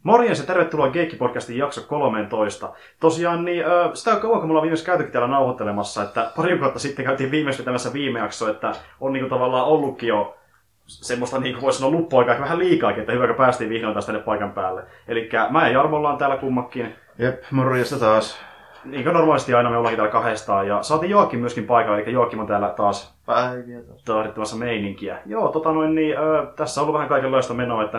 Morjens ja tervetuloa Geekki-podcastin jakso 13. Tosiaan, niin, sitä on kauan, kun me ollaan viimeksi käytykin täällä nauhoittelemassa, että pari kuukautta sitten käytiin viimeksi vetämässä viime jakso, että on niin kuin, tavallaan ollutkin jo semmoista, niin kuin voisi sanoa, luppuaikaa vähän liikaakin, että hyvä, kun päästiin vihdoin taas tänne paikan päälle. Elikkä mä ja Jarmo ollaan täällä kummakin. Jep, morjesta taas. Niin kuin normaalisti aina me ollaankin täällä kahdestaan, ja saatiin Joakim myöskin paikalla, eli Joakim on täällä taas tahdittamassa meininkiä. Joo, tässä on ollut vähän kaikenlaista menoa, että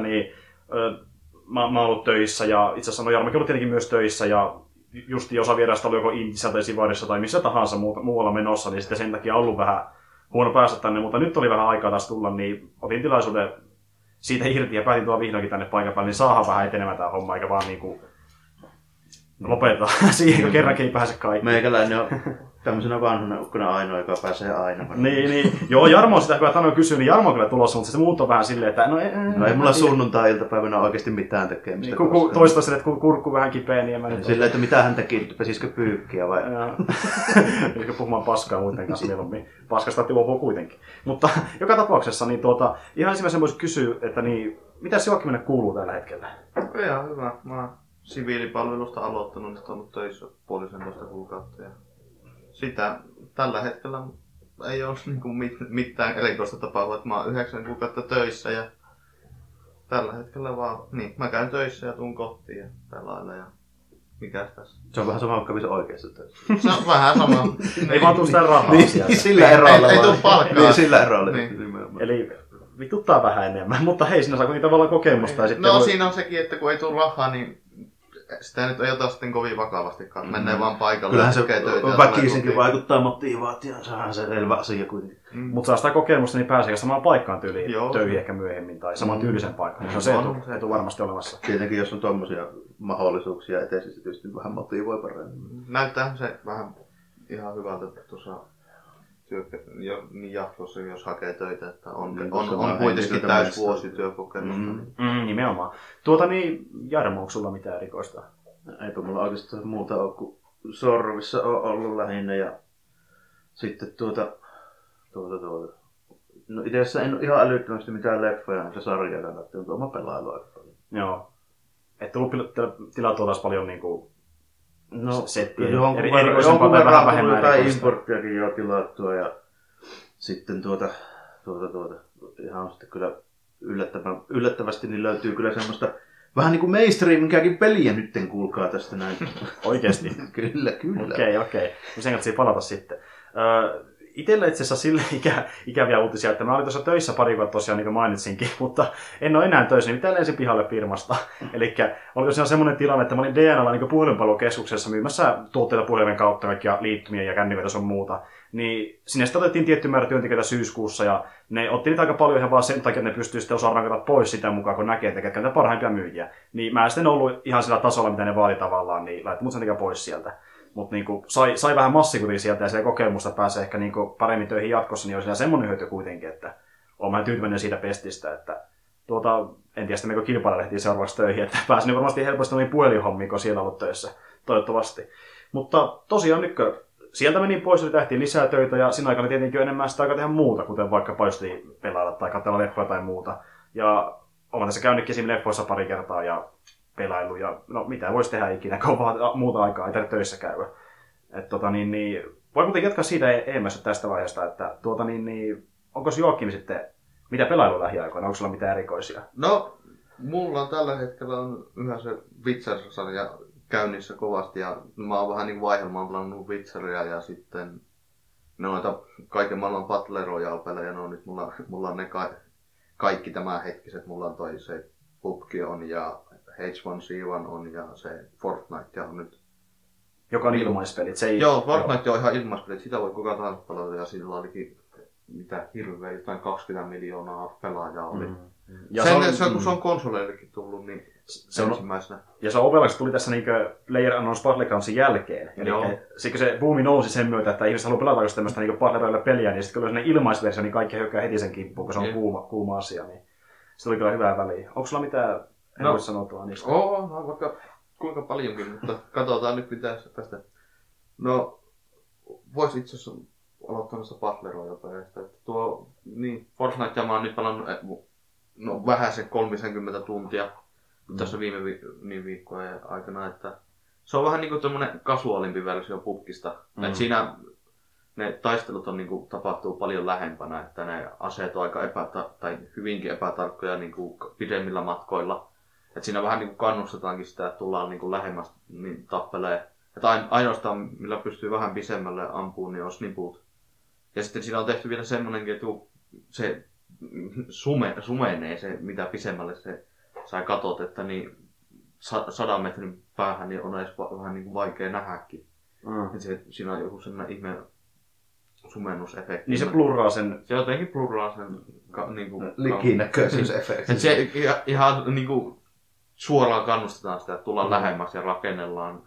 mä oon ollut töissä, ja itse asiassa Jarmokin on ollut tietenkin myös töissä, ja justi osa vieraista oli joko Intissä tai Sivarissa tai missä tahansa muualla menossa, niin sitten sen takia on ollut vähän huono päästä tänne, mutta nyt oli vähän aikaa taas tulla, niin otin tilaisuuden siitä irti ja päätin tulla vihdoinkin tänne paikan päälle, niin saadaan vähän etenemään tää homma, eikä vaan niinku lopetetaan siihen, kun kerrankin ei pääse kaikki. Meikäläinen on tämmöisenä vanhana ukkona ainoa, joka pääsee aina. Niin. Joo, Jarmo on sitä, kun Tano kysyy, niin Jarmo on kyllä tulossa, mutta se muut on vähän silleen, että ei mulla sunnuntai-iltapäivänä oikeasti mitään tekemistä. Niin, toista silleen, että kurkku vähän kipeä, niin en mä nyt silleen, että mitä hän teki, pesisikö pyykkiä vai? Elikö puhumaan paskaa muiden kanssa mieluummin. Paskasta tilopuu kuitenkin. Mutta joka tapauksessa, niin ihan ensimmäisenä voisi kysyä, että mitä Joakimille kuuluu tällä hetkellä? Ihan hyvä. Mä oon siviilipalvelusta aloittanut, nyt on ollut töissä 1,5 kuukautta. Ja sitä tällä hetkellä ei ole mitään erikoista tapahtua, että mä oon 9 kuukautta töissä ja tällä hetkellä vaan, mä käyn töissä ja tuun kotiin ja pelailla ja mikäs tässä. Se on vähän sama, vaikka missä oikeassa töissä. Se on vähän sama. Ei vaan tuu sitä rahaa sieltä. Sillä erolla. Ei tuu palkkaa. Niin, sillä erolla. Eli vituttaa vähän enemmän, mutta hei, siinä saa kuitenkin tavallaan kokemusta. Ja sitten siinä on sekin, että kun ei tule rahaa, niin sitä nyt ei ota sitten kovin vakavastikaan. Mennään vaan paikalle. Kyllähän se väkisinkin vaikuttaa motivaatioon. Sehän se selvä asia kuitenkin. Mutta saa sitä kokemusta, niin pääsee samaan paikkaan tyyliin töihin ehkä myöhemmin tai saman tyylisen paikkaan. Se on etu varmasti olemassa. Tietenkin jos on tommosia mahdollisuuksia eteessä, se tietysti vähän motivoi paremmin. Näyttää se vähän ihan hyvältä tuossa jatkossa, jos hakee töitä, että on kuitenkin täysvuosi työkokemusta. Nimenomaan. Jarmo, onko sulla mitään erikoista? Eipä mulla oikeastaan muuta ole kuin Sorvissa on ollut lähinnä ja sitten No itse asiassa en ole ihan älyttömästi mitään leffoja, mutta sarjaa kannattaa, mutta oma pelailu aika paljon. Joo. Et tullut tilattua taas paljon niinku settiä. Jonkun verran tullut jotain importtiakin jo tilattua ja sitten ihan sitten kyllä yllättävästi niin löytyy kyllä semmoista vähän niinku mainstreaminkäkin peliä nytten, kuulkaa tästä näin. Oikeesti? Kyllä. Okei. Sen kanssa palata sitten. Itellä itse asiassa sille ikäviä uutisia, että mä olin tuossa töissä pari kuukautta tosiaan, niin kuin mainitsinkin, mutta en ole enää töissä, niin pitää ensin pihalle firmasta. Eli oli tosiaan semmoinen tilanne, että mä olin DNAlla niin puhelinpalvelukeskuksessa myymässä tuotteita puhelimen kautta, kaikkia liittymiä ja kännyköitä sun muuta. Niin sinne sitten otettiin tietty määrä työntekijöitä syyskuussa ja ne otti niitä aika paljon ihan vaan sen takia, että ne pystyy sitten osaamaan rankata pois sitä mukaan, kun näkee, että ketkä niitä parhaimpia myyjiä. Niin mä en sitten ollut ihan sillä tasolla, mitä ne vaati tavallaan, niin laittoi mut sen takia pois sieltä. Mutta niinku, sai vähän massikuria sieltä ja kokemusta pääsee ehkä niinku paremmin töihin jatkossa, niin on siellä semmoinen hyöty kuitenkin, että olen mä tyytyväinen siitä pestistä, että en tiedä, että kilpailulehtiin seuraavaksi töihin, että pääsin varmasti helposti noihin puhelinhommiin, kun siellä ollut töissä, toivottavasti. Mutta tosiaan nyt sieltä meni pois, eli tehtiin lisää töitä ja siinä aikana tietenkin on enemmän sitä aikaa tehdä muuta, kuten vaikka paistiin pelailla tai katsella leffoja tai muuta. Ja olen tässä käynytkin esimerkiksi leffoissa pari kertaa ja pelailu ja mitä voisi tehdä ikinä, kun vaan muuta aikaa ei tarvitse töissä käydä. Voi kuitenkin jatkaa siitä eemmässä tästä vaiheesta, että onko Joakim sitten, mitä pelailu lähiaikoina, onko sulla mitään erikoisia? No, mulla tällä hetkellä on yhä se Witcher-sarja käynnissä kovasti ja mä oon vähän niin vaihelmaan pelannut Witcheria ja sitten noita kaiken maailman Battle Royale-pelejä, nyt mulla on ne kaikki tämänhetkiset, mulla on toi se PUBG on ja H1Z1 on ja se Fortnite on nyt. Joka on ilmaispelit. Joo, Fortnite on ihan ilmaispelit. Sitä voi kukaan tahansa pelata ja sillä olikin mitä hirveä, jotain 20 miljoonaa pelaajaa oli. Kun se on konsoleillekin tullut, niin se ensimmäisenä. Ja se Overwatch tuli tässä PlayerUnknown's Battlegroundsin jälkeen. Eli se buumi nousi sen myötä, että ihmiset haluaa pelata just tämmöistä Battle Royale-peliä, niin sitten kun oli sellainen ilmaisversio, niin kaikki hyökkää heti sen kimppuun, kun se on kuuma asia. Niin se tuli kyllä hyvää väliä. Onko sulla mitään sanotua niistä? On vaikka kuinka paljonkin, mutta katsotaan nyt pitää tästä. No, vois itse asiassa aloittaa noista Battle Royale-peleistä. Fortnite mä oon nyt pelannut vähän se 30 tuntia. tässä viime viikkojen aikana, että se on vähän niinku tommonen kasuaalimpi versio PUBGista. Et siinä ne taistelut on niinku tapahtuu paljon lähempänä, että ne aseet on aika tai hyvinkin epätarkkoja niinku pidemmillä matkoilla. Et siinä vähän niinku kannustetaankin sitä, että tullaan niinku lähemmäs niin tappelee. Että ainoastaan millä pystyy vähän pisemmälle ampumaan, niin on sniput. Ja sitten siinä on tehty vielä semmonenkin, että se sumenee se, mitä pisemmälle se sä katot, että niin 100 metrin päähän niin on edes vähän niin kuin vaikea nähdäkin. Siinä on joku sellainen ihme sumennusefekti. Niin se blurraa sen. Se jotenkin blurraa sen niinku likinäköisyysefekti. Se ihan niinku suoraan kannustetaan sitä, että tullaan lähemmäksi ja rakennellaan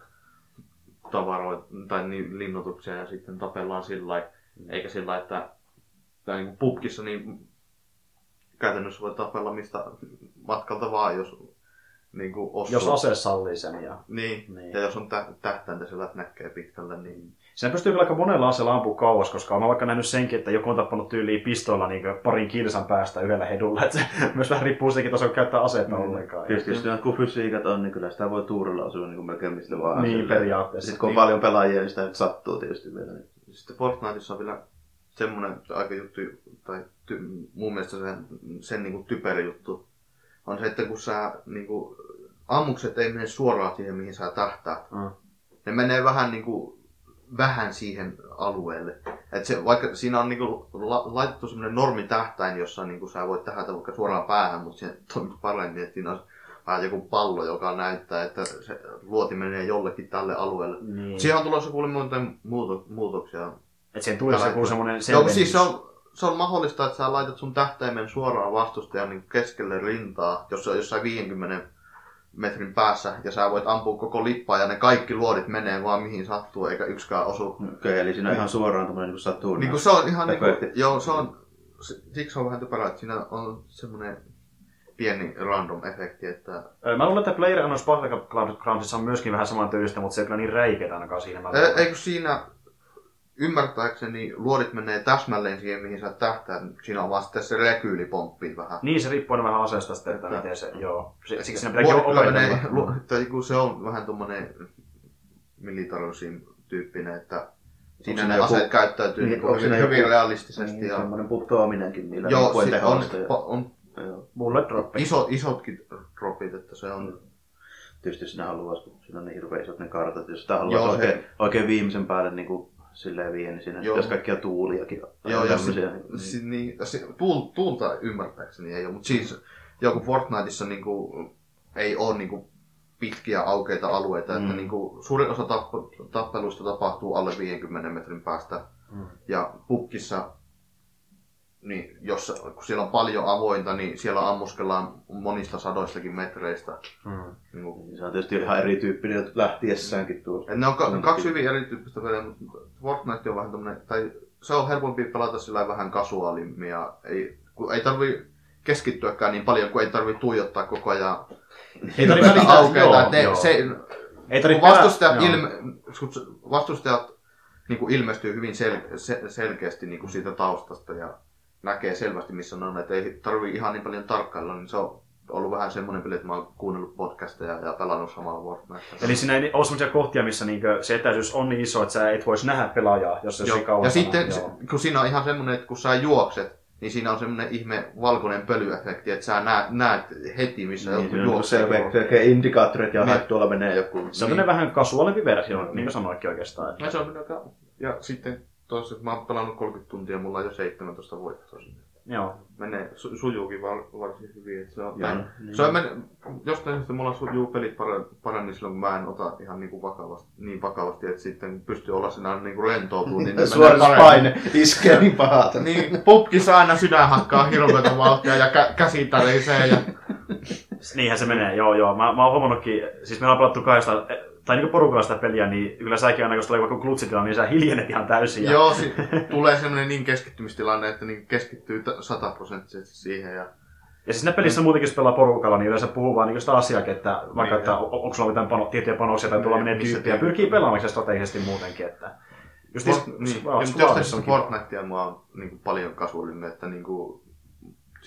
tavaroita tai linnoituksia ja sitten tapellaan sillä eikä sillä että niin PUBGissa niin käytännössä voi tapella mistä matkalta vaan, jos niinku osuu. Jos ase sallii sen. Niin. Ja jos on tähtäintä sillä, että näkee pitkälle, niin... Siinä pystyy kyllä aika monella aseella ampua kauas, koska olen vaikka nähnyt senkin, että joku on tappanut tyyliin pistoilla niin parin kilsan päästä yhdellä hedulla. Että se myös vähän riippuu siitäkin, että käyttää aseita ollenkaan. Tietysti jos jotkut fysiikat on, niin kyllä sitä voi tuurilla asua niin melkein mistä vaan. Niin, periaatteessa. Sitten kun on paljon pelaajia, niin sitä nyt sattuu tietysti vielä. Sitten Fortniteissa on vielä semmoinen aika juttu, tai mun mielestä sen niin kuin typeri juttu, on se, että kun sä niin kuin, ammukset ei mene suoraan siihen, mihin sä tähtäät. Ne menee vähän niin kuin vähän siihen alueelle. Et se, vaikka siinä on niinku laitettu semmoinen normitähtäin, jossa niinku sä voit tähdätä vaikka suoraan päähän, mutta siinä toimii paremmin, että siinä on vähän joku pallo, joka näyttää, että se luoti menee jollekin tälle alueelle. Niin. Siihen on tulossa kuulemma muutoksia. Et siihen tulisi joku semmoinen selvennys. Siis se on mahdollista, että sä laitat sun tähtäimen suoraan vastustajan niin keskelle rintaa, jos se on jossain 50 metrin päässä, ja sä voit ampua koko lippaa, ja ne kaikki luodit menee vaan mihin sattuu, eikä yksikään osu. Okei, eli siinä on ihan suoraan tommoinen niin sattuu. Niin kuin se on ihan niinku, joo, se on, siksi on vähän typerää, että siinä on semmoinen pieni random efekti, että... Mä luulen, että PlayerUnknown's Battlegroundsissa on myöskin vähän saman tyylistä, mutta se ei kyllä niin räikeitä ainakaan siinä. Eikö siinä, ymmärtääkseni, luodit menee täsmälleen siihen, mihin sä tähtää. Siinä on vaan sitten se rekyylipomppi vähän. Niin, se riippuu vähän aseesta sitten, että miten se, joo. Siksi siinä pitääkin opetella. Se on vähän tommonen militarism tyyppinen, että siinä ne aseet käyttäytyy niin, hyvin realistisesti. Niin, semmoinen putoaminenkin niillä on bullet droppi. Isotkin dropit, että se on... Tietysti jos sinä haluaisi, kun siinä on niin hirveän isot ne kartat, jos sitä haluaisi oikein viimeisen päälle niin kuin silleen vie, niin siinä pitäisi kaikkia tuuliakin. Joo, ja tuulta ymmärtääkseni ei ole, mutta siis joku Fortniteissa niinku, ei ole niinku pitkiä aukeita alueita, että niinku, suurin osa tappeluista tapahtuu alle 50 metrin päästä. Ja PUBGissa, niin kun siellä on paljon avointa, niin siellä ammuskellaan monista sadoistakin metreistä. Niin, se on tietysti ihan erityyppinen lähtiessäänkin tuossa. Ne on kaksi hyvin erityyppistä peliä, mutta Fortnite on vähän tommonen, tai se on helpompi pelata sillä vähän kasuaalimmin ja ei tarvii keskittyäkään niin paljon, kun ei tarvii tuijottaa koko ajan aukeita. Vastustajat niin ilmestyy hyvin selkeästi niin siitä taustasta ja näkee selvästi missä on, että ei tarvii ihan niin paljon tarkkailla, niin se on ollut vähän semmoinen peli, että mä oon kuunnellut podcasteja ja pelannut samalla Fortnitea. Eli siinä ei ole semmoisia kohtia, missä se etäisyys on niin iso, että sä et vois nähdä pelaajaa, jos se on kauan. Ja sitten, kun siinä on ihan semmoinen, että kun sä juokset, niin siinä on semmoinen ihme valkoinen pölyefekti, että sä näet heti, missä joku juoksee. Selkeä indikaattorit ja tuolla menee joku. Se on vähän kasuaalimpi versio, niin kuin sanoitkin oikeastaan. Se on ja sitten tuossa, mä oon pelannut 30 tuntia, mulla on jo 17 voittoa. Joo. Menee, sujuukin varsin hyvin. Että se on jostain syystä mulla sujuu pelit paremmin silloin, kun mä en ota ihan niin vakavasti, että sitten pystyy olla siinä niin rentoutuu. Niin suorituspaine iskee niin pahalta. Niin, PUBGissa aina sydän hakkaa hirveätä vauhtia ja käsi tärisee. Ja... Niinhän se menee, joo. Mä oon huomannutkin, siis meillä on pelattu kahdesta, tai niin porukalla sitä peliä, niin kyllä säkin aina, jos tulee vaikka klutsitila, niin sä hiljenet ihan täysin. Joo, tulee semmoinen niin keskittymistilanne, että niin keskittyy 100% siihen. Ja siis siinä pelissä muutenkin, jos pelaa porukalla, niin yleensä puhuu vaan niin sitä asiaakin, että vaikka, että onko sulla mitään tiettyjä panoksia tai tulla menee tyyppiä, ja pyrkii pelaamaan strategisesti muutenkin. Että just jos Fortnitea mua on niin paljon kasualimmin, että niin kuin,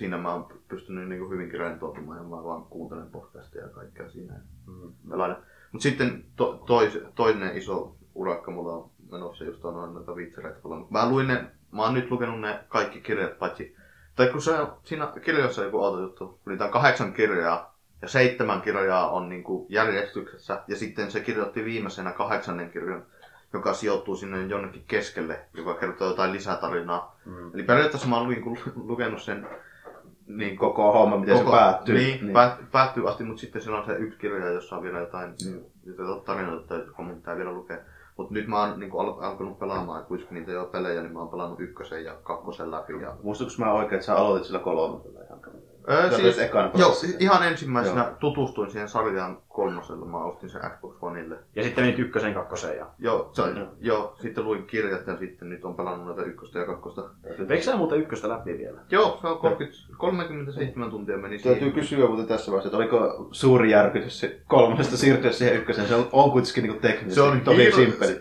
siinä mä oon pystynyt niinku hyvinkin rentoutumaan ja mä vaan kuuntelen podcastia ja kaikkea siinä. Mutta sitten toinen iso urakka mulla on menossa just on noita vitsereitä. Mä oon nyt lukenut ne kaikki kirjat paitsi, tai kun se on siinä kirjoissa joku outo juttu, kun niitä on 8 kirjaa ja 7 kirjaa on niinku järjestyksessä ja sitten se kirjoitti viimeisenä 8. kirjan, joka sijoittuu sinne jonnekin keskelle, joka kertoo jotain lisätarinaa. Eli periaatteessa mä oon lukenut sen niin koko homma, miten se päättyy. Niin. Päättyy asti, mutta sitten siellä on se yksi kirja, jossa on vielä jotain tarinoita, jotka mun pitää vielä lukea. Mutta nyt mä oon niin alkanut pelaamaan, kuitenkin niitä jo pelejä, niin mä oon pelannut 1 ja 2 läpi. Ja... Muistatko mä oikein, että sä aloitit sillä 3? Siis, joo, ihan ensimmäisenä tutustuin siihen sarjaan 3. Mä ostin sen Xbox Oneille. Ja sitten menit 1, 2 ja... Joo, sitten luin kirjat ja sitten nyt on pelannut noita 1 ja 2. Veikö sä muuten 1 läpi vielä? Joo, se on 37 tuntia meni siihen. Täytyy kysyä muuten tässä vaiheessa, että oliko suuri järkytys se 3 siirtyä siihen 1? Se on kuitenkin niin teknisesti tosi simppeli.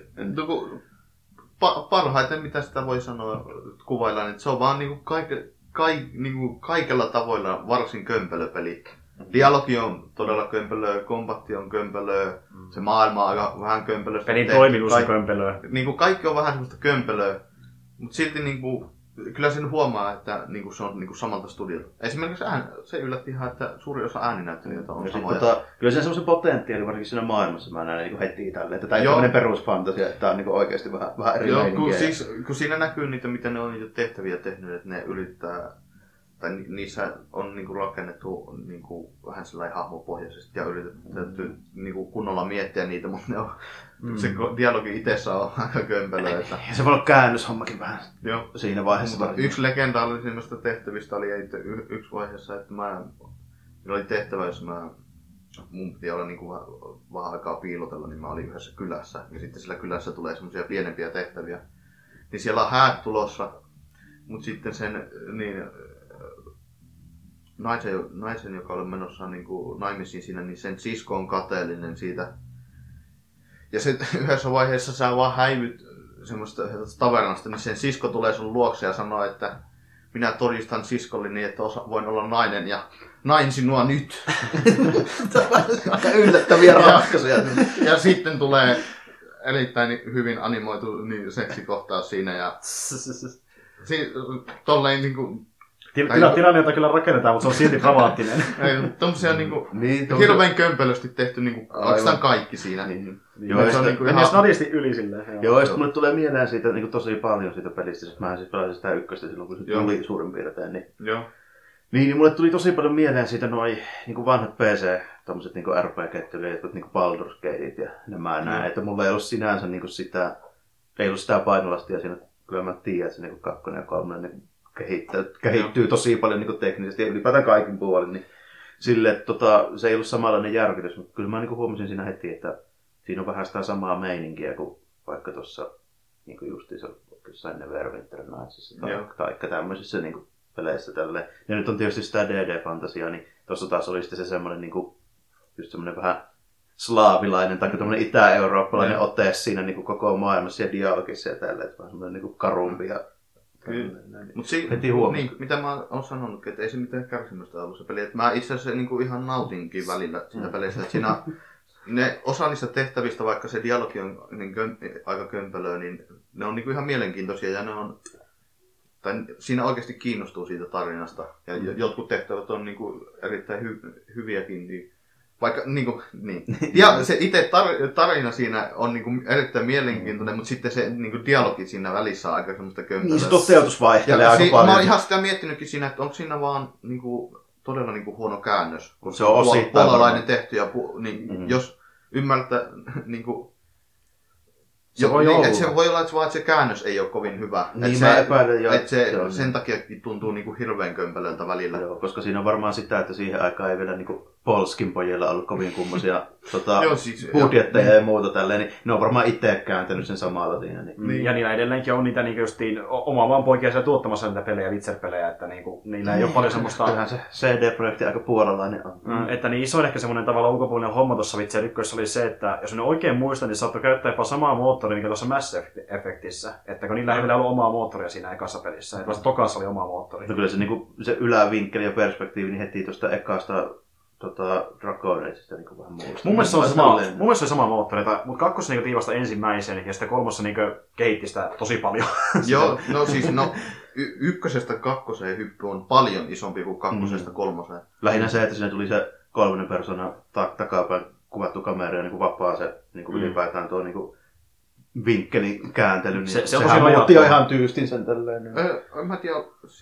Parhaiten mitä sitä voi sanoa kuvaillaan, että se on vaan niinku kaikella tavoilla varsin kömpelöpeli. Dialogi on todella kömpelöä, kombatti on kömpelöä, se maailma on aika vähän kömpelöä. Pelin toimivuus on kömpelöä. Niinku kaikki on vähän semmoista kömpelöä, mutta silti niinku, kyllä sen huomaa, että niinku se on niinku samalta studiolta. Esimerkiksi se yllätti ihan, että suuri osa ääninäyttelijöitä on samoja. Kyllä se semmoisen potentiaali varsinkin siinä maailmassa mä näen niinku heti tälleen, että tämä ei ole tämmöinen perusfantasia, että tämä on niinku oikeasti vähän eri meininkiä. Kun siinä näkyy niitä, miten ne on niitä tehtäviä tehnyt, että ne yrittää, tai niissä on niinku rakennettu niinku vähän sellainen hahmopohjaisesti ja yritetty niinku kunnolla miettiä niitä, mutta ne on, se dialogi itsessä on aika kömpelöä. Että... Ja se voi olla käännöshommakin vähän siinä vaiheessa. Mutta yksi legendaarisimmista tehtävistä oli yksi vaiheessa, että minulla oli tehtävä, jos mun piti olla niinku vähän aikaa piilotella, niin mä olin yhdessä kylässä. Ja sitten sillä kylässä tulee semmoisia pienempiä tehtäviä. Niin siellä on häät tulossa, mutta sitten sen naisen, joka oli menossa niinku naimisiin siinä, niin sen sisko on kateellinen siitä. Ja se, yhdessä vaiheessa sä vaan häivyt semmoista tavernasta, niin sen sisko tulee sun luokse ja sanoo, että minä todistan siskolleni, että voin olla nainen ja nain sinua nyt. Aika yllättäviä ratkaisuja. Ja sitten tulee erittäin hyvin animoitu seksikohtaus siinä ja tolleen niinku... Tilanne, jota kyllä rakennetaan, mutta se on silti dramaattinen. Tommosia hirveän kömpelösti tehty oikeastaan kaikki siinä. Joo, se on ihan snadisti yli silleen. Joo, ja sitten mulle tulee mieleen siitä tosi paljon siitä pelistä. Mä siis pelasin sitä 1 silloin, kun se tuli suurin piirtein. Niin mulle tuli tosi paljon mieleen siitä noi vanhat PC, tommoset RPG-tyyliä, jotkut Baldur's Gateit ja nämä näin. Että mulla ei ollut sinänsä sitä, ei ollut sitä painolastia siinä. Kyllä mä tiedän, että se 2 ja 3 kehittyy tosi paljon teknisesti ja ylipäätään kaikin puolin. Niin sille, että se ei ollut samanlainen järkytys, mutta kyllä mä huomasin siinä heti, että siinä on vähän sitä samaa meininkiä kuin vaikka tuossa justiinsa jossain Neverwinter Nightsissa tai tämmöisissä peleissä tälleen. Ja nyt on tietysti sitä DD-fantasiaa, niin tuossa taas oli sitten se semmoinen just semmoinen vähän slaavilainen tai tämmöinen itä-eurooppalainen ote siinä koko maailmassa ja dialogissa ja tälleen, että vähän semmoinen karumpi ja kyllä. Mutta mitä mä oon sanonut, että ei se mitään kärsimystä ollut se peli. Et mä itse asiassa ihan nautinkin välillä sitä pelistä. Siinä osa niistä tehtävistä, vaikka se dialogi on aika kömpelöä, niin ne on ihan mielenkiintoisia ja ne on, tai siinä oikeasti kiinnostuu siitä tarinasta. Ja jotkut tehtävät on erittäin hyviäkin. Niin, vaikka, Ja se itse tarina siinä on erittäin mielenkiintoinen, mutta sitten se dialogi siinä välissä on aika semmoista kömpelöä. Niin se toteutus vaihtelee aika paljon. Mä oon ihan sitä miettinytkin siinä, että onko siinä vaan todella huono käännös. Kun se on osittain puolalainen tehty ja jos ymmärtää se voi olla, että se käännös ei ole kovin hyvä. Niin mä epäilen jo. Sen takia tuntuu hirveän kömpelöltä välillä. Joo, koska siinä on varmaan sitä, että siihen aikaan ei vielä Polskin pojilla ollut kovin kummosia siis, budjetteja ja muuta tälleen, niin ne on varmaan itse kääntänyt sen samalla siinä. Niin. Ja niillä edelleenkin on niitä niin justiin oma vaan poikia siellä tuottamassa niitä pelejä, Witcher-pelejä, että niinku, niillä ei ole paljon semmoista... Kyllähän se CD-projekti aika puolalainen on. Että niin iso ehkä semmoinen tavallaan ulkopuolinen homma tuossa Witcher 1 oli se, että jos ne oikein muistan, niin saattoi käyttää jopa samaa moottoria, mikä tuossa Mass Effectissä. Että kun niillä ei vielä ollut omaa moottoria siinä ekassa pelissä, että vasta tokassa oli oma moottori. No kyllä se ylävinkkeli ja perspektiivi niin heti tuosta ekasta Dragon Ageista niin vähän muista. Mun mielestä se oli sama moottori, mutta kakkosessa niin tiivasta ensimmäisen ja sitten kolmossa niin kehitti sitä tosi paljon. Joo, no siis ykkösestä kakkoseen hyppy on paljon isompi kuin kakkosesta kolmoseen. Lähinnä se, että siinä tuli se kolmannen persona takapäin kuvattu kamera ja niin vapaa se niin ylipäätään tuo niin vinkkelin kääntely. Niin sehän muutti jo ihan tyystin sen tälleen. Mä tiedä,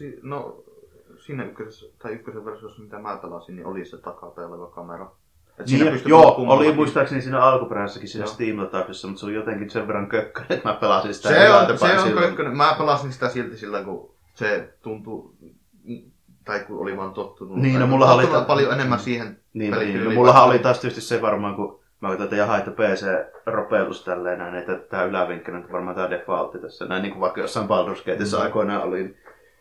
siinä ykkösen versiossa, mitä mä pelasin, niin oli se takapäin oleva kamera. Niin, joo, oli muistaakseni siinä alkuperäisessäkin siinä Steam-latauksessa, mutta se oli jotenkin sen verran kökkönen, että mä pelasin sitä. Se on kökkönen. Mä pelasin sitä silti sillä, kun se tuntui, tai kun oli vaan tottunut. Niin, no mulla oli paljon enemmän siihen peliin. No, mullahan oli taas tietysti se varmaan, kun mä katsoin, että jaha, että PC-ropellus tälleen näin, että tää ylävinkkelinen, että varmaan tää defaultti tässä. Näin niin kuin vaikka jossain Baldur's Gateissa aikoinaan oli.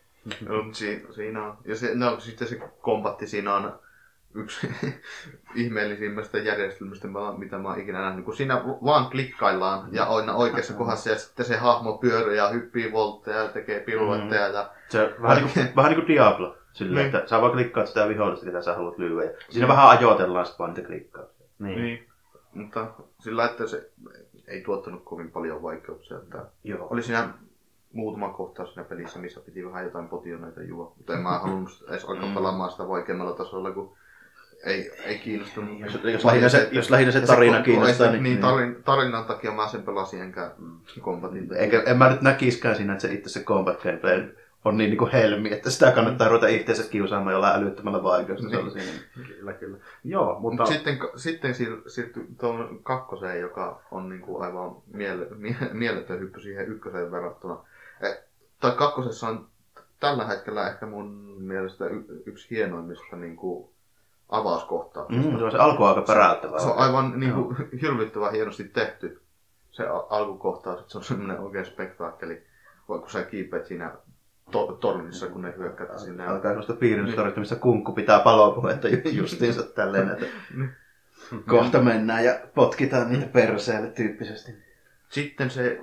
Siinä on. Ja sitten se kompatti siinä on yksi ihmeellisimmästä järjestelmistä, mitä mä oon ikinä nähnyt. Kun siinä vaan klikkaillaan ja aina oikeassa kohdassa ja sitten se hahmo pyörii ja hyppii voltteja ja tekee piruetteja. Ja... Se vähän niin kuin Diablo. Sillä, että sä vaan klikkaat sitä vihollista, ketä sä haluat lyödä. Ja siinä vähän ajoitellaan sitten vaan niitä klikkauksia. Niin. Mutta sillä että se ei tuottanut kovin paljon vaikeuksia. Oli siinä muutama kohtaus siinä pelissä, missä piti vähän jotain potioneita juo. Mutta en mä halunnut edes alkaa pelaamaan sitä vaikeammalla tasolla, kun ei kiinnostunut. Jos lähinnä se tarina kiinnostaa. Niin, tarinan takia mä sen pelasin enkä kompatin. En mä nyt näkiskään siinä, että se itse se combat gameplay on niin kuin helmi, että sitä kannattaa ruveta itseensä kiusaamaan jollain älyttömällä vaikeudella. Kyllä. Joo, mutta... Sitten siirtyi tuon kakkoseen, joka on niin kuin aivan mieletön hyppy siihen ykköseen verrattuna. Tai kakkosessa on tällä hetkellä ehkä mun mielestä yksi hienoimmista niin kuin avauskohtauksista. Se alku on aika päräyttävää. Se on aivan niin kuin hirvittävän hienosti tehty se alkukohtaus, että se on semmoinen oikein spektaakkeli, kun sä kiipeät siinä tornissa, kun ne hyökkäävät sinne. Alkaa sellaista piirinnystorjutta, missä kunkku pitää palopuhetta justiinsa tälleen, että kohta mennään ja potkitaan niitä perseelle tyyppisesti. Sitten se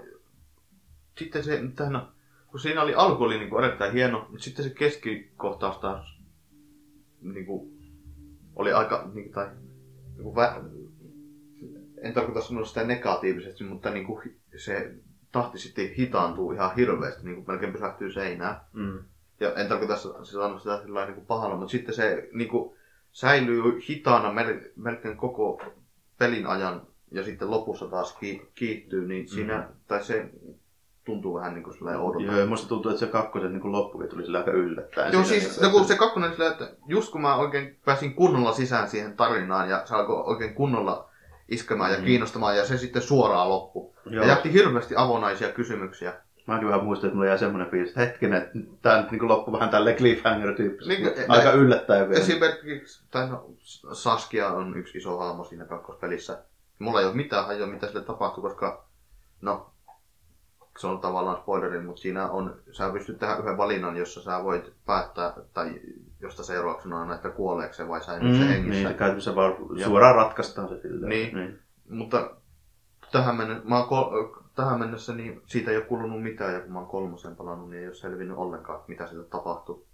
kun siinä alku oli niin kuin erittäin hieno, mutta sitten se keskikohtaus taas niin kuin, oli aika, niin kuin, en tarkoita sanoa sitä negatiivisesti, mutta niin kuin, se tahti sitten hitaantuu ihan hirveästi, niin kuin melkein pysähtyy seinään. Ja en tarkoita sanoa sitä niin kuin pahalla, mutta sitten se niin kuin, säilyy hitaana melkein koko pelin ajan ja sitten lopussa taas kiihtyy, niin siinä, tai se tuntuu vähän niin kuin sellainen odotaan. Joo, musta tuntuu, että se kakkosen niin loppukin tuli sillä aika yllättäen. Joo, siis kun se kakkonen sillä, että just kun mä oikein pääsin kunnolla sisään siihen tarinaan ja se alkoi oikein kunnolla iskemään ja kiinnostamaan ja se sitten suoraan loppu. Joo. Ja jätti hirveästi avonaisia kysymyksiä. Mäkin vähän muistan, että mulla jäi semmoinen fiilis, että hetkinen, että tää nyt niin loppui vähän tälleen cliffhanger-tyyppisesti. Niin, aika yllättäen vielä. Esimerkiksi Saskia on yksi iso hahmo siinä kakkospelissä. Mulla ei ole mitään hajoa, mitä sille tapahtui, koska se on tavallaan spoileri, mutta siinä on, sä pystyt tehdä yhden valinnan, jossa sä voit päättää, tai josta seurauksena on, että kuoleeko se vai säilyy se hengissä. Niin, käytännössä vaan suoraan ratkaistaan se silleen. Niin. Mutta tähän mennessä niin siitä ei ole kulunut mitään, ja kun mä oon kolmosen palannut, niin ei ole selvinnyt ollenkaan, mitä siitä tapahtuu.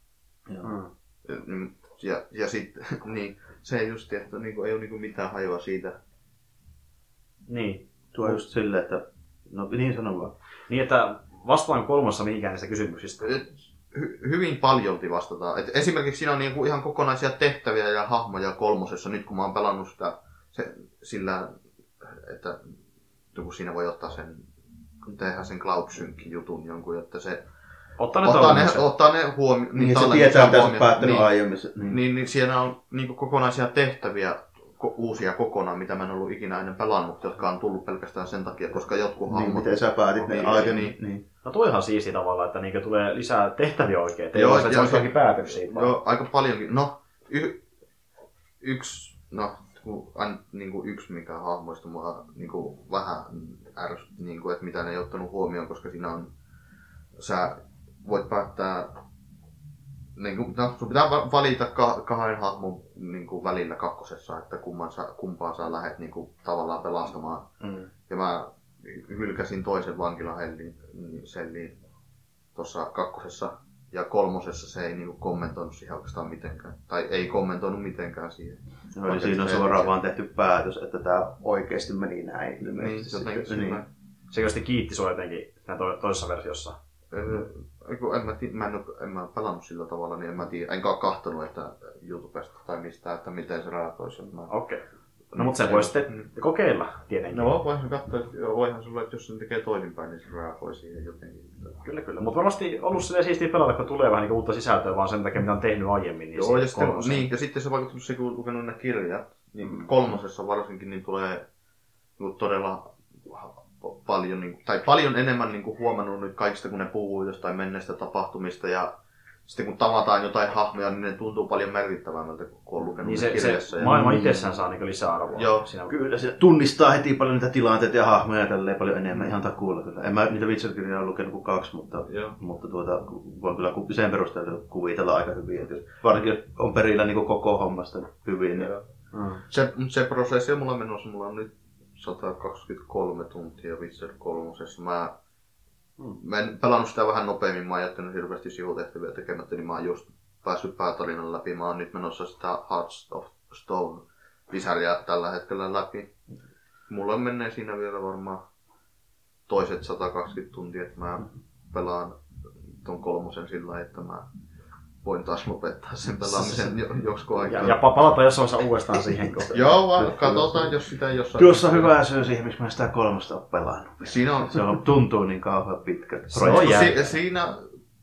Ja sitten, niin, se just, että niinku, ei ole niinku mitään hajoa siitä. Niin. Tuo just silleen, että no niin sanon vaan. Niin, että vastaan kolmassa mihinkään niistä kysymyksistä. Hyvin paljolti vastataan. Et esimerkiksi siinä on niinku ihan kokonaisia tehtäviä ja hahmoja kolmosessa. Nyt kun mä oon pelannut sitä sillä, että kun siinä voi ottaa tehdä sen cloud sync jutun jonkun, että se ottaa ne huomioon. Niin, se tietää, mitä sä päättänyt aiemmin. Niin siellä on niinku kokonaisia tehtäviä, uusia kokonaan, mitä mä en ollut ikinä ennen pelannut, jotka on tullut pelkästään sen takia, koska jotkut hahmot... Niin, miten sä päätit ne aiemmin. Niin. No toi ihan siisti tavalla, että niinku tulee lisää tehtäviä oikein. Joo, ja se on kaikki päätöksiä. Joo, aika paljonkin. No, yksi No, niinku yksi mikä hahmoista mua niinku vähän ärsytti, niinku, että mitä ne ei ottanut huomioon, koska siinä on, sä voit päättää, niinku, no, sun pitää valita kahden hahmon niinku, välillä kakkosessa, että kumpaan sä lähdet niinku, tavallaan pelastamaan. Ja mä hylkäsin toisen vankilaselliin tuossa kakkosessa. Ja kolmosessa se ei niinku kommentoinut siihen oikeastaan mitenkään. Tai ei kommentoinut mitenkään siihen. No, eli siinä on suoraan vaan tehty päätös, että tämä oikeasti meni näin. Niin. Se oikeasti kiitti sua jotenkin toisessa versiossa. En mä pelannut sillä tavalla, niin en mä tiedä. Enkä ole kahtonut että YouTubesta tai mistään, että miten se reagoisi. Okei. No mutta sen voi sitten kokeilla tietenkin. No voihan katsoa, että voihan sulle, että jos sen tekee toisinpäin, niin se reagoi siihen jotenkin. Kyllä. Mutta varmasti ollut silleen siistiä pelata, kun tulee vähän niin uutta sisältöä, vaan sen takia, mitä on tehnyt aiemmin. Niin joo, ja sitten se vaikuttaa, se kun lukenut ne kirjat, niin kolmosessa varsinkin niin tulee niin todella paljon, niin, tai paljon enemmän niin huomannut nyt kaikista, kun ne puhuu jostain menneistä tapahtumista. Ja sitten kun tavataan jotain hahmoja, niin ne tuntuu paljon merkittävämmältä, kun on lukenut niin kirjassa. Se maailma itsessään saa niin lisäarvoa. Joo. Kyllä, se tunnistaa heti paljon niitä tilanteita ja hahmoja tälleen paljon enemmän ihan takuulla. Kyllä. En mä niitä Witcher-kirjoja ole lukenut kuin 2, mutta voin kyllä sen perusteella kuvitella aika hyvin. Että jos varsinkin on perillä niin koko hommasta hyvin. Niin... Se prosessi on mulla menossa. Mulla on nyt 123 tuntia Witcher 3. Mä en pelannut sitä vähän nopeammin, mä oon jättänyt hirveästi sivutehtäviä tekemättä, niin mä oon just päässyt päätarinan läpi. Mä oon nyt menossa sitä Hearts of Stone-lisäriä tällä hetkellä läpi. Mulla menee siinä vielä varmaan toiset 120 tuntia, että mä pelaan ton kolmosen sillä lailla, että mä voin taas lopettaa sen pelaamisen joskus aikaa. Ja palata jossain vaiheessa uudestaan siihen kohtaan. Joo, vaan katsotaan, jos sitä jossain... Tuossa on hyvä syy siihen, miksi mä sitä 3 ole pelannut. Siinä on... Se tuntuu niin kauhean pitkä projekti. Siinä...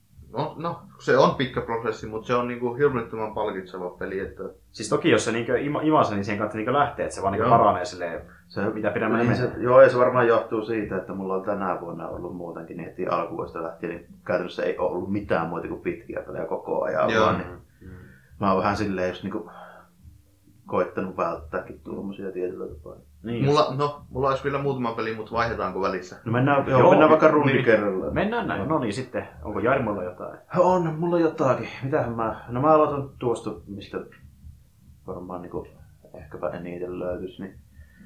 No, se on pitkä prosessi, mutta se on niinku hirvittävän palkitseva peli. Että... Siis toki jos se niinku imasee, niin siihen kannattaa niinku lähteä, että se vaan niinku paranee silleen, mitä pidemmän menee. Joo, ja se varmaan johtuu siitä, että mulla on tänä vuonna ollut muutenkin, niin heti alkuvuodesta lähtien, niin käytännössä ei ole ollut mitään muuta kuin pitkiä pelejä koko ajan. Vaan, niin mä oon vähän silleen just niinku koittanut välttääkin tuommoisia tietyllä tapaa. Niin. Mulla olisi vielä muutama peli, mutta vaihdetaanko välissä? No mennään vaikka rundi kerrallaan. Mennään näin. No niin, sitten. Onko Jarmolla jotain? On, mulla on jotakin. Mitähän mä... No mä aloitan tuosta, mistä varmaan niinku ehkäpä eniten löytyisi. Niin...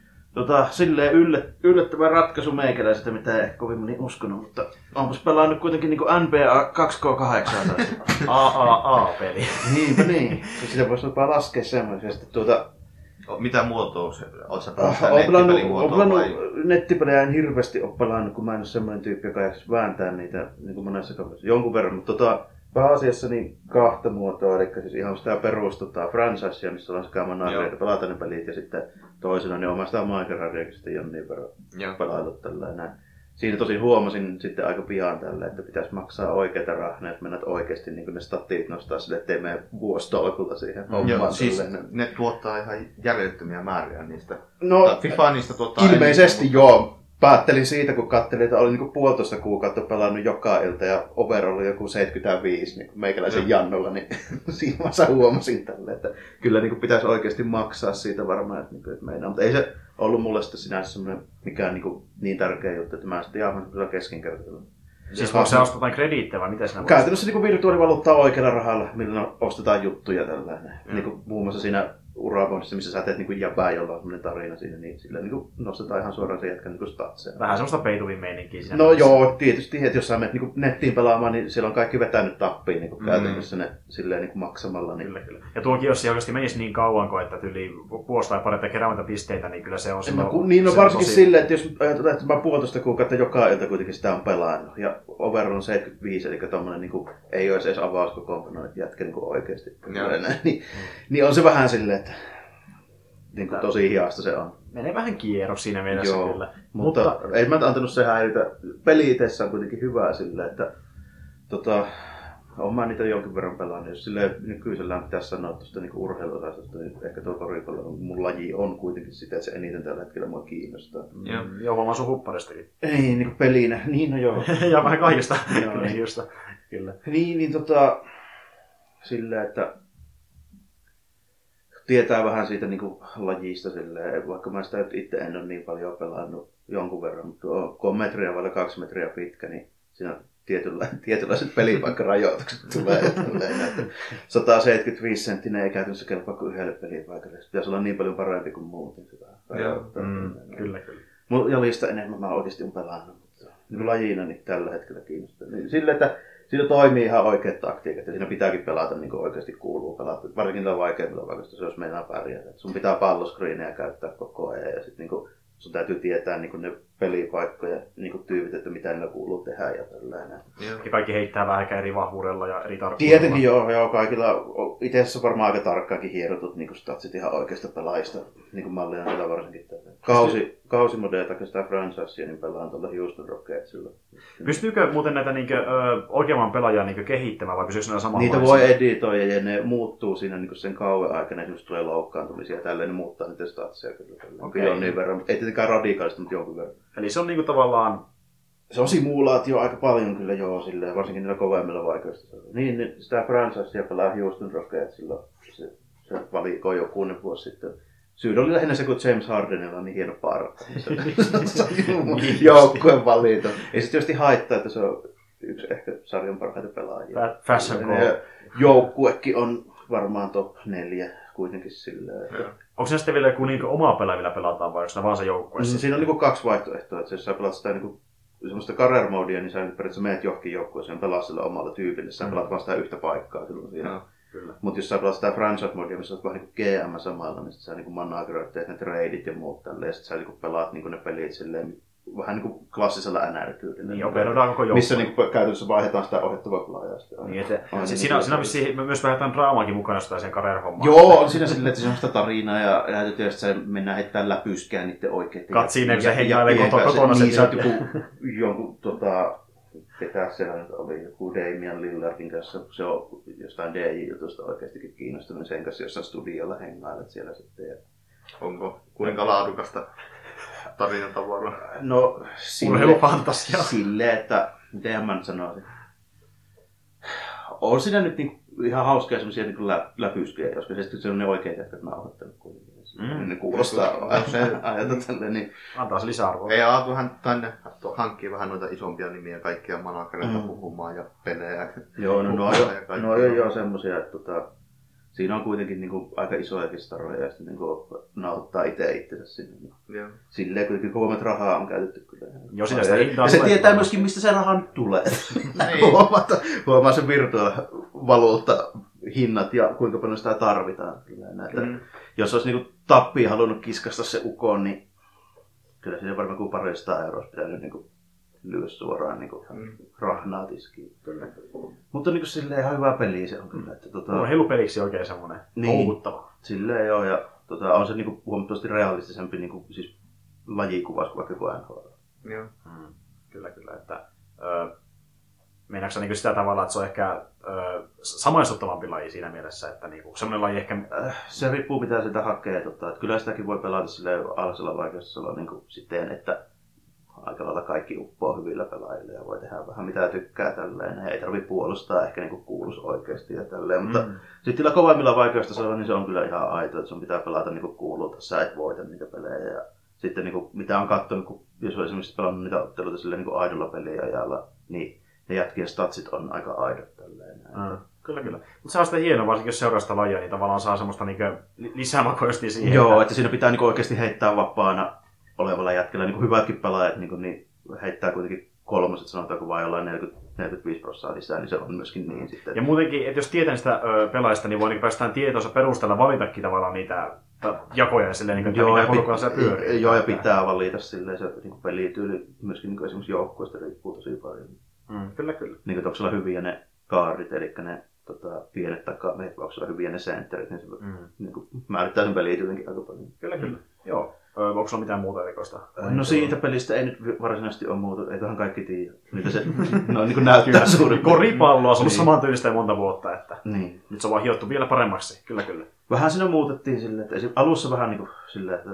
silleen yllättävä ratkaisu meikäläiseltä, mitä ei ehkä kovin moni uskonut, mutta onpas pelannut kuitenkin niinku NBA 2K8. AAA-peli. Niinpä niin. Sitä voisi jopa laskea semmoisesti. Mitä muotoa se? Oletko sä pelannut nettipelejä en hirveästi ole pelannut, kun mä en ole semmoinen tyyppi, joka jaksaisi vääntää niitä niin kuin monessa kaupassa. Jonkun verran, mutta pääasiassa niin 2 muotoa, eli siis ihan sitä franchisea, missä on sekä manageriita pelata ne pelit, ja sitten toisena niin oma sitä Minecraftia, sitten jonnin verran pelaillut tällainen. Siinä tosi huomasin sitten aika pian tälle, että pitäisi maksaa oikeita rahaa, että mennät oikeasti niin ne statit nostaa sille, ettei mene vuositolkulta siihen hommaan. Siis ne tuottaa ihan järjettömiä määriä niistä. No, FIFA niistä tuottaa ilmeisesti joo. Päättelin siitä, kun katselin, että olin niin 1,5 kuukautta pelannut joka ilta ja over oli joku 75 niin meikäläisen jannolla, niin siinä vaiheessa huomasin tälle, että kyllä niin pitäisi oikeasti maksaa siitä varmaan, että meinaa. Mutta ei se ollut mulle sitten sinänsä mikään niin tärkeä juttu, että mä sitten jaahan kyllä keskinkertailla. Siis voiko se ostaa jotain krediittejä vai mitä sinä käytännössä niin virtuaalivaluuttaa oikealla rahalla, millä ostetaan juttuja tällainen. Niin muun muassa siinä Uraboinissa, missä sä teet niin jäbää, jolla on semmoinen tarina siinä, niin sillä niin nostetaan ihan suoraan se jätkän niin statseja. Vähän semmoista peituvin meininkiä siinä. No joo, tietysti, että jos sä menet niin nettiin pelaamaan, niin siellä on kaikki vetänyt tappiin niin käytännössä ne silleen niin maksamalla. Niin... Kyllä. Ja tuokin, jos se oikeasti menisi niin kauan, kun että yli vuosi tai pari keräämättä pisteitä, niin kyllä se on silloin... Niin on varsinkin tosi... silleen, että jos ajatellaan, että mä 1,5 kuukautta joka ilta kuitenkin sitä on pelannut. Ja overall on 75, eli tommonen niin kuin, ei olisi edes avauskokoonpano, että jätkä niin oikeasti. Niin on se vähän silleen, että... Niin kuin tosi hiasta se on. Menee vähän kierros siinä mielessä kyllä. Mutta ei mä antanut se häiritä. Peli itsessä on kuitenkin hyvää silleen, että olen mä niitä jonkin verran pelannut. Jos silleen nykyisellään pitäisi sanoa tuosta niin urheiluosastosta, niin ehkä tuo koripallo mun laji on kuitenkin sitä, että se eniten tällä hetkellä mua kiinnostaa. Joo, vaan sun hupparistakin. Ei, niin kuin pelinä. Niin, no joo. Ja vähän kaikista. Kyllä. Niin, silleen, että tietää vähän siitä niin kuin lajista silleen, vaikka mä sitä itse en ole niin paljon pelannut jonkun verran, mutta kun on metriä vai 2 metriä pitkä, niin siinä tietynlaiset pelipaikkarajoitukset tulee. 175 senttinen ei käytännössä kelpaa kuin yhdelle pelipaikalle. Se pitäisi olla niin paljon parempi kuin muuten. Kyllä. Ja lista enemmän mä oikeasti on pelannut, mutta niin lajina niin tällä hetkellä kiinnostaa. Niin silleen, että siinä toimii ihan oikeat taktiikat ja siinä pitääkin pelata niin kuin oikeasti kuuluu pelata. Varsinkin niillä vaikeimmilla vaikasta se olisi meinaa pärjätä. Sun pitää palloskriinejä käyttää koko ajan ja sitten niin sun täytyy tietää niin ne pelipaikkoja, niin tyypit, että mitä niillä kuuluu tehdä ja tällainen. Ja kaikki heittää vähän eri vahvuudella ja eri tarkkuudella. Tietenkin joo, kaikilla itse asiassa varmaan aika tarkkaankin hierotut niin statsit ihan oikeasta pelaajista, niin kuin mallina niillä varsinkin. Kausimodeja tai sitä franchisea, niin pelaan tuolla Houston Rocketsilla. Pystyykö muuten näitä oikeamman pelaajaa kehittämään vai pysyykö ne samanlaisia? Niitä voi editoida ja ne muuttuu siinä sen kauan aikana. Esimerkiksi tulee loukkaantumisia ja tälleen, ne muuttaa niiden statseja kyllä. Okay. On niin verran, ei tietenkään radikaalista, mutta jonkun verran. Eli se on tavallaan... Se on simulaatio aika paljon kyllä joo, silleen, varsinkin niillä kovemmilla vaikeuksilla. Niin, sitä franchisea pelaa Houston Rocketsilla. Se valikoi jokunen vuosi sitten. Syy oli lähinnä se, kun James Hardenilla on niin hieno parta. Joukkueen valita. Ei se tietysti haittaa, että se on yksi ehkä sarjan parhaita pelaajia. Fashion goal. Joukkuekin on varmaan top 4 kuitenkin silleen. Onko se sitten vielä joku omaa pelaavilla pelataan vai onko se vaan se joukkueessa? Siinä on 2 vaihtoehtoa. Että jos sä pelaat sitä semmoista career modea, niin sä periaatteessa menet johonkin joukkueeseen ja pelaat sillä omalla tyypillä. Sä pelaat vaan sitä yhtä paikkaa silloin siinä. Mutta jos sä pelaat sitä franchise-modia, missä olet vähän niin kuin GM samalla, niin sit sä niin manageroit, teet ne tradeit ja muut tälleen. Ja sit sä niin pelaat niin ne pelit silleen, vähän niin kuin klassisella NR-tyylillä. Niin, operoidaan koko joukkoa. Missä niin käytännössä vaihdetaan sitä ohjattavaa pelaajaa. Niin, siinä vissiin myös vähän draamaankin mukana jostain sen career-hommaan. Joo, on siinä silleen, että se on sitä tarinaa ja näytetään, että se mennään heittämään läpyskään niiden oikeiden. Katsiin, kun se hengailee kotona. Niin, sä oot jonkun ketä siellä nyt oli, joku Damian Lillardin kanssa, se on jostain DJ-jutusta oikeastikin kiinnostunut sen kanssa jossain studiolla hengailet siellä sitten. Ja... Onko kuinka laadukasta tarinatavaraa? No silleen, että miten mä nyt sanoisin. On siinä nyt ihan hauskaa semmosia läpyskejä, koska se on ne oikeat, jotka mä oon ottanut kuitenkin. Ne kuulostaa ajata tälleen. Niin... Antaa se lisäarvoa. Ei Aatuhan tänne hankkii vähän noita isompia nimiä, kaikkia managereita puhumaan ja pelejä. Joo, no on jo semmosia, että siinä on kuitenkin niinku aika isojakin staroja ja sitten niinku nauttaa itse sinne. Joo. Silleen kuitenkin kovemmat rahaa on käytetty kyllä. Joo, sitä sitä hintaa. Ja se tietää myöskin, mistä se raha nyt tulee. Huomaa se virtuaalivaluutta hinnat ja kuinka paljon sitä tarvitaan. Jos olisi niinku tappiin halunnut kiskasta se ukon, niin kyllä siinä varmaan kuin €200 pitänyt niinku lyö suoraan niinku rahnaa tiskiin. Mutta niinku silleen ihan hyvä peli se on kyllä. Että, helupeliksi oikein semmoinen houkuttava. Silleen joo, ja on se niinku huomattavasti realistisempi niinku, siis lajikuvaus kuin vaikka NHL. Joo. Kyllä, että meinaatko niinku sitä tavalla, että se on ehkä samaistuttavampi laji siinä mielessä, että niinku semmoinen laji ehkä... Se riippuu mitä sitä hakee, että kyllä sitäkin voi pelata silleen alhaisella vaikeustasolla niinku siten, että aika lailla kaikki uppoo hyvillä pelaajilla ja voi tehdä vähän mitä tykkää tälleen. Ei tarvitse puolustaa ehkä niinku kuulus oikeasti ja tälleen, mutta sitten kovemmilla vaikeustasolla niin se on kyllä ihan aito, että sun pitää pelata niinku kuuluu, sä et voita niitä pelejä. Ja sitten niinku, mitä on katsonut, kun jos on esimerkiksi pelannut niitä otteluita silleen niinku aidolla peliajalla, niin ne jätkien statsit on aika aidot tälleen. Kyllä. Mutta se on sitä hienoa, varsinkin jos seuraa sitä lajia, niin tavallaan saa semmoista niinku lisämakua siihen. Joo, että siinä pitää niinku oikeasti heittää vapaana olevalla jätkellä. Niinku hyvätkin pelaajat niin heittää kuitenkin kolmoset, sanotaanko vaan jollain 40-45% lisää, niin se on myöskin niin sitten. Ja muutenkin, että jos tietää sitä pelaajista, niin voi niin päästään tietoonsa perusteella valitakin tavallaan niitä jakoja ja silleen, niin mitä porukalla siellä pyörii. Joo, ja pitää valita silleen, se niin pelityyli myöskin niin esimerkiksi joukkueesta riippuu tosi paljon. Kyllä. Niin kuin onko sulla hyviä ne kaarit, eli ne pienet takameet, onko sulla hyviä ne sentterit, niin se niin määrittää sen pelityylinkin aika paljon. Kyllä. Joo. Onko sulla mitään muuta erikoista? No siitä pelistä ei nyt varsinaisesti ole muuta, eiköhän kaikki tiedä. Mitä se niin näyttää suurin. Koripalloa, se on ollut samantyylistä jo monta vuotta. Että niin. Nyt se on vaan hiottu vielä paremmaksi. Kyllä. Vähän siinä muutettiin silleen, että alussa vähän niin kuin silleen, että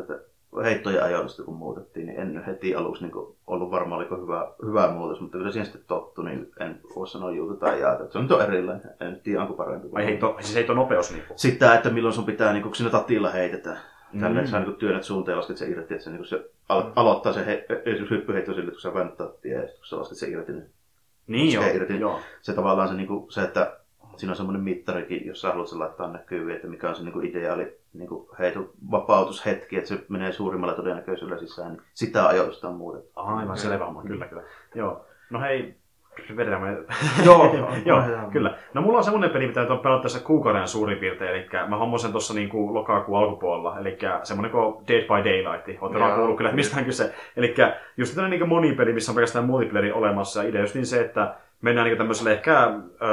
heittojen ajoitusta kun muutettiin, niin en heti aluksi niin ollut varma, oliko hyvä muutos, mutta kun siihen sitten tottu, niin en voi sanoa juuta tai jaata. Se on nyt erilainen, en nyt tiedä onko parempi. Siis heitto nopeus niin. Sitä, että milloin sun pitää, niin kun sinne tatilla heitetään. Tällä sä niin työnnät suuntaan ja lasket sen irti, että se, niin se aloittaa se hyppyheitto sille, kun sä väännät tattia ja kun sä lasket sen irti, niin joo. Se tavallaan se, niin kuin, se, että siinä on semmoinen mittarikin, jos sä haluat sen laittaa näkyviin, että mikä on se niin kuin ideaali niin kuin heiton vapautushetki, että se menee suurimmalla todennäköisyydellä sisään, niin sitä ajoitusta on muutettu. Aivan selvä homma, kyllä. Joo. No hei, vedetään me. Joo, kyllä. No mulla on semmoinen peli, mitä on pelata tässä kuukauden suurin piirtein, eli mä hommosin tuossa niinku lokakuun alkupuolella, eli semmoinen kuin Dead by Daylight. Oot varmaan kuullut kyllä, että mistä on kyse. Eli just tämmöinen niinku monipeli, missä on pelkästään multiplayeri olemassa, ja idea just niin se, että mennään niinku tämmöiselle ehkä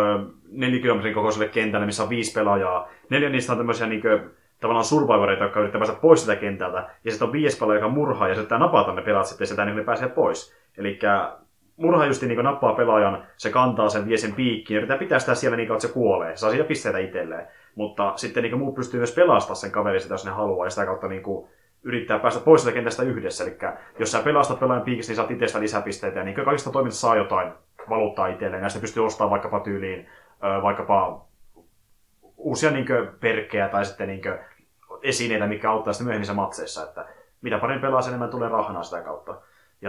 4 kilometrin kokoiselle kentälle, missä on 5 pelaajaa. 4 niistä on tämmöisiä niinku tavallaan survivoreita, jotka yrittää päästä pois sitä kentältä, ja sitten on 5 pelaaja, joka murhaa, ja se yrittää napata ne pelaat sitten, ja sieltä niin ne pääsee pois. Eli murha justi niin nappaa pelaajan, se kantaa sen, vie sen piikkiin, ja yrittää pitää sitä siellä niin kauan, että se kuolee. Se saa siitä pisteitä itselleen. Mutta sitten niin muut pystyy myös pelastamaan sen kaverin sitä, jos ne haluaa, ja sitä kautta niin yrittää päästä pois sitä kentästä yhdessä. Eli jos sä pelastat pelaajan piikistä, niin saat itsestä lisäpisteitä, ja niin kaikista toiminnasta saa jotain valuuttaa itselleen, ja sitten pystyy ostamaan vaikkapa tyyliin, vaikkapa uusia niin perkkejä tai sitten niin esineitä, mikä auttaa sitten myöhemmissä matseissa, että mitä paremmin pelaa, sen enemmän tulee rahnaa sitä kautta. Ja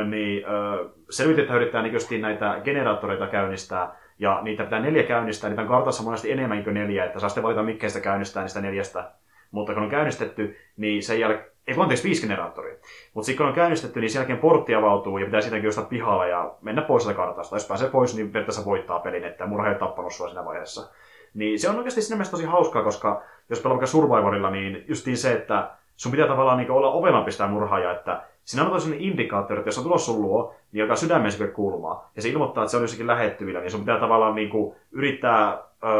selvitetään yrittää niin näitä generaattoreita käynnistää, ja niitä pitää 4 käynnistää, niitä on kartassa monesti enemmän kuin 4, että saa sitten valita mikä sitä käynnistää niistä 4. Mutta kun on käynnistetty, niin sen jälkeen, 5 generaattoria, mutta sitten kun on käynnistetty, niin sen jälkeen portti avautuu ja pitää siitäkin ostaa pihalle ja mennä pois sitä kartasta. Jos pääsee pois, niin periaatteessa voittaa pelin, että murha ei tappanut sua siinä vaiheessa. Niin se on oikeasti siinä mielessä tosi hauskaa, koska jos pelaa vaikka Survivorilla, niin justiin se, että sun pitää tavallaan niin olla ovemampi sitä murhaajaa, että siinä on sellainen indikaattori, että jos on tulossa sun luo, niin joka sydämeen se kulmaa, ja se ilmoittaa, että se on jossakin lähettyvillä, niin sun pitää tavallaan niin kuin yrittää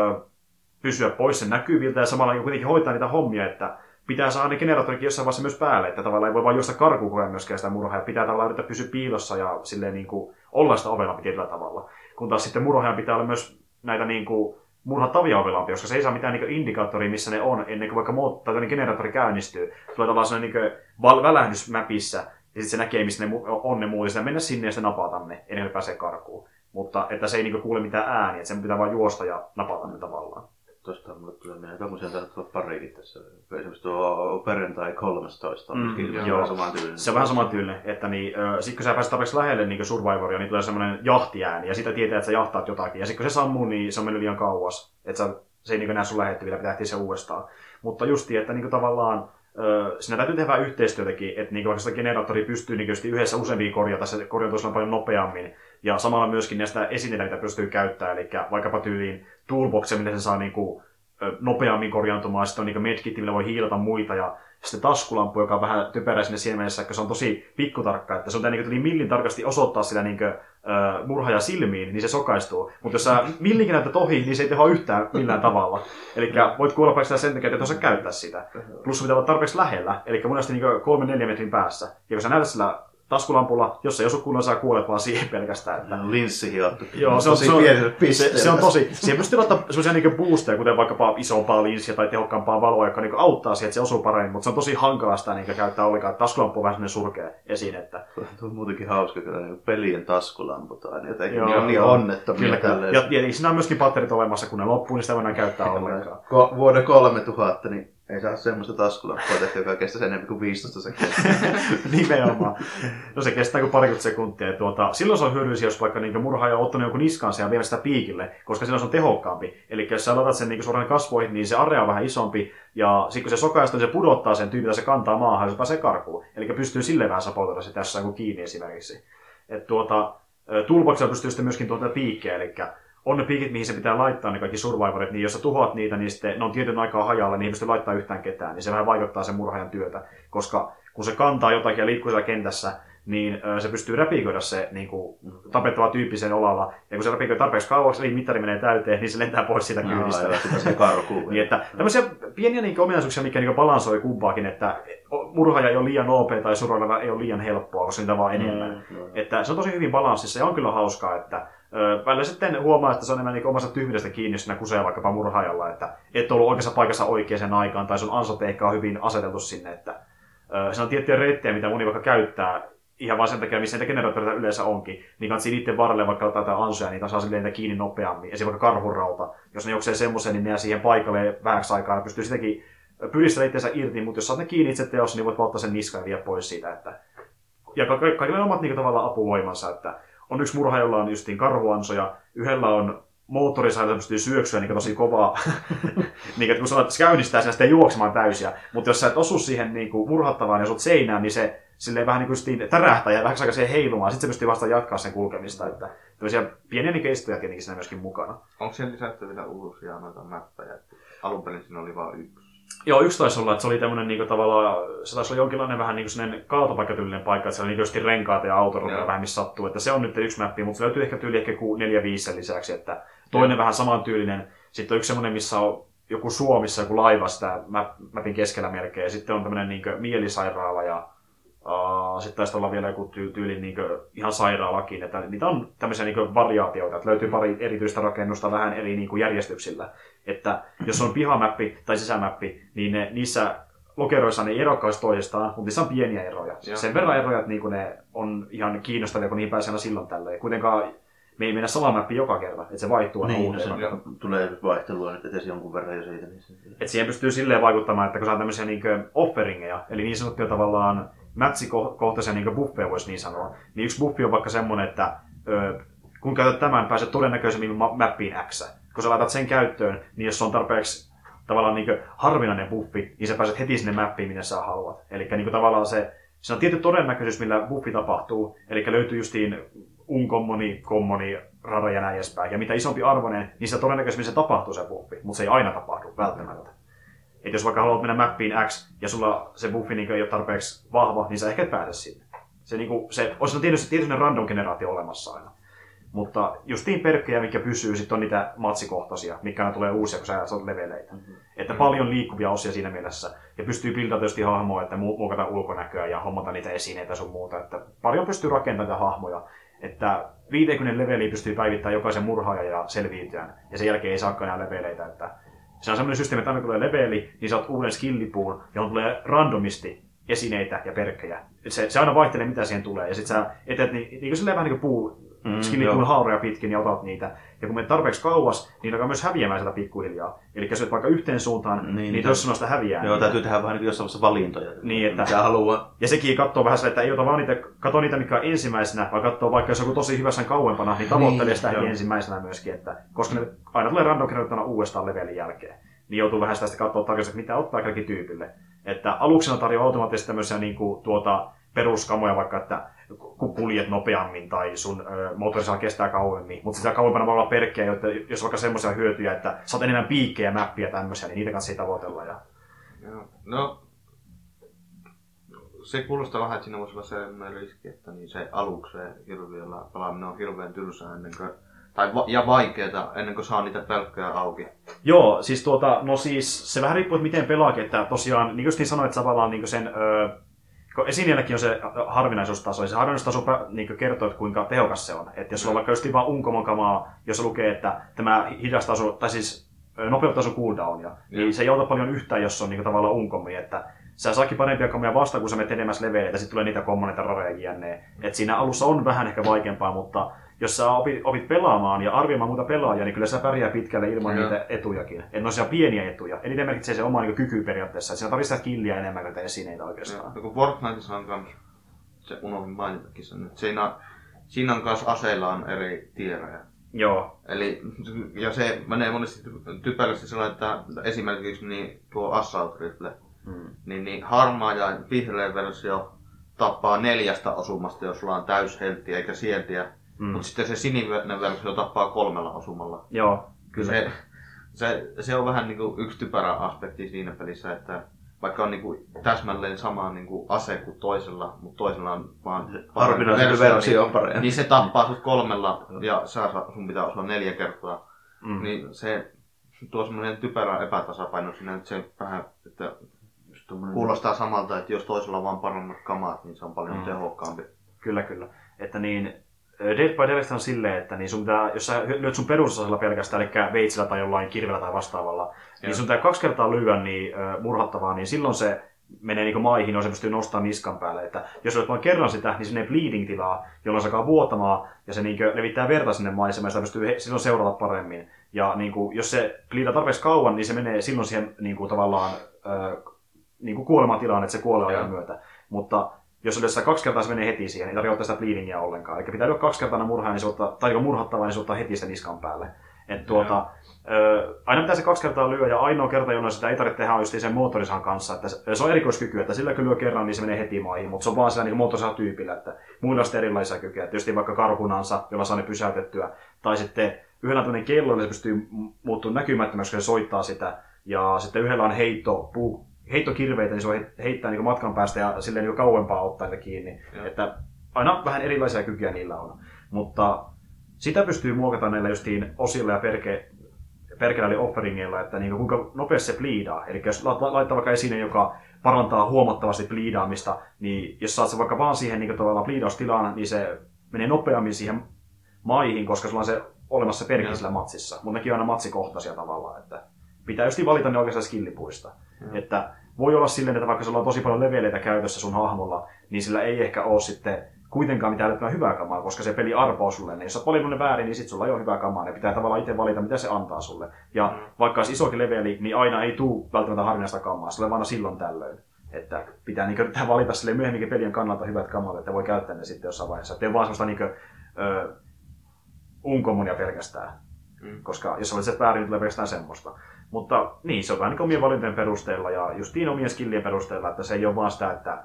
pysyä pois sen näkyviltä ja samalla kuitenkin hoitaa niitä hommia, että pitää saada ne generaattorikin jossain vaiheessa myös päälle, että tavallaan ei voi vaan juosta karkuun koko ajan myöskään sitä murhaa, ja pitää tavallaan yrittää pysyä piilossa ja silleen niin kuin olla sitä ovemampi tietyllä tavalla. Kun taas sitten murhaajan pitää olla myös näitä niin kuin murhattavia ovelampia, koska se ei saa mitään niin indikaattoria, missä ne on, ennen kuin vaikka generaattori käynnistyy. Tulee tavallaan sellainen niin välähdys mäpissä, ja sitten se näkee, missä ne on ne muut, ja mennä sinne ja sitten napata ne, ennen kuin pääsee karkuun. Mutta että se ei niin kuule mitään ääniä, että sen pitää vaan juosta ja napata ne tavallaan. Tuosta mulle tulee mieleen, tommosia saattaa olla parikin tässä. Esimerkiksi tuo perjantai 13 on vähän samantyylinen. Se on vähän samantyylinen, että sit kun sä pääset tarpeeksi lähelle niin Survivoria, niin tulee semmoinen jahtiääni, ja sitä tietää, että sä jahtaat jotakin. Ja sit kun se sammuu, niin se on mennyt liian kauas. Että se ei näe sun lähettävillä, pitää ehtiä se uudestaan. Mutta justiin, että tavallaan siinä täytyy tehdä yhteistyötäkin, että vaikka sitä generaattoria pystyy yhdessä useampia korjata, se korjautuu paljon nopeammin. Ja samalla myöskin näistä esineitä, mitä pystyy käyttämään, eli vaikkapa tyyliin toolboxia, millä se saa nopeammin korjaantumaan, sitten on medkit, millä voi hiilata muita, ja sitten taskulampu, joka on vähän typerä sinne siemenessä, koska se on tosi pikkutarkka, että se on tää millin tarkasti osoittaa sitä murhaaja silmiin, niin se sokaistuu. Mutta jos sä millinkin näytät ohi, niin se ei tehoa yhtään millään tavalla. Eli voit kuolla pelkästään sen takia, että et osaa käyttää sitä. Plus pitää olla tarpeeksi lähellä, eli monesti 3-4 metrin päässä. Ja kun sä näytät sillä taskulampulla, jos ei osu kunnolla, sä kuolet vaan siihen pelkästään. Että linssi hiottu. Joo, se on tosi. Siihen pystyy laittaa sellaisia boosteja, kuten vaikkapa isompaa linssiä tai tehokkaampaa valoa, joka auttaa siihen, että se osuu paremmin, mutta se on tosi hankalaa sitä käyttää ollenkaan. Taskulamppu on vähän sellainen surkea esiin. Että tuo on muutenkin hauska, kun pelien taskulamput aina jotenkin niin onnettomia. Ja siinä on myöskin batterit olemassa, kun ne loppuu, niin sitä voidaan käyttää ollenkaan. Vuoden 3000, niin ei saa semmoista taskulampua tehty, joka kestäisi enemmän kuin 15 sekuntia. Nimenomaan. No se kestää kuin parikymmentä sekuntia. Silloin se on hyödyllisiä, jos vaikka murhaaja on ottanut joku niskansa ja vie sitä piikille, koska silloin se on tehokkaampi. Eli jos sä laitat sen suoraan kasvoihin, niin se area on vähän isompi. Ja sitten kun se sokaistuu, niin se pudottaa sen tyypin, se kantaa maahan ja se pääsee karkuun. Eli pystyy silleen vähän sapoutella se tässä kuin kiinni esimerkiksi. Toolboxilla pystyy sitten myöskin piikkejä, eli on ne piikit, mihin se pitää laittaa ne kaikki survivorit, niin jos sä tuhoat niitä, niin sitten ne on tietyn aikaa hajalla, niin ei pysty laittaa yhtään ketään, niin se vähän vaikuttaa sen murhaajan työtä, koska kun se kantaa jotakin ja liikkuu siellä kentässä, niin se pystyy räpiköidä se tapettava tyyppi sen olalla, ja kun se räpiköi tarpeeksi kauaksi, eli mittari menee täyteen, niin se lentää pois siitä kyydistä. Niin, että tämmöisiä pieniä ominaisuuksia, mikä balansoi kumpaakin, että murhaaja ei ole liian OP tai survival ei ole liian helppoa, koska niitä vaan enemmän. Että se on tosi hyvin balanssissa ja on kyllä hauskaa, että välillä sitten huomaa, että se on enemmän omasta tyhmyydestä kiinni, jos siinä kusee vaikkapa murhaajalla, että et ollut oikeassa paikassa oikeaan aikaan, tai sun ansat ehkä on hyvin aseteltu sinne, että siinä on tiettyjä reittejä, mitä moni vaikka käyttää, ihan vaan sen takia, missä niitä generaattoreita yleensä onkin, niin kannattaa niiden varrelle vaikka ottaa jotain ansoja, niitä saa silleen niitä kiinni nopeammin. Esimerkiksi vaikka karhurauta, jos ne juoksee semmoisen, niin ne siihen paikalle vähäksi aikaa, pystyy sitäkin pyristellä itseensä irti, mutta jos saat ne kiinni itse teossa, niin voit valtaa sen niskan ja vie pois siitä. Että... Ja kaikilla on omat niin tavallaan apuvoimansa, että on yksi murha, jolla on justiin karhuansoja, yhdellä on moottorisaita, että pystyy syöksyä niin tosi kovaa, niin, että kun sä käynnistää sen sitten juoksemaan täysiä, mutta jos sä et osu siihen niin murhattavaan ja sut seinään, niin se silleen vähän niin kuin tärähtää ja vähäksi aikaa siihen heilumaan, sitten se pystyy vasta jatkaa sen kulkemista, että tämmöisiä pieniä niin keistoja tietenkin siinä myöskin mukana. Onko siellä lisätty vielä uusia noita mäppejä? Alun perin siinä oli vain yksi. Joo, yksi taisi olla, että se oli tämmöinen niin tavallaan, se taisi olla jonkinlainen vähän niin kuin kaatopaikkatyylinen paikka, että se oli niin renkaat ja autoroja vähän missä sattuu, että se on nyt yksi mäppi, mutta se löytyy ehkä 4-5 sen lisäksi, että toinen vähän samantyylinen, sitten on yksi semmoinen, missä on joku Suomessa joku laiva sitä mäpin keskellä melkein, ja sitten on tämmöinen niin mielisairaala ja sitten taisi olla vielä joku tyyli niin ihan sairaalakin, että niitä on tämmöisiä niin variaatioita, että löytyy pari erityistä rakennusta vähän eri niin järjestyksillä. Että jos on pihamäppi tai sisämäppi, niin niissä lokeroissa ne ei erokaan toisistaan, mutta niissä on pieniä eroja. Joo. Sen verran eroja, että niin ne on ihan kiinnostavia, kun niihin pääsee aina silloin tällöin. Kuitenkaan me ei mennä sama mäppi joka kerta, että se vaihtuu aina uudelleen. Niin, tulee vaihtelua nyt edes jonkun verran jo siitä. Että siihen pystyy silleen vaikuttamaan, että kun saa tämmöisiä niin offeringeja, eli niin sanottuja tavallaan mätsikohtaisia niin buffeja voisi niin sanoa, niin yksi buffi on vaikka semmoinen, että kun käytät tämän, pääset todennäköisemmin mäppiin X. Kun sä laitat sen käyttöön, niin jos se on tarpeeksi tavallaan niin harvinainen buffi, niin sä pääset heti sinne mäppiin, minne sä haluat. Eli niin tavallaan se on tietty todennäköisyys, millä buffi tapahtuu. Eli löytyy justiin unkommoni, kommoni, rara ja näin edespäin. Ja mitä isompi arvoinen, niin se todennäköisemmin se tapahtuu se buffi, mutta se ei aina tapahdu välttämättä. Et jos vaikka haluat mennä mäppiin X ja sulla se buffi niin ei ole tarpeeksi vahva, niin sä ehkä et pääse sinne. Se on tietysti random generaatio olemassa aina. Mutta justiin perkkejä, mikä pysyy, sitten on niitä matsikohtaisia, mikä aina tulee uusia, kun sä saat leveleitä. Että paljon liikkuvia osia siinä mielessä. Ja pystyy bildata tietysti hahmoa, että muokata ulkonäköä ja hommata niitä esineitä sun muuta. Että paljon pystyy rakentamaan hahmoja. Että 50 leveliä pystyy päivittämään jokaisen murhaajan ja selviytyjän. Ja sen jälkeen ei saakaan enää leveleitä. Että se on sellainen systeemi, että aina kun tulee leveli, niin saat uuden skillipuun, johon tulee randomisti esineitä ja perkkejä. Se aina vaihtelee, mitä siihen tulee. Ja sit sä etet niin kuin silleen vähän niin kuin skillipuun haaroja pitkin ja otat niitä. Ja kun menet tarpeeksi kauas, niin alkaa myös häviämään sieltä pikkuhiljaa. Eli jos vaikka yhteen suuntaan, niin jos noista häviää. Joo, täytyy tehdä vähän niin jossain vaiheessa valintoja. Niin, että mitä haluaa. Ja sekin katsoo vähän sitä, että ei ota vaan niitä, mikä on ensimmäisenä, vaan katsoo vaikka jos joku tosi hyvässä kauempana, niin tavoittelee sitä ensimmäisenä myöskin. Että, koska ne aina tulee random kerrottuna uudestaan levelin jälkeen. Niin joutuu vähän sitä katsoa tarkasti, että mitä ottaa kaikki tyypille. Että aluksena tarjoaa automaattisesti tämmöisiä niin kuin, peruskamoja, vaikka, että kun kuljet nopeammin tai sun moottorisaa kestää kauemmin. Mutta sitä kauempana voi olla perkkejä, joita, jos vaikka semmoisia hyötyjä, että saat enemmän piikkejä, mäppiä ja tämmöisiä, niin niitä kanssa ei tavoitella. Ja... No, se kuulostaa vähän, että siinä voisi olla sellainen riski, että niin se alukseen hirviöllä pelaaminen on hirveän tylsää ennen kuin ja vaikeeta ennen kuin saa niitä pelkköjä auki. Joo, siis no siis se vähän riippuu, että miten pelaakin, että tosiaan, niin kuin niin sanoit, että tavallaan niin sen, esineelläkin on se harvinaisuustaso, ja se harvinaisuustaso niin kertoo, että kuinka tehokas se on. Että jos sulla on vaikka just vaan unkomon kamaa, jossa lukee, että tämä hidastaso, tai siis nopeuttaso cooldownia, niin se ei auta paljon yhtään, jos on niin tavallaan unkomi, että sä saakin parempia kamoja vastaan, kun sä menet enemmäs leveleitä, sitten tulee niitä kommoneita, rareja jne. Että siinä alussa on vähän ehkä vaikeampaa, mutta jos sä opit pelaamaan ja arvioimaan muuta pelaajia, niin kyllä sä pärjää pitkälle ilman niitä etujakin. Että ne on siellä pieniä etuja. Eniten merkitsee se oma niin kyky periaatteessa. Että siinä tarvitsee killiä enemmän kuin esineitä oikeastaan. Ja kun Fortniteissa on kans, se unohdin mainitakin sen, että siinä on kans aseilla on eri tierejä. Joo. Eli, ja se menee monesti typerästi sellainen, että esimerkiksi niin tuo Assault Rifle, niin harmaa ja vihreä versio tappaa 4 osumasta, jos sulla on täyshelttiä eikä sieltiä. Mutta sitten se sininen versio tappaa 3 osumalla. Joo, kyllä. Se on vähän niinku yksi typerä aspekti siinä pelissä, että vaikka on niinku täsmälleen sama niinku ase kuin toisella, mutta toisella on vaan harvinainen versio on parempi. Niin se tappaa sut 3 ja sun pitää osua 4 kertaa. Niin se tuo semmoinen typerä epätasapaino siinä, että se vähän, että kuulostaa samalta, että jos toisella on vaan paremmat kamat, niin se on paljon tehokkaampi. Kyllä. Että niin, Dead by Daylight on silleen, että niin sun pitää, jos sä lyöt sun perusasella pelkästään, eli veitsellä tai jollain kirvellä tai vastaavalla, niin sun pitää 2 kertaa lyödä niin murhattavaa, niin silloin se menee niin maihin, niin se pystyy nostamaan niskan päälle. Että jos olet vain kerran sitä, niin sinne ei bleeding-tilaa, jolloin se alkaa vuotamaan ja se niin levittää verta sinne maisemaan ja sitä pystyy silloin seurata paremmin. Ja niin kuin, jos se bleedaa tarpeeksi kauan, niin se menee silloin siihen niin kuin, tavallaan niin kuolematilaan, että se kuolee ajan myötä. Mutta jos se 2 kertaa, se menee heti siihen, ei tarvitse ottaa sitä bleedingia ollenkaan. Eli pitää olla 2 kertaa murhaa, niin se ottaa, tai murhattavaa, niin se ottaa heti sitä niskan päälle. Aina pitää se 2 kertaa lyö, ja ainoa kerta, jolloin sitä ei tarvitse tehdä, on just sen moottorisahan kanssa. Että se on erikoiskyky, että sillä kun lyö kerran, niin se menee heti maihin, mutta se on vaan sillä niin moottorisahan tyypillä, että muilla on erilaisia kykyjä. Että just vaikka karhunansa, jolla saa ne pysäytettyä, tai sitten yhdellä on tämmöinen kello, jolla se pystyy muuttumaan näkymättömäksi, kun se soittaa sitä, ja sitten yhdellä on heittokirveitä, niin se voi heittää niin matkan päästä ja silleen niin kauempaa ottaa niitä kiinni. Että aina vähän erilaisia kykyjä niillä on. Mutta sitä pystyy muokata näillä justiin osilla ja perkellä eli offeringilla, että niin kuinka nopeasti se bleedaa. Eli jos laittaa vaikka esine, joka parantaa huomattavasti bleedaamista, niin jos saat se vaikka vaan siihen niin tavallaan bleedaustilaan, niin se menee nopeammin siihen maihin, koska sulla on se olemassa perkki sillä matsissa. Mutta nekin on aina matsikohtaisia tavallaan, että pitää just valita ne oikeastaan skillipuista. Että voi olla silleen, että vaikka sulla on tosi paljon leveleitä käytössä sun hahmolla, niin sillä ei ehkä ole sitten kuitenkaan mitään älyttömän hyvää kamaa, koska se peli arpoo sulle. Niin jos sä oot paljon väärin, niin sit sulla ei ole hyvää kamaa. Ne pitää tavallaan itse valita, mitä se antaa sulle. Ja vaikka olisi isokin leveli, niin aina ei tule välttämättä harvinaista kamaa. Se tulee vaan silloin tällöin. Että pitää niin yrittää valita sille myöhemminkin pelien kannalta hyvät kamat, että voi käyttää ne sitten jossain vaiheessa. Että ei ole vaan semmoista niin unkommonia pelkästään. Koska jos olet väärin, niin tulee pelkästään semmoista. Mutta niin, se on vähän niin omien valintojen perusteella ja justiin omien skillien perusteella, että se ei ole vaan sitä, että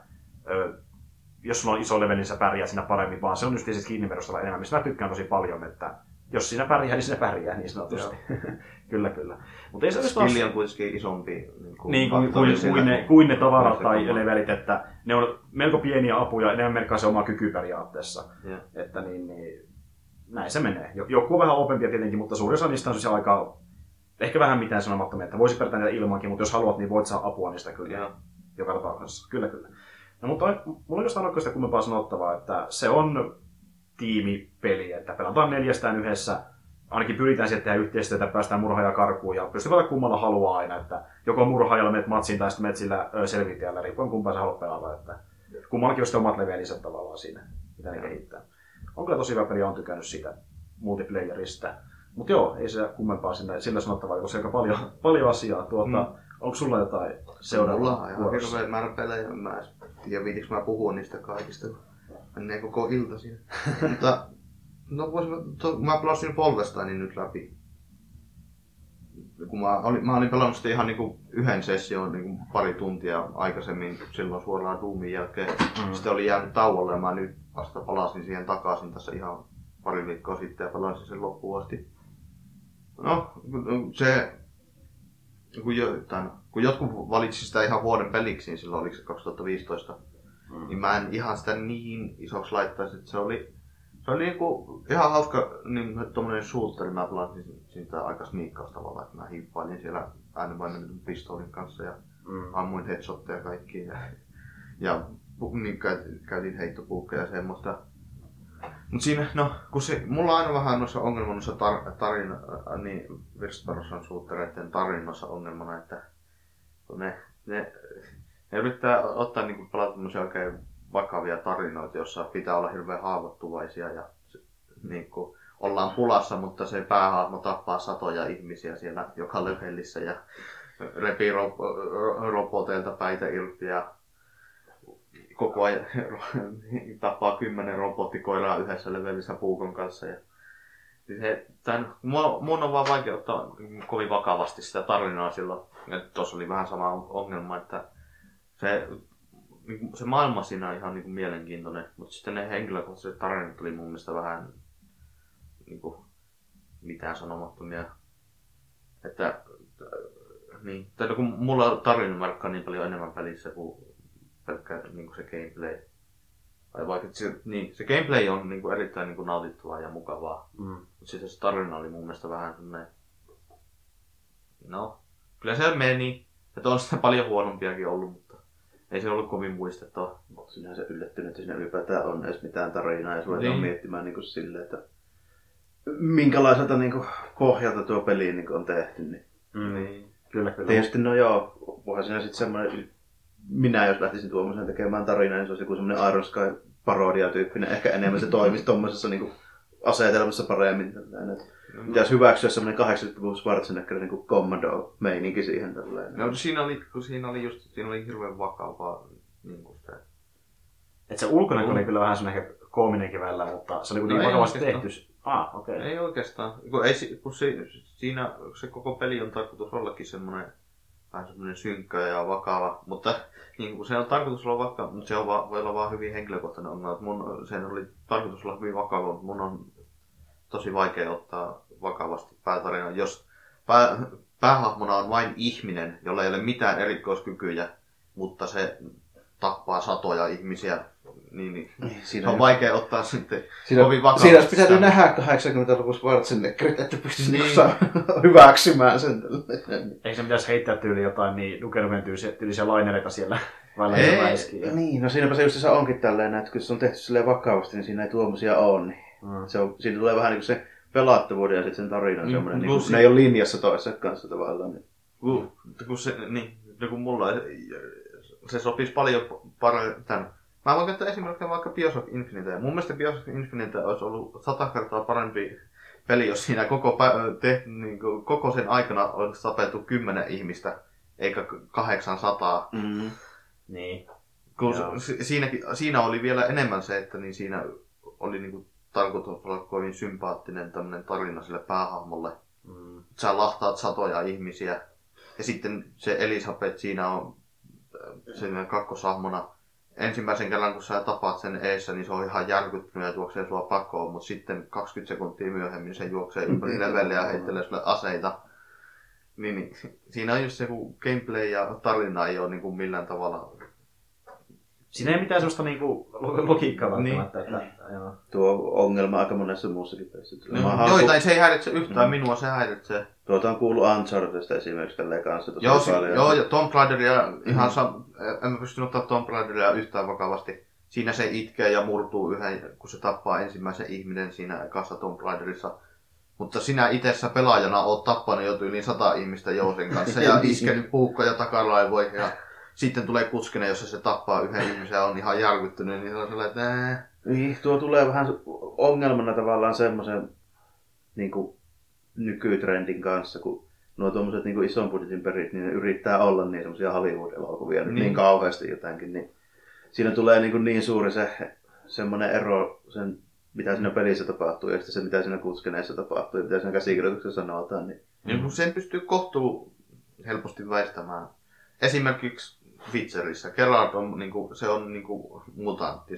jos sulla on iso level, niin sä pärjää siinä paremmin, vaan se on just se skillin perusteella enemmän, mistä mä tykkään tosi paljon, että jos siinä pärjää, niin siinä pärjää niin sanotusti. Kyllä. Mutta ei se skilli on kuitenkin isompi kuin ne tavarat tai levelit, että ne on melko pieniä apuja, enemmän merkkaa se oma kyky periaatteessa. Että niin, näin se menee. Joku on vähän opempia tietenkin, mutta suurin osa niistä on siis aika ehkä vähän mitään sanomattomia, että voisi pärjätä niitä ilmankin, mutta jos haluat, niin voit saada apua niistä kyllä. Joka tapauksessa. Kyllä. No, mutta mulla ei jostain ole sitä kummempaa sanottavaa, että se on tiimipeli, että pelataan 4 yhdessä. Ainakin pyritään siihen tehdä yhteistyötä, että päästään murhaajaa karkuun ja pystyy pelata kummalla haluaa aina, että joko murhaajalla menet matsiin tai sitten menet sillä selvittäjällä, riippuen kumpaan sä haluat pelata. Että kummallakin on sitten omat leveliset tavallaan siinä, mitä ne kehittää. On kyllä tosi hyvä peli, on tykännyt sitä multiplayerista. Mutta joo, ei se kummempaa sillä sanottavaa, koska aika paljon asiaa. Onko sulla jotain seuraavaa? Mulla on ihan hirveä määrä pelejä. Mä en tiedä, viitinkö mä puhua niistä kaikista. Menee koko ilta siinä. Mutta mä pelasin Wolfensteinin nyt läpi. Kun mä olin pelannut sitä ihan niinku yhden session niinku pari tuntia aikaisemmin silloin suoraan Doomin jälkeen. Sitten oli jäänyt tauolle ja mä nyt vasta palasin siihen takaisin tässä ihan pari viikkoa sitten ja pelasin sen loppuun asti. No, se kun jotkut valitsi sitä ihan vuoden peliksi, niin silloin oliko se 2015, niin mä en ihan sitä niin isoksi laittaisi, että se oli niinku ihan hauska niin tommonen shooter, mä pelasin siitä aika sniikkaus tavallaan, että mä hiippailin siellä äänenpainetun pistoolin kanssa ja ammuin headshotteja ja kaikkia ja niin käytin heittopuukkeja ja semmoista. Mut siinä, kun mulla on aina vähän noissa ongelmanoissa niin first person shootereiden tarinoissa ongelmana, että kun ne yrittää ottaa niinku pelata tämmöisiä oikein vakavia tarinoita, joissa pitää olla hirveän haavoittuvaisia ja niinku ollaan pulassa, mutta se päähahmo tappaa satoja ihmisiä siellä joka levelissä ja repii roboteilta päitä irti ja koko ajan tappaa 10 robottikoiraa yhdessä levelissä puukon kanssa. Ja mun on vaan vaikea ottaa kovin vakavasti sitä tarinaa silloin. Tuossa oli vähän sama ongelma, että se maailma siinä on ihan niin mielenkiintoinen, mutta sitten ne henkilökohtaiset tarinat oli mun mielestä vähän niin mitään sanomattomia. Että niin, kun mulla tarina merkkaa niin paljon enemmän pelissä kuin pelkkä niin se gameplay. Tai vaikka se gameplay on niin erittäin niin nautittavaa ja mukavaa. Mutta sitten se tarina oli mun mielestä vähän semmoinen. No, kyllä se meni. Että on sitä paljon huonompiakin ollut, mutta ei se ollut kovin muistettava. Sinähän se yllättynyt, että siinä ylipäätään on edes mitään tarinaa ja ruvetaan miettimään niin silleen, että minkälaiselta niin pohjalta tuo peli niin on tehty. Niin. Kyllä. Tietysti no joo, voihan siinä sitten semmoinen minä jos lähtisin tuommoisen tekemään tarinaa, niin se olisi joku semmoinen Iron Sky-parodia-tyyppinen. Ehkä enemmän se toimisi tuommoisessa niin asetelmassa paremmin. Pitäisi hyväksyä semmoinen 80-luvun Schwarzeneggerin niin Commando-meininki siihen. No siinä oli hirveän vakavaa niin se. Että se ulkonäkö oli kyllä vähän semmoinen ehkä koominenkin välillä, mutta se oli kuitenkin vakavasti tehty. Okei. Ei oikeastaan. Siinä se koko peli on tarkoitus ollakin semmoinen vähän semmoinen synkkä ja vakava, mutta niin kuin se on tarkoitus olla vakava, mutta se on voi olla vaan hyvin henkilökohtainen ongelma. Sen oli tarkoitus olla hyvin vakava, mutta mun on tosi vaikea ottaa vakavasti päätarinaa, jos päähahmona on vain ihminen, jolla ei ole mitään erikoiskykyjä, mutta se tappaa satoja ihmisiä, niin se on vaikea ottaa sitten kovin vakavasti. Siinä olisi pitänyt nähdä 80-luvun Schwarzeneggerit, että pystyisi hyväksymään sen. Eikö se pitäisi heittää tyyliin jotain niin Duke Nukem tyylisiä lainereita siellä välillä väiskiä? Niin, no siinäpä se just se onkin tälleen, että kun se on tehty silleen vakavasti, niin siinä ei tuommoisia ole. Niin. Siinä tulee vähän niin kuin se pelattavuuden ja sitten sen tarinan semmoinen, niin ne ei ole linjassa toisen kanssa tavallaan. Kun mulla se sopisi paljon paremmin. Mä voin käyttää esimerkiksi vaikka Bioshock Infinite. Mun mielestä Bioshock Infinite olisi ollut 100 kertaa parempi peli, jos siinä koko sen aikana olisi tapettu 10 ihmistä, eikä 800. Mm-hmm. Niin. Kun siinä oli vielä enemmän se, että niin siinä oli niin tarkoitus olla kovin sympaattinen tämmöinen tarina sille päähahmolle. Sä lahtaat satoja ihmisiä. Ja sitten se Elisabeth siinä on sen kakkosahmona. Ensimmäisen kerran, kun sä tapaat sen eessä, niin se on ihan järkyttynyt ja juoksee sua pakoon. Mutta sitten 20 sekuntia myöhemmin se juoksee ympäri levelle ja heittelee sulle aseita. Niin, siinä on just se, kun gameplay ja tarina ei ole niin kuin millään tavalla. Siinä ei mitään sellaista niinku logiikkaa välttämättä. Niin. Tuo ongelma aika monessa muussakin pelissä. Joitain se ei häiritse yhtään, minua se häiritsee. Tuota on kuullut Unchartedista esimerkiksi tälleen kanssa. Joo, ja Tomb Raideria ihan en mä pystynyt ottaa Tomb Raideria yhtään vakavasti. Siinä se itkee ja murtuu yhden, kun se tappaa ensimmäisen ihminen siinä ekassa Tomb Raiderissa. Mutta sinä itsessä pelaajana oot tappanut jo yli 100 ihmistä jousen kanssa ja iskenyt puukkoja takaraivoihin. Ja sitten tulee kuskinen, jossa se tappaa yhden ihmisen ja on ihan järkyttynyt, niin se on sellainen, että Niin, tuo tulee vähän ongelmana tavallaan semmoisen niin nykytrendin kanssa, kun nuo tuommoiset niin ison budjetin perit, niin ne yrittää olla niin semmoisia Hollywood-elokuvia niin kauheasti jotenkin, niin siinä tulee niin suuri semmoinen ero, sen, mitä siinä pelissä tapahtuu ja sitten se, mitä siinä kuskeneessa tapahtuu ja mitä siinä käsikirjoituksessa sanotaan. Niin kun sen pystyy kohtuu helposti väistämään. Esimerkiksi Witcherissä. Geralt on, se on mutantti,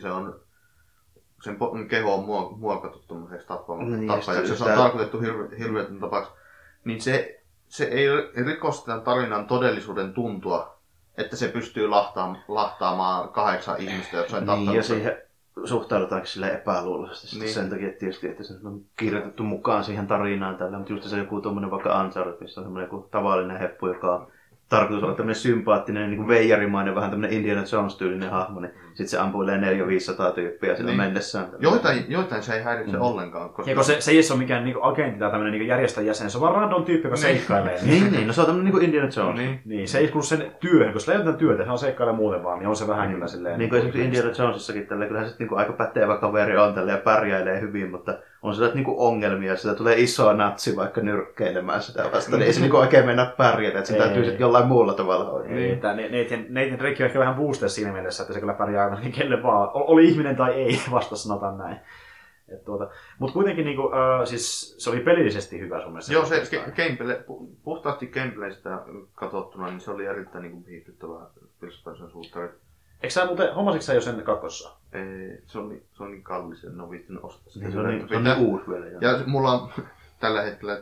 sen keho on muokattu tuommoiseksi tappajaksi. Se on tarkoitettu hirveetön tapaksi. Niin se ei rikosta tämän tarinan todellisuuden tuntua, että se pystyy lahtaamaan 8 ihmistä jossain tappelussa. Niin, ja siihen suhtaudutaanko silleen epäluuloisesti niin. Sen takia tietysti, että se on kirjoitettu mukaan siihen tarinaan tällä. Mutta just se joku tuommoinen vaikka Uncharted, missä on semmoinen joku tavallinen heppu, joka on tarkoitus olla tämmöinen sympaattinen, niin kuin veijarimainen, vähän tämmöinen Indiana Jones-tyylinen hahmo, niin sitten se ampuilee 400-500 tyyppiä sillä mennessään. Joitain se ei häiritse ollenkaan. Koska ja se ei ole mikään niin agentti tai tämmöinen niin järjestön jäsen, se on vaan random tyyppi, joka seikkailee. Niin, no se on tämmöinen niin Indiana Jones. Niin, se ei kuulu sen työhön, koska se ei ole työtä, se on seikkailee muuten vaan, niin on se vähän kyllä silleen. Niin kuin esimerkiksi Indiana Jonesissakin, kyllähän se niin aika pätevä kaveri on tälle ja pärjäilee hyvin, mutta on sillä niin ongelmia, sitä tulee iso natsi vaikka nyrkkeilemään sitä vastaan, niin ei se niin oikein mennä pärjätä, että se täytyy sitten jollain muulla tavalla hoitaa. Niin, Nathan Drake on ehkä vähän booster siinä mielessä, että se kyllä pärjää aina kelle vaan, oli ihminen tai ei, vasta sanotaan näin. Mutta kuitenkin siis se oli pelillisesti hyvä sun mielestä. Joo, se puhtaasti gameplaystä katsottuna, niin se oli erittäin viihdyttävää First-person shooter. Eikö sä muuten, hommasitko sä jo sen kakkossa? Se on niin kallis, en ole viihtynyt ostaa sitä. Se on niin uusi vielä. Ja mulla on tällä hetkellä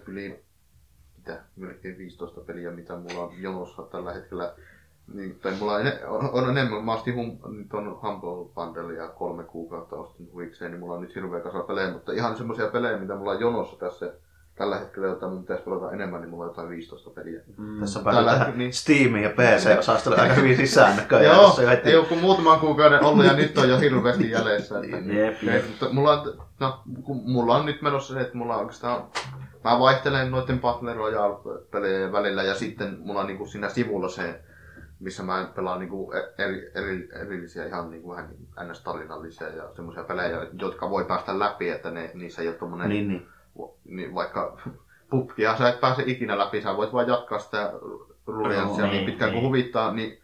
melkein 15 peliä, mitä mulla on jonossa tällä hetkellä. Niin, tai mulla on enemmän. Mä ostin tuon Humble Bundle ja 3 kuukautta ostin huvikseen, niin mulla on nyt hirveä kasa pelejä. Mutta ihan semmoisia pelejä, mitä mulla on jonossa tässä tällä hetkellä, jota mun pitäisi pelata enemmän, niin mulla on jotain 15 peliä. Tässä on päällä niin Steamin ja PC-osastolle aika hyvin sisään näköjään. Joo, ei ole kuin muutaman kuukauden ollut ja nyt on jo hirveästi jäljessä. Mulla on nyt menossa se, että mulla oikeastaan mä vaihtelen noiden Battle Royale-pelejä välillä ja sitten mulla on siinä sivulla se missä mä pelaan niinku erillisiä ihan niinku vähän NS-tarinallisia ja semmoisia pelejä, jotka voi päästä läpi, että niissä ei ole tommonen... Niin vaikka pubgia sä et pääse ikinä läpi, sä voit vaan jatkaa sitä ruljanssia niin pitkään kuin huvittaa, niin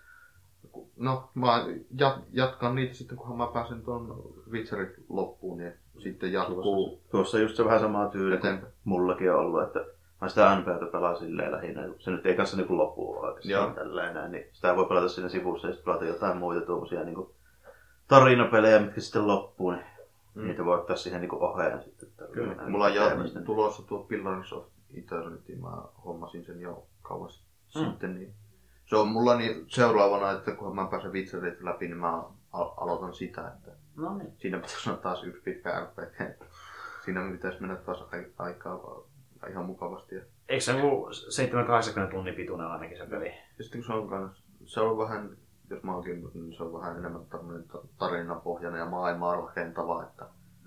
no mä jatkan niitä sitten, kunhan mä pääsen tuon Witcherin loppuun, niin sitten jatkuu. Tuossa just se vähän samaa tyyli kuin mullakin on ollut, että mä sitä NP:tä pelaan silleen lähinnä. Se nyt ei kanssa niinku loppu oikeastaan tällainen, niin sitä voi pelata siinä sivussa ja sitten pelata jotain muita tuommoisia niinku tarinapelejä, mitkä sitten loppuu, niin niitä voi ottaa siihen niinku oheen sitten. Kyllä. Mulla on tulossa tuo Pillars of Eternity, mä hommasin sen jo kauas sitten, niin se on mulla niin seuraavana, että kun mä pääsen Witcherit läpi, niin mä aloitan sitä, että siinä pitäisi olla taas yksi pitkä RPG. Siinä pitäisi mennä taas aikaa ihan mukavasti. Eikö se joku 7-80 tunnin pituinen ainakin se peli? Ja sitten kun se on vähän, jos mä oonkin, niin se on vähän enemmän tarinapohjainen ja maailmaa rakentava. Että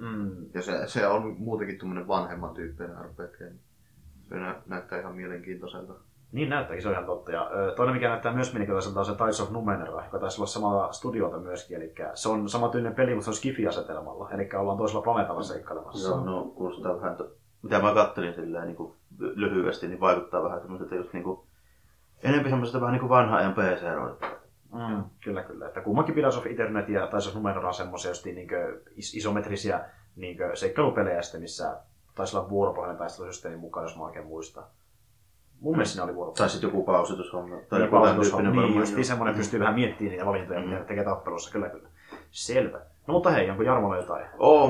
ja se on muutenkin tuommoinen vanhemman tyyppinen RPG. Niin se näyttää ihan mielenkiintoiselta. Niin näyttääkin, se on ihan totta. Ja toinen mikä näyttää myös mielenkiintoiselta on se Tides of Numenera, joka taisi olla samalla studiolta myöskin. Eli se on sama tyylinen peli, mutta se on Skifi-asetelmalla. Eli ollaan toisella planeetalla seikkailemassa. Joo, no kuulostaa vähän, mitä mä kattelin silleen niin kuin lyhyesti, niin vaikuttaa vähän semmoiselta just niin kuin enemmän semmoiselta vähän niin kuin vanhan ajan PC-roolta. Kyllä. Että kummankin Pillars of Eternity ja Tides of Numenera on semmoisia niin isometrisiä niin seikkailupelejä, missä taisi olla vuoropohjainen taistelusysteemi mukaan, jos mä oikein muistan. Mun mielestä siinä oli vuoropohjainen. Tai sitten joku pausitushomma. Tai joku pausitushomma. Niin, justiin semmoinen pystyy vähän miettimään niitä valintoja, mitä tekee tappelussa. Kyllä. Selvä. No mutta hei, onko Jarmolla jotain?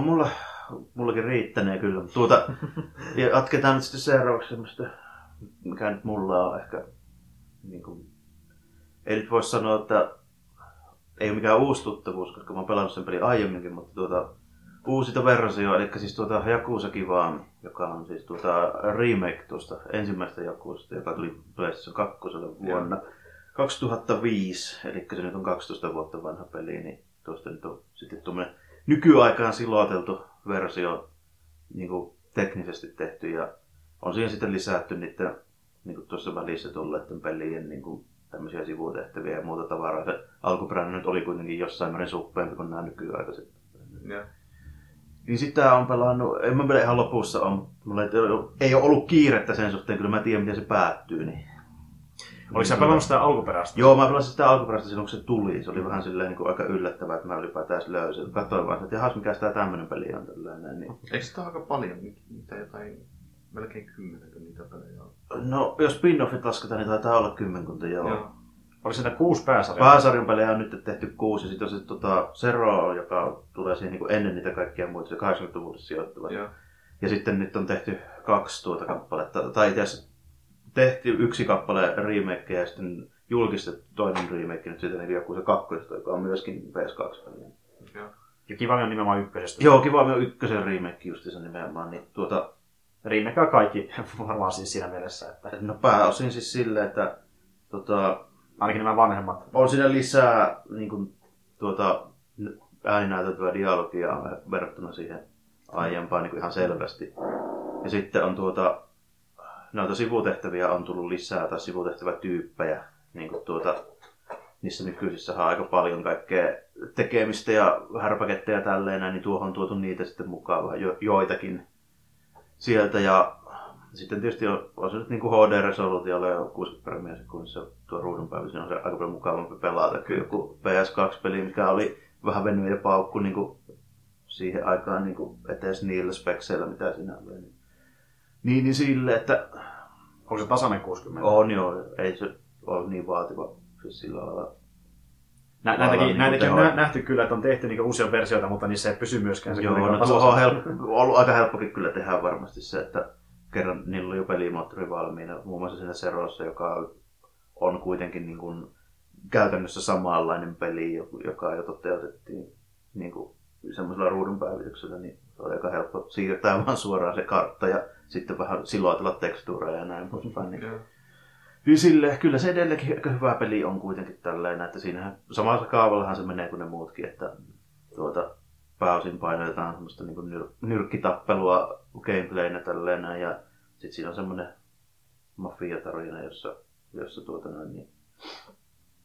Mullakin riittänee kyllä. Ja jatketaan nyt sitten seuraavaksi semmoista, mikä nyt mulla on ehkä, niin kuin, ei nyt voi sanoa, että ei ole mikään uusi tuttavuus, koska mä oon pelannut sen pelin aiemminkin, mutta uusi versio, eli siis Yakuza Kiwami, joka on siis remake tuosta ensimmäistä Yakuzasta, joka tuli PlayStation 2 vuonna 2005, eli se nyt on 12 vuotta vanha peli, niin tuosta nyt on sitten tuommoinen nykyaikaan siloteltu versio niin kuin teknisesti tehty ja on siihen sitten lisätty niiden niin kuin tuossa välissä tulleiden pelien niin kuin tämmöisiä sivutehtäviä ja muuta tavaraa. Se alkuperäinen nyt oli kuitenkin jossain määrin suppeampi kuin nämä nykyaikaiset. Yeah. Niin sitä on pelannut, en mä vielä ihan lopussa on, mulla ei ole ollut kiirettä sen suhteen, kyllä mä tiedän miten se päättyy. Niin. Oliko sä pelannut sitä alkuperäistä? Joo, mä pelasin sitä alkuperäistä silloin, kun se tuli. Se oli vähän silleen, niin kuin aika yllättävää, että mä ylipäätään löysin. Katsoin vaan, että jahas, mikä sitä tämmönen peli on tällainen. Niin. Eikö sitä aika paljon? Mitä jotain, melkein 10 niitä pelejä on? No, jos spin-offit lasketaan, niin taitaa olla 10, joo. Oliko sitä 6 pääsarjaa? Pääsarjan pelejä on nyt tehty 6 ja sitten on se Zero, joka tulee siihen niin kuin ennen niitä kaikkia muita, se 80-luvulle sijoittuva. Ja sitten nyt on tehty 2 kappaletta, tai itse asiassa tehty 1 kappale remake ja sitten julkistettu toinen remake nyt sitten joku se 2, joka on myöskin PS2-peli. Ja Kiwami on nimenomaan 1. Joo, Kiwami on 1 remake justiinsa nimenomaan. Niin remake kaikki varmaan siis siinä mielessä. Että... No pääosin siis silleen, että ainakin nämä vanhemmat. On siinä lisää niin kuin, ääninäyteltyä dialogia verrattuna siihen aiempaan niin kuin ihan selvästi. Ja sitten on noita sivutehtäviä on tullut lisää, tai sivutehtävätyyppejä. Niin kuin niissä nykyisissä on aika paljon kaikkea tekemistä ja härpäkettä tälleen, niin tuohon on tuotu niitä sitten mukaan joitakin sieltä. Ja sitten tietysti on se nyt niin kuin HD-resoluutiolla ja 60 fps tuo ruudunpäivä, siinä on se aika paljon mukavampi pelata kuin joku PS2-peli, mikä oli vähän venyä ja paukku niin kuin siihen aikaan niin kuin etes niillä spekseillä, mitä siinä oli. Niin sille, että... Onko se tasainen 60? On joo, ei se ole niin vaativa siis sillä lailla. Näitäkin on nähty kyllä, että on tehty niinku uusia versioita, mutta niissä ei pysy myöskään se. Joo, no tuohon on ollut aika helppokin kyllä tehdä varmasti se, että kerran niillä on jo pelimoottori valmiina, muun muassa siinä Zerossa, joka on kuitenkin niin kuin käytännössä samanlainen peli, joka jo toteutettiin niin kuin semmoisella ruudunpäivityksellä, niin se oli aika helppo siirtää vaan suoraan se kartta ja sitten vähän siloitella tekstuureja ja näin poispäin. Niin silleen, kyllä se edelleenkin aika hyvä peli on kuitenkin tällainen, että siinähän samalla kaavallahan se menee kuin ne muutkin, että pääosin painotetaan semmoista niin kuin nyrkkitappelua gameplayna tälleen ja sitten siinä on semmoinen mafia-tarina, jossa niin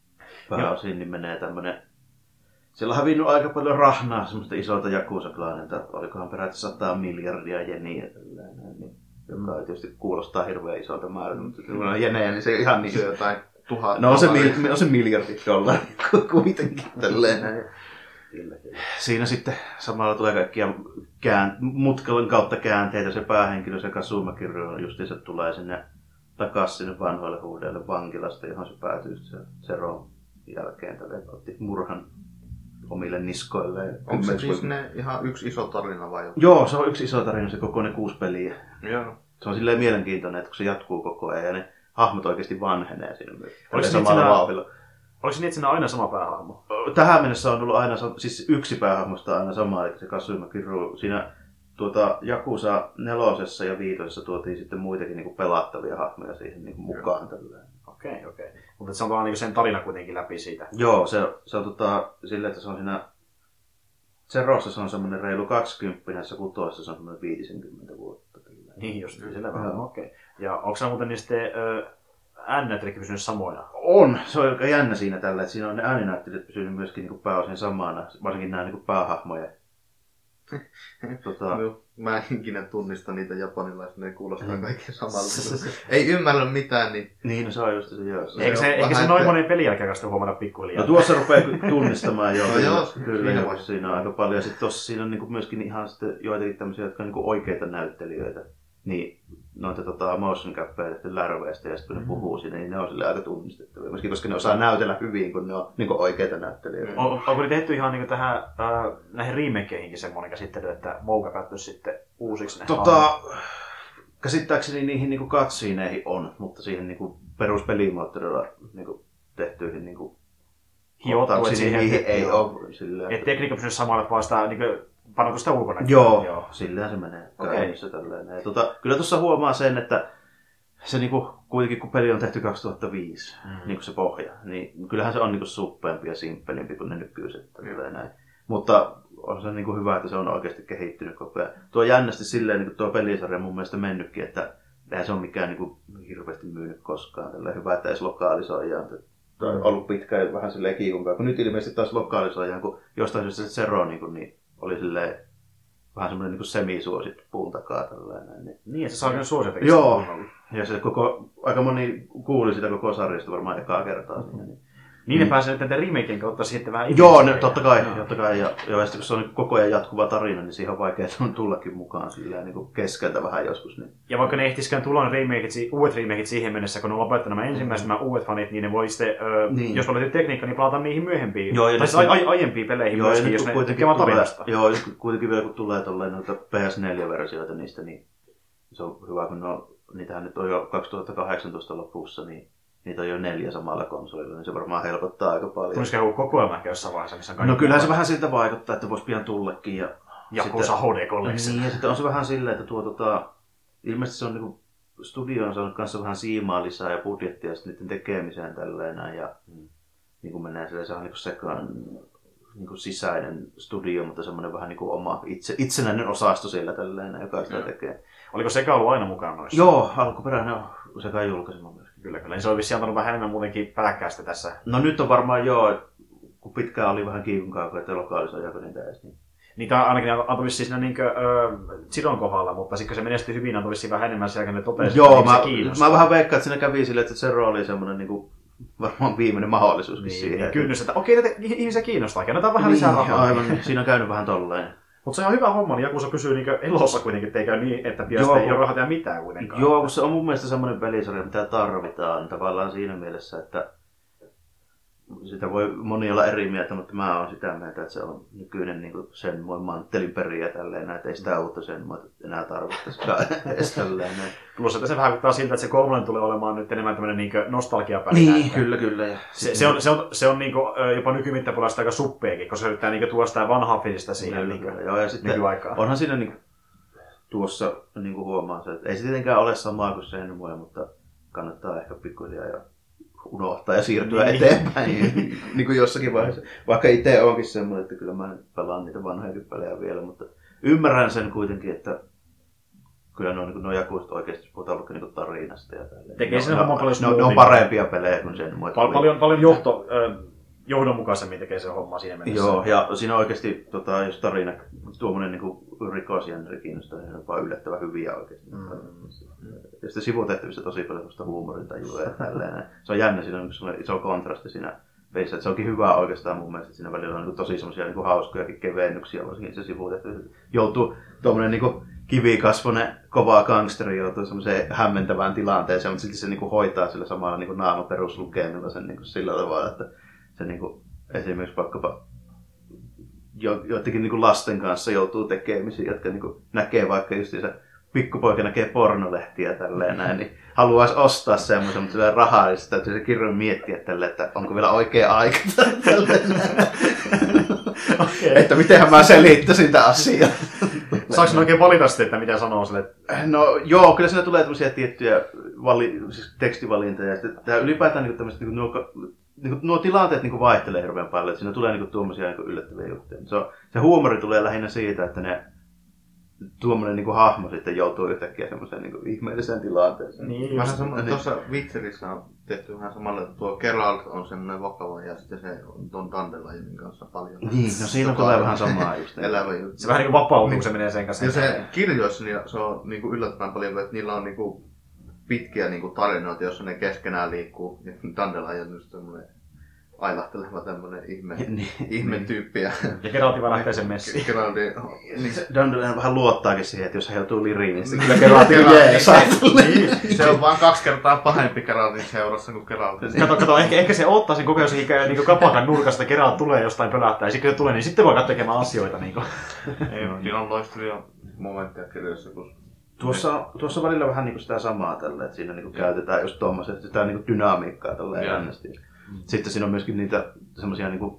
pääosin, niin menee tämmönen... Siellä on hävinnyt aika paljon rahnaa semmoista isolta Yakuza-klaanilta. Olikohan peräti 100 miljardia jeniä. Niin, joka tietysti kuulostaa hirveän isolta määrältä, mutta kun on jenejä, niin se ei ihan niin... jotain 1000 No on se miljardi dollaria kuitenkin tälleen. Siinä sitten samalla tulee kaikkia mutkalan kautta käänteitä. Se päähenkilö, se Kazuma Kiryu, justiinsa tulee sinne takaisin sinne vanhoille huudeille vankilasta, johon se päätyy Zeron jälkeen. Otti murhan omille niskoilleen. Onko se siis ihan yksi iso tarina vai joku? Joo, se on yksi iso tarina, se koko ne 6 peliä. Joo. Se on silleen mielenkiintoinen, että kun se jatkuu koko ajan ja ne hahmot oikeasti vanhenee siinä myös. Oliko se niin, että siinä on aina sama päähahmo? Tähän mennessä on ollut aina, siis yksi päähahmosta aina sama, eli se Kazuma Kiryu. Siinä Yakuza 4 ja 5 tuotiin sitten muitakin niin kuin pelattavia hahmoja siihen niin kuin mukaan. Okei. Mutta se on vaan niin sen tarina kuitenkin läpi siitä. Joo, se on silleen, että se on siinä... Zerossa se on semmoinen reilu 20, ja 6 se on semmoinen 50 vuotta. Niin, just sillä vähän, okei. Ja onko se muuten niin sitten ääninäyttelijät pysynyt samoina? On, se on aika jännä siinä tällä, että siinä on ne ääninäyttelijät pysynyt myöskin niin kuin pääosin samana, varsinkin nämä niin kuin päähahmoja. Mä en ikinä tunnista niitä japanilaisia, ne kuulostaa kaikki samalta. Ei ymmärrä mitään, niin... Niin, no se on just se, joo. Eikä se noin monen pelin jälkeen vasta huomata pikkuhiljaa? No tuossa rupeaa tunnistamaan jo. No joo, kyllä, siinä on aika paljon. Ja sitten tossa siinä on niinku myöskin ihan sitten joitakin tämmöisiä, jotka on niinku oikeita näyttelijöitä. Niin noita motion cappeja tehty lärveistä ja sitten kun ne puhuu siinä, niin ne on sille aika tunnistettavia. Myöskin koska ne osaa näytellä hyvin, kun ne on niinku oikeita näyttelijöitä. Onko ne tehty ihan niinku tähän näihin remakeihinkin semmoinen käsittely, että moukattu sitten uusiksi ne? Käsittääkseni niihin niinku cutsceneihin on, mutta siihen niinku peruspelimoottorilla niinku tehtyihin niinku hiottu, että siihen ei ole silleen. Et tekniikka pysyy samalla, että vaan sitä niinku panottu sitä ulkonäköä. Joo, sillähän se menee käynnissä tälleen. Kyllä tuossa huomaa sen, että se niinku, kuitenkin kun peli on tehty 2005, niinku se pohja, niin kyllähän se on niinku suppeampi ja simppelimpi kuin ne nykyiset. Mutta on se niinku hyvä, että se on oikeasti kehittynyt koko ajan. Tuo jännästi silleen, niin tuo pelisarja mun mielestä mennytkin, että eihän se ole mikään niinku hirveästi myynyt koskaan. Tälleen hyvä, että edes lokalisoidaan. On ollut pitkään vähän silleen kiikunkaan, kun nyt ilmeisesti taas lokalisoidaan, kun jostain syystä se Zero niin oli silleen vähän semmoinen niin semisuosittu puun takaa tällainen. Niin, että se saa kyllä suositakin. Joo, ja se aika moni kuuli sitä koko sarjasta varmaan ekaa kertaa siinä. Niin ne pääsee nyt remaken kautta sitten vähän Joo, totta kai. Ja sitten kun se on koko ajan jatkuva tarina, niin siihen on vaikea tullakin mukaan silleen, niin kuin keskeltä vähän joskus. Niin. Ja vaikka ne ehtisikään tulla ne uudet remakeit siihen mennessä, kun ne on lopettanut nämä ensimmäiset nämä uudet fanit, niin ne voi sitten, jos on tekniikka, niin palataan niihin myöhempiin. Joo, tai aiempiin peleihin myöskin, jos ne tekevät tarinasta. Joo, kuitenkin vielä kun tulee noita PS4-versioita niistä, niin se on hyvä, kun niitähän nyt on jo 2018 lopussa, niin niitä on jo 4 samalla konsolilla, niin se varmaan helpottaa aika paljon. Tulisiko joku kokoelma ehkä jossain vaiheessa, missä on kaikki? No kyllähän se vähän siltä vaikuttaa, että voisi pian tullekin. Ja Yakuza HD Collection. Niin, ja sitten on se vähän silleen, että ilmeisesti se on niinku, studio on saanut kanssa vähän siimaa lisää ja budjettia sitten niiden tekemiseen tälleen näin. Ja niin kuin menee silleen, se on niinku sekaan niinku sisäinen studio, mutta semmoinen vähän niinku oma itsenäinen osasto siellä tälleen, joka sitä tekee. Oliko Sega ollut aina mukana noissa? Joo, alkuperäinen on Sega julkaisema myöskin. Kyllä. Niin se on vissiin antanut vähän enemmän muutenkin pääkkäistä tässä. No nyt on varmaan kun pitkään oli vähän kiikunkaa, että lokalisoidaanko niitä edes. Niitä ainakin antoi vissiin siinä Zidon kohdalla, mutta sitten kun se menestyi hyvin, antoi vissiin vähän enemmän siellä, kun ne totesi, että mä vähän veikkaan, että siinä kävi silleen, että Zero oli semmoinen niinku varmaan viimeinen mahdollisuus siihen. Niin, kynnys, että okei, näitä ihmisiä kiinnostaa, annetaan vähän lisää rahaa. Aivan, siinä on käynyt vähän tolleen. Mutta se on hyvä homma, niin Yakuza pysyy niin elossa kuitenkin, ettei käy niin, että pian ei ole rahaa tehdä mitään kuitenkaan. Joo, kun se on mun mielestä semmoinen pelisarja, mitä tarvitaan tavallaan siinä mielessä, että sitä voi moni olla eri mieltä, mutta mä oon sitä mieltä, että se on nykyinen niin sen manttelin periä tälleen, että ei sitä uutta sen enää tarvittaisikaan edes tälleen. Plus, että se vaikuttaa siltä, että se 3 tulee olemaan nyt enemmän tämmöinen niin nostalgiapärinä. Niin, kyllä. Ja se on niin jopa nykymittapuolesta aika suppeekin, koska se yrittää niin tuoda sitä vanhaa fiilistä siihen joo, ja sitten onhan siinä niin tuossa niin huomaa se, että ei se tietenkään ole samaa kuin Shenmue, mutta kannattaa ehkä pikkuhiljaa ja unohtaa ja siirtyä eteenpäin niin kuin jossakin vaiheessa. Vaikka itse onkin semmoinen, että kyllä mä pelaan niitä vanhojakin pelejä vielä, mutta ymmärrän sen kuitenkin, että kyllä nuo Yakuzat oikeasti puhutaan vaikka niin tarinasta ja tälleen. Tekee sen homman paljon ne on parempia pelejä kuin sen. Paljon johdonmukaisemmin tekee se homma siinä mielessä. Joo, ja siinä oikeasti, jos tarina, tuommoinen niin rikosjänneri kiinnostaa, niin on vaan yllättävän hyviä oikeasti. Ja sitten sivutehtävissä tosi paljon sellaista huumorintajua ja tälleen. Se on jännä, siinä on iso kontrasti siinä peissä. Se onkin hyvä oikeastaan mun mielestä, että siinä välillä on niin tosi semmoisia niin hauskojakin kevennyksiä, varsinkin se sivutehtävissä. Joutuu tuommoinen niin kivikasvoinen kova gangsteri joutuu semmoiseen hämmentävään tilanteeseen, mutta silti se niin hoitaa sillä samalla niin naamaperuslukemilla sen niin sillä tavalla, että se niin esimerkiksi vaikkapa joidenkin niin lasten kanssa joutuu tekemisiin, jotka niin näkee vaikka just se pikkupoika näkee pornolehtiä tälleen näin, niin haluaisi ostaa semmoisen, mutta sillä rahaa, niin täytyy se kirjoin miettiä tälleen, että onko vielä oikea aika okay. Että mitenhän mä selittäisin sitä asiaa. Saanko ne oikein valita sitten, että mitä sanoo sille? No joo, kyllä siinä tulee tämmöisiä tiettyjä siis tekstivalintoja. Tämä ylipäätään niin tämmöiset, nuo tilanteet niin vaihtelee hirveän paljon. Että siinä tulee niin tuommoisia niin yllättäviä juttuja. Se huumori tulee lähinnä siitä, että tuommoinen niin hahmo sitten joutuu yhtäkkiä semmoiseen niin ihmeelliseen tilanteeseen. Niin, tuossa Witcherissä on tehty vähän samalla, että tuo Geralt on semmoinen vakava ja sitten se on Dandelion kanssa paljon. Niin, no siinä tulee vähän samaa just. Elävä juttu. Se vähän niin kuin vapautuu, kun se menee sen kanssa. Ja se kirjoissa niin se on niin kuin yllättävän paljon, että niillä on niin kuin pitkiä niin kuin tarinoita, joissa ne keskenään liikkuu. Ja Dandelion on just semmoinen ailahteleva tämmönen ihme tyyppi. Ja Geraltin vaan lähtee sen messiin. Dandelion vähän luottaakin siihen, että jos hän joutuu liriin, niin kyllä Geraltin jeesaa. Se on vaan 2 kertaa pahempi Geraltin seurassa kuin Geraltin. Kato, ehkä se ottaa sen kokemus niin kapakan nurkasta, että Geralt tulee jostain pölähtää, ja sitten kun se tulee, niin sitten voi alkaa tekemään asioita. Niin ei, siinä on loistavia momentteja kirjoissa. Tuossa välillä vähän niin sitä samaa tällä, että siinä niin käytetään just tuommoista sitä niin dynamiikkaa tälleen jännästi. Sitten siinä on myöskin niitä semmoisia niinku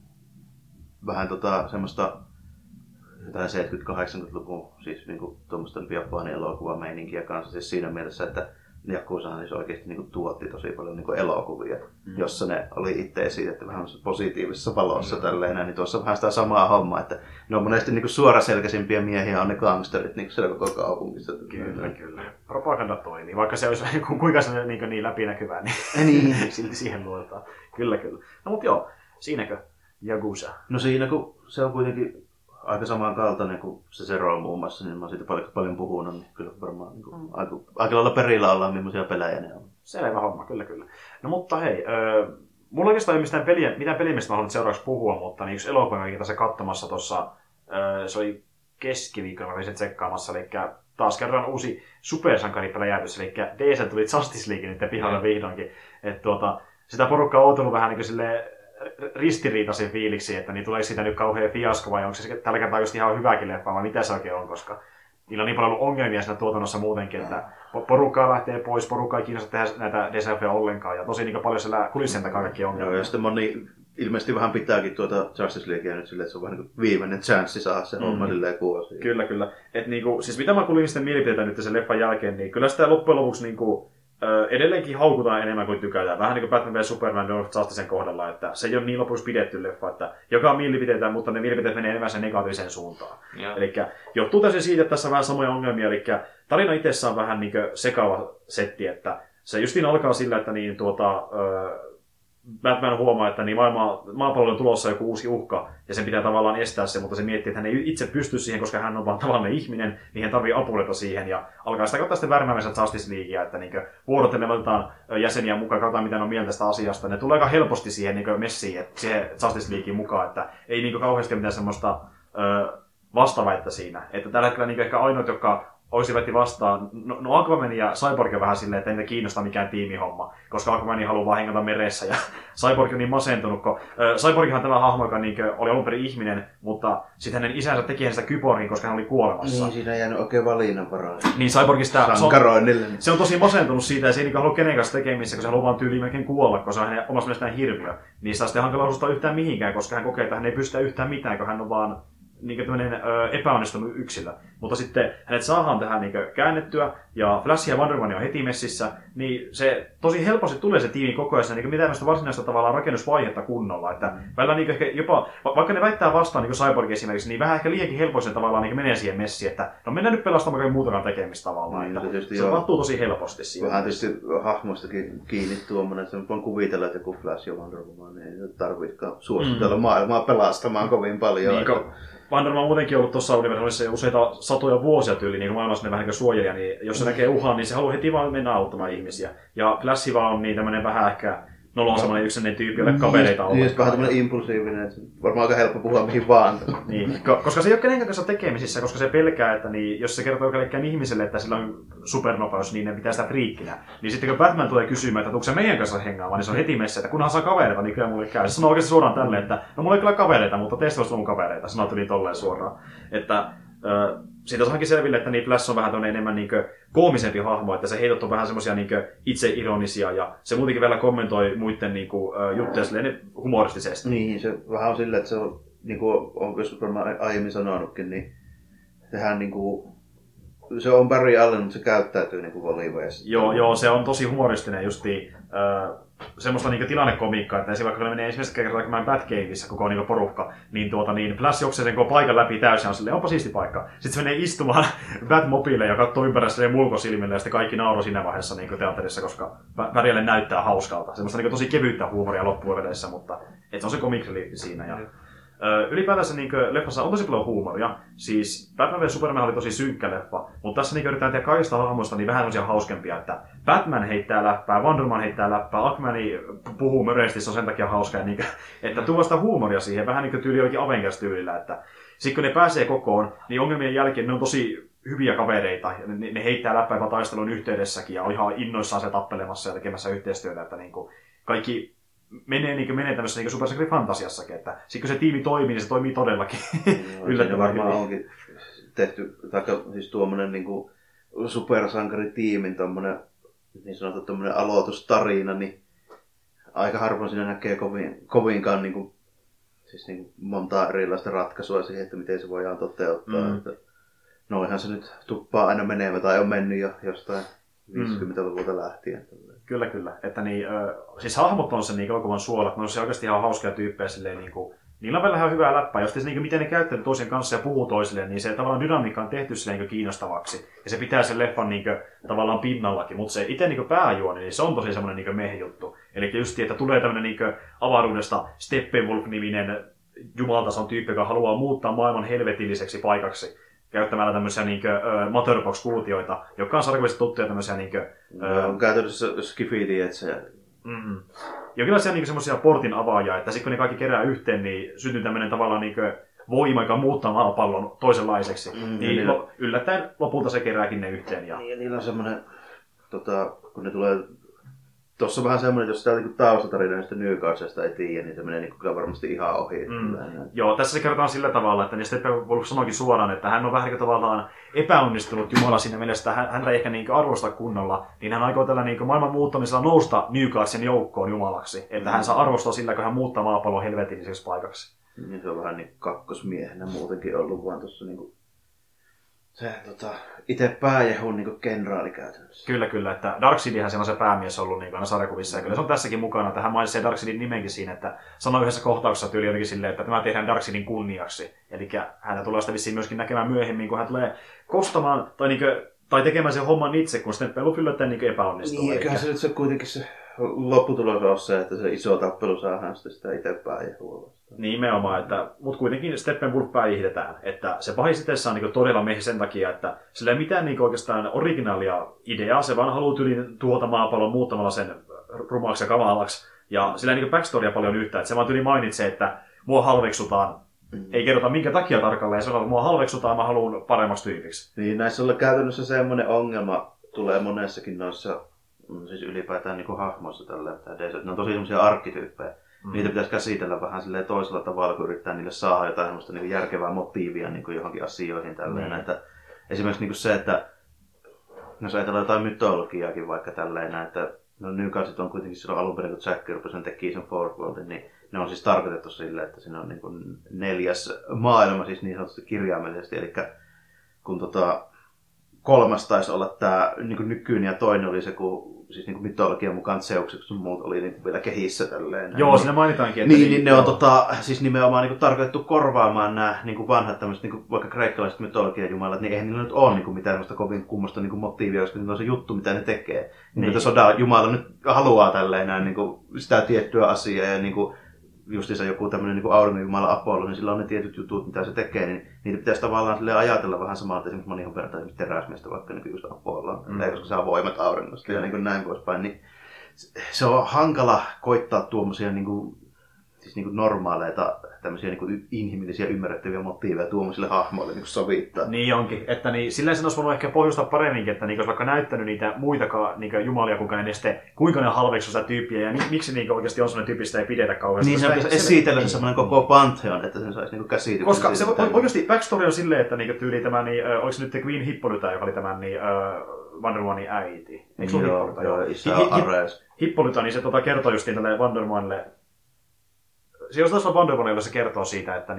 vähän semmoista jotain 70-80-luvun siis niinku tuommoista Japanin elokuvameininkiä kanssa siis siinä mielessä, että Yakuzahan siis oikeasti niinku tuotti tosi paljon niinku elokuvia, jossa ne oli itse esitetty vähän positiivisessa valossa tälleen, niin tuossa on vähän sitä samaa hommaa, että ne on monesti niinku suoraselkäisimpiä miehiä on ne gangsterit niinku siellä koko kaupungissa. Kyllä. Propaganda toimii, vaikka se olisi kuinka se niin läpinäkyvää, niin silti siihen luotetaan. Kyllä. No mut joo, siinäkö Yakuza? No siinä kun se on kuitenkin aika samankaltainen kuin se Zero muun muassa, niin mä oon siitä paljon puhunut, niin kyllä varmaan niin aika lailla perillä ollaan, millaisia pelejä ne on. Selvä homma, kyllä. No mutta hei, mulla oikeastaan ei ole mitään peliä, mistä mä haluan seuraavaksi puhua, mutta niin yksi elokuva mäkin tässä katsomassa tuossa, se oli keskiviikkona, mä olisin tsekkaamassa, eli taas kerran uusi supersankaripelejäätys, eli DC tuli Justice League nyt pihalle vihdoinkin, että sitä porukkaa on ootellut vähän niin kuin silleen ristiriitaisen fiiliksi, että niin tuleeko siitä nyt kauhean fiasko vai onko se tällä kertaa just ihan hyväkin leffa vai mitä se oikein on, koska niillä on niin paljon ollut ongelmia siinä tuotannossa muutenkin, että porukkaa lähtee pois, porukkaa ei kiinnosta tehdä näitä DCF:ää ollenkaan ja tosi niin paljon siellä kulissien takaa kaikki ongelmia. Joo, ja sitten moni ilmeisesti vähän pitääkin Justice Leaguea nyt silleen, että se on vähän niin kuin viimeinen chanssi saada se homma silleen kuosiin. Kyllä. Et niinku, siis mitä mä kuulin sitten mielipiteitä nyt sen leffan jälkeen, niin kyllä sitä loppujen lopuksi niinku edelleenkin haukutaan enemmän kuin tykätään. Vähän niin kuin Batman vs Superman Dawn of Justicen kohdalla, että se ei ole niin lopuksi pidetty leffa, että joka on mielipiteitä, mutta ne mielipiteet menee enemmän sen negatiiviseen suuntaan. Eli johtuu täysin siitä, että tässä on vähän samoja ongelmia, eli tarina itsessään on vähän niin kuin sekava setti, että se justiin alkaa sillä, että niin Batman huomaa, että niin maapallolle on tulossa joku uusi uhka, ja sen pitää tavallaan estää se, mutta se miettii, että hän ei itse pysty siihen, koska hän on vaan tavallinen ihminen, niin hän tarvii apuleta siihen, ja alkaa sitä kautta sitten värmäämässä Justice Leaguea, että niin vuorotellen otetaan jäseniä mukaan, katsotaan mitä ne on mieltä tästä asiasta. Ne tulee aika helposti siihen niin messiin, siihen Justice Leagueen mukaan, että ei niin kauheasti mitään semmoista vastaväittä siinä. Että tällä hetkellä niin ehkä ainoat, jotka olisi vetti vastaan. No Aquaman ja Cyborg on vähän silleen, että ei niitä kiinnosta mikään tiimihomma, koska Aquaman haluaa vaan hengata meressä ja Cyborg on niin masentunut, kun Cyborghan tämä hahmo, joka oli alun perin ihminen, mutta sitten hänen isänsä teki hänestä kyborgin, koska hän oli kuolemassa. Niin, siinä ei jäänyt oikein valinnanvaraa. Niin Cyborgista se on tosi masentunut siitä ja se ei halua kenen kanssa tekemisissä, kun se haluaa vaan tyyliin melkein kuolla, koska se on hänen omasta mielestään hirviö. Niin sitä on sitten hankala asustaa yhtään mihinkään, koska hän kokee, että hän ei pystytä yhtään mitään, kun hän on vaan niin tämmöinen epäonnistunut yksilö. mutta sitten hänet saadaan tähän niin käännettyä, ja Flash ja Wonder Woman on heti messissä, niin se tosi helposti tulee se tiimi koko ajan niin mitään varsinaista tavallaan rakennusvaihetta kunnolla. Että välillä niin ehkä jopa, vaikka ne väittää vastaan niin Cyborg esimerkiksi, niin vähän ehkä liiankin helposti tavallaan niin menee siihen messiin, että no mennään nyt pelastamaan kaiken muutakaan tekemistä tavallaan. Niin, se tapahtuu tosi helposti siinä. Vähän tietysti hahmoistakin kiinni tuommoinen, että voin kuvitella, että joku Flash ja Wonder Woman ei tarvitsekaan suositella maailmaa pelastamaan kovin paljon. Niin, Wonder Woman on muutenkin ollut tuossa universumissa useita satoja vuosia tyyliin, niin maailmassa vähän niin kuin suojelija, niin jos se näkee uhan, niin se haluaa heti vaan mennä auttamaan ihmisiä. Ja Flash vaan on niin tämmöinen vähän ehkä nolon semmoinen yksinäinen tyyppi, jolle kavereita on. Niin, vähän tämmöinen impulsiivinen, että varmaan aika helppo puhua mihin vaan. Niin, koska se ei ole kenenkään kanssa tekemisissä, koska se pelkää, että niin, jos se kertoo kellekään ihmiselle, että sillä on supernopeus, niin ne pitää sitä friikkinä. Niin sitten kun Batman tulee kysymään, että onko se meidän kanssa hengaamaan, niin se on heti messä, että kunhan saa kavereita, niin kyllä mulle käy. Se sanoo oikeasti suoraan tälleen, että no mulla ei kyllä kavereita, mutta teistä olisi mun kavereita. Sanoo tuli tolleen suoraan. Että siitä saankin selville, että niin Flash on vähän enemmän niin koomisempi hahmo, että se heitot on vähän semmoisia niin itseironisia ja se muutenkin vielä kommentoi muiden niin juttuja silleen humoristisesti. Niin, se vähän on silleen, että se on, niin kuin on joskus varmaan aiemmin sanonutkin, niin sehän niin kuin, se on Barry Allen, mutta se käyttäytyy niin kuin volivesti. Joo, se on tosi humoristinen justiin. Semmoista niinku tilannekomiikkaa, että vaikka menee ensimmäistä kertaa tekemään Batcaveissa koko niinku porukka, niin Flash juoksee sen paikan läpi täysin, on silleen, onpa siisti paikka. Sitten se menee istumaan Batmobile ja katsoo ympärissä mulkosilmille ja sitten kaikki nauroi siinä vaiheessa niinku teatterissa, koska Barrylle näyttää hauskalta. Semmoista niinku tosi kevyyttä huumoria loppuvedessä, mutta se on se comic relief siinä. Ja ylipäätänsä niin leffassa on tosi paljon huumoria. Siis Batman vs Superman oli tosi synkkä leffa, mutta tässä niin yritetään tehdä kaikista hahmoista niin vähän semmoisia hauskempia, että Batman heittää läppää, Wonder Woman heittää läppää, Aquaman puhuu möresti, se on sen takia hauska, ja niin, että tuo sitä huumoria siihen, vähän niin kuin tyyli jollakin Avengers-tyylillä, että sitten kun ne pääsee kokoon, niin ongelmien jälkeen ne on tosi hyviä kavereita, ja ne heittää läppää jopa taistelun yhteydessäkin, ja on ihan innoissaan se tappelemassa ja tekemässä yhteistyötä, että niin kaikki menee tämmöisessä niin supersankari-fantasiassakin, että sitten kun se tiimi toimii, niin se toimii todellakin yllättävän varmaan onkin tehty, taikka siis tuommoinen niin supersankaritiimin tommonen, niin sanottu tommonen aloitustarina, niin aika harvoin siinä näkee kovinkaan niin kuin, siis niin montaa erilaista ratkaisua siihen, että miten se voidaan toteuttaa. Että noihan se nyt tuppaa aina menevä tai on mennyt jo jostain 50-luvulta lähtien. Kyllä. Että niin, siis hahmot on se niin elokuvan suola, että ne on se oikeasti ihan hauskia tyyppejä silleen, niin kuin, niillä on välillä ihan hyvää läppää. Jos niin miten ne käyttää toisen kanssa ja puhuu toisilleen, niin se tavallaan dynamiikka on tehty silleen niin kiinnostavaksi. Ja se pitää sen leffan niin kuin, tavallaan pinnallakin. Mutta se itse niin pääjuoni, niin se on tosi semmoinen niin mehjuttu. Eli just että tulee tämmöinen niin avaruudesta Steppenwolf-niminen jumaltason tyyppi, joka haluaa muuttaa maailman helvetilliseksi paikaksi käyttämällä tämmöisiä Matterbox-kuutioita, jotka on sarkavasti tuttuja tämmöisiä on käytännössä skifidi-etsejä. Jonkinlaisia semmoisia portin avaajia, että sitten kun ne kaikki kerää yhteen, niin syntyy tämmöinen tavallaan voima, joka muuttaa maapallon toisenlaiseksi. Niin yllättäen lopulta se kerääkin ne yhteen. Ja niillä on semmoinen, kun ne tulee. Tuossa on vähän semmoinen, jos sitä taustatarina näistä Newcastlesta ei tiedä, niin se menee kyllä varmasti ihan ohi. Joo, tässä se kerrotaan sillä tavalla, että Steppenwolf sanoikin suoraan, että hän on vähän tavallaan epäonnistunut Jumala siinä mielessä, että häntä ei ehkä arvosta kunnolla, niin hän aikoo tällä maailman muuttamisella nousta Newcastlen joukkoon Jumalaksi, että hän saa arvostaa sillä, kun hän muuttaa maapallon helvetilliseksi paikaksi. Niin se on vähän niin kakkosmiehenä muutenkin ollut, vaan tuossa se itse pääjehun niin kenraali käytännössä. Kyllä, että Darkseidhän siellä on se päämies ollut niin aina sarjakuvissa, ja kyllä se on tässäkin mukana, että hän mainitsee Darkseidin nimenkin siinä, että sanoo yhdessä kohtauksessa tyyli jotenkin silleen, että tämä tehdään Darkseidin kunniaksi. Eli häntä tulee sitä vissiin myöskin näkemään myöhemmin, kun hän tulee kostamaan tai tekemään sen homman itse, kun Steppenwolf yllättäen epäonnistuu. Niin, eiköhän se nyt se kuitenkin se lopputulos on se, että se iso tappelu saadaan sitä itse pääjehua vastaan. Nimenomaan, mutta kuitenkin Steppenwolf päihitetään. Että se pahis on todella mehi sen takia, että sillä ei mitään oikeastaan originaalia ideaa, se vaan haluaa yli tuhota maapallon muuttamalla sen rumaksi ja kamalaksi. Ja sillä ei backstorya paljon yhtään, että se vaan mainitsee, että mua halveksutaan. Ei kerrota minkä takia tarkalleen, se on, että mua halveksutaan, mä haluan paremmaksi tyypiksi. Niin, näissä on käytännössä semmoinen ongelma, tulee monessakin noissa, siis ylipäätään hahmoissa tällä, että ne on tosi semmoisia arkkityyppejä. Niitä pitäisi käsitellä vähän toisella tavalla, kun yrittää niille saada jotain semmoista järkevää motiivia johonkin asioihin. Tälleen. Että esimerkiksi se, että jos ajatellaan jotain mytologiaakin vaikka tälleen, että Newcastle on kuitenkin silloin alun perin, kun Jack Kirby teki sen Fourth Worldin, niin ne on siis tarkoitettu sille, että siinä on 4. maailma, siis niin sanotusti kirjaimellisesti. Eli kun kolmas taisi olla tämä niin nykyinen ja toinen oli se, kun siis niin mytologian mukaan Zeukset sun muut oli niin vielä kehissä tälleen. Joo, siinä mainitaankin. Että niin ne on siis nimenomaan niin tarkoitettu korvaamaan nämä niin vanhat tämmöiset niin vaikka kreikkalaiset mytologian jumalat, niin eihän niillä nyt ole niin mitään sellaista kovin kummosta niin motiivia, koska se on se juttu, mitä ne tekee. Niin. Sodan jumala nyt haluaa tälleen näin, niin sitä tiettyä asiaa ja niin justiinsa joku tämmöinen niin auringonjumala Apollo, niin sillä on ne tietyt jutut, mitä se tekee, niin niitä pitäisi tavallaan ajatella vähän samalla, että esimerkiksi moni on vertaa teräsmiestä vaikka niin just Apolloon, koska saa voimat auringosta ja niin näin poispäin. Niin se on hankala koittaa tuommoisia siis normaaleita, tämmöisiä inhimillisiä ymmärrettäviä motiiveja tuommoisille hahmoille sovittaa. Niin onkin, että silleen sen olisi voinut ehkä pohjustaa paremminkin, että olisi vaikka näyttänyt niitä muitakaan jumalia, kuinka ne halveksuu sitä tyyppiä ja miksi oikeasti on sellainen tyyppi, sitä ei pidetä kauheasti. Niin se pitäisi esitellä se semmoinen koko pantheon, että sen saisi käsityksen. Koska se oikeasti backstory on silleen, että tyyli tämä, oliko se nyt Queen Hippolyta, joka oli tämän Wonder Womanin äiti? Eikö se ole Hippolyta? Joo, isä on Ares. Hippolyta, niin se kertoo justiin tälle Wonder Womanille. Jos taas on Wonder Womanilla, se kertoo siitä, että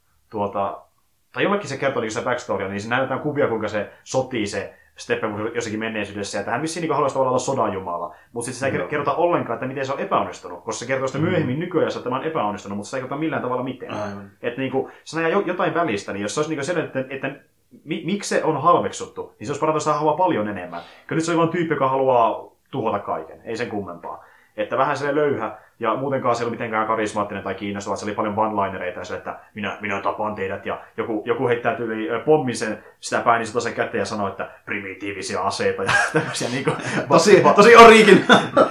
tai jollekin se kertoo se backstory, niin se näytetään kuvia, kuinka se sotii se Steppenwolf jossakin menneisyydessä, että hän vissiin haluaisi tavallaan olla sodan jumala, mutta sitten se ei kerrota ollenkaan, että miten se on epäonnistunut, koska se kertoo sitä myöhemmin nykyään, että tämä on epäonnistunut, mutta se ei kertota millään tavalla miten. Että se nähdään jotain välistä, niin jos se olisi se, että miksi se on halveksuttu, niin se olisi parantaa sitä hahmoa paljon enemmän. Kyllä nyt se on vain tyyppi, joka haluaa tuhota kaiken, ei sen kummempaa. Että vähän se löyhä, ja muutenkaan se ei ollut mitenkään karismaattinen tai kiinnostava, että se oli paljon one-linereita, että minä tapaan teidät, ja joku heittää tyyli pommin sitä päin, niin se tosen käteen ja sanoo, että primitiivisia aseita, ja tämmöisiä tosi oriikin.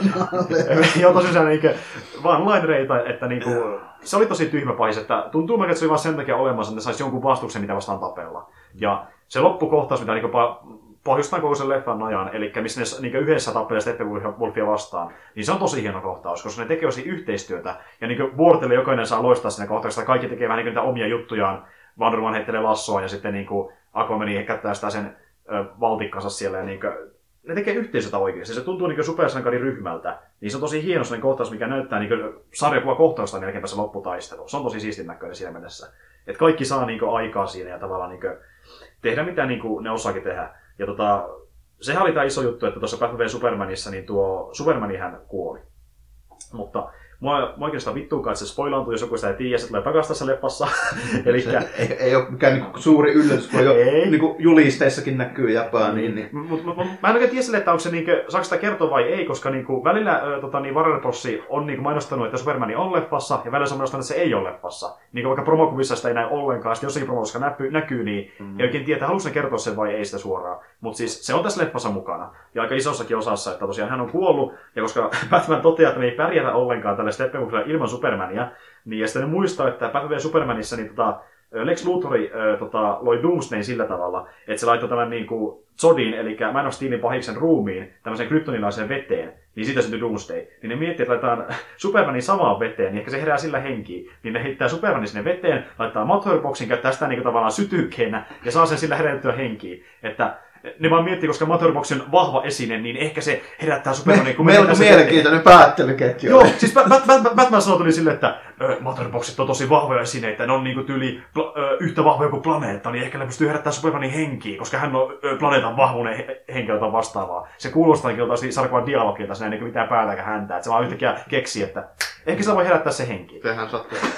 Joo, tosi sellainen one-linereita, että se oli tosi tyhmä pahis, että tuntuu että se oli vaan sen takia olemassa, että ne saisi jonkun vastuksen, mitä vastaan tapella. Ja se loppukohtaus, mitä pohjustaan koko sen leffan ajan, eli missä ne yhdessä tappelee Steppenwolfia vastaan, niin se on tosi hieno kohtaus, koska ne tekee yhteistyötä, ja vuorotelle jokainen saa loistaa siinä kohtauksessa, kaikki tekee vähän niitä omia juttujaan, Wonder Woman heittelee lassoa, ja sitten Aquaman kättää sitä sen valtikkansa siellä, ja ne tekee yhteistyötä oikeasti. Se tuntuu supersankarin ryhmältä, niin se on tosi hieno sellainen kohtaus, mikä näyttää sarjakuvakohtausta melkeinpä se lopputaistelu. Se on tosi siistin näköinen siinä mielessä. Että kaikki saa aikaa siinä ja tavallaan tehdä mitä ne osaakin tehdä. Ja sehän oli tämä iso juttu, että tuossa Batman v Supermanissa niin tuo Supermanihän kuoli. Mutta mua oikeastaan vittuukaan, että se spoilaantuu, jos joku sitä ei tiedä, se tulee takaisin tässä leffassa. Elikkä ei ole mikään suuri yllätys, kun jo julisteissakin näkyy Japaniin. Niin. Mä en oikein tiedä sille, että onko se, saako sitä kertoa vai ei, koska välillä Warner Bros. On mainostanut, että Superman on leffassa, ja välillä se on mainostanut, että se ei ole leffassa. Vaikka promokuvissa sitä ei näy ollenkaan, sitten jossakin promokuvissa näkyy, niin ei oikein tiedä, haluaisi ne kertoa sen vai ei sitä suoraan. Mutta siis se on tässä leffassa mukana, ja aika isossakin osassa, että tosiaan hän on kuollut, ja koska Batman toteaa, että me ei pärjätä ollenkaan tälle Steppenwolfilla ilman Supermania, niin ja sitten ne muistaa, että Batman v Supermanissa niin Lex Luthori loi Doomsdayn sillä tavalla, että se laittoi tämän Zodin, eli Man of Steelin pahiksen ruumiin, tämmöiseen kryptonilaiseen veteen, niin siitä syntyi Doomsday. Niin ne miettii, että laitetaan Supermanin samaan veteen, niin ehkä se herää sillä henkiin. Niin ne heittää Supermanin sinne veteen, laittaa Motherboxin, käyttää sitä tavallaan sytykkeenä, ja saa sen sillä herätettyä henkiin. Että ne vaan miettii, koska Motherbox on vahva esine, niin ehkä se herättää Supermanin. Melko mielenkiintoinen päättelyketju. Joo, siis Batman sanoi tuli silleen, että Motherboxit on tosi vahvoja esineitä, ne on tyyli yhtä vahvoja kuin planeetta, niin ehkä ne pystyy herättämään Supermanin henkiin, koska hän on planeetan vahvuinen henkilöltä vastaavaa. Se kuulostaakin joltain sarkuvan dialogilta, siinä ei mitään päätäkään häntä, että se vaan yhtäkkiä keksii, että ehkä se voi herättää se henki. Sehän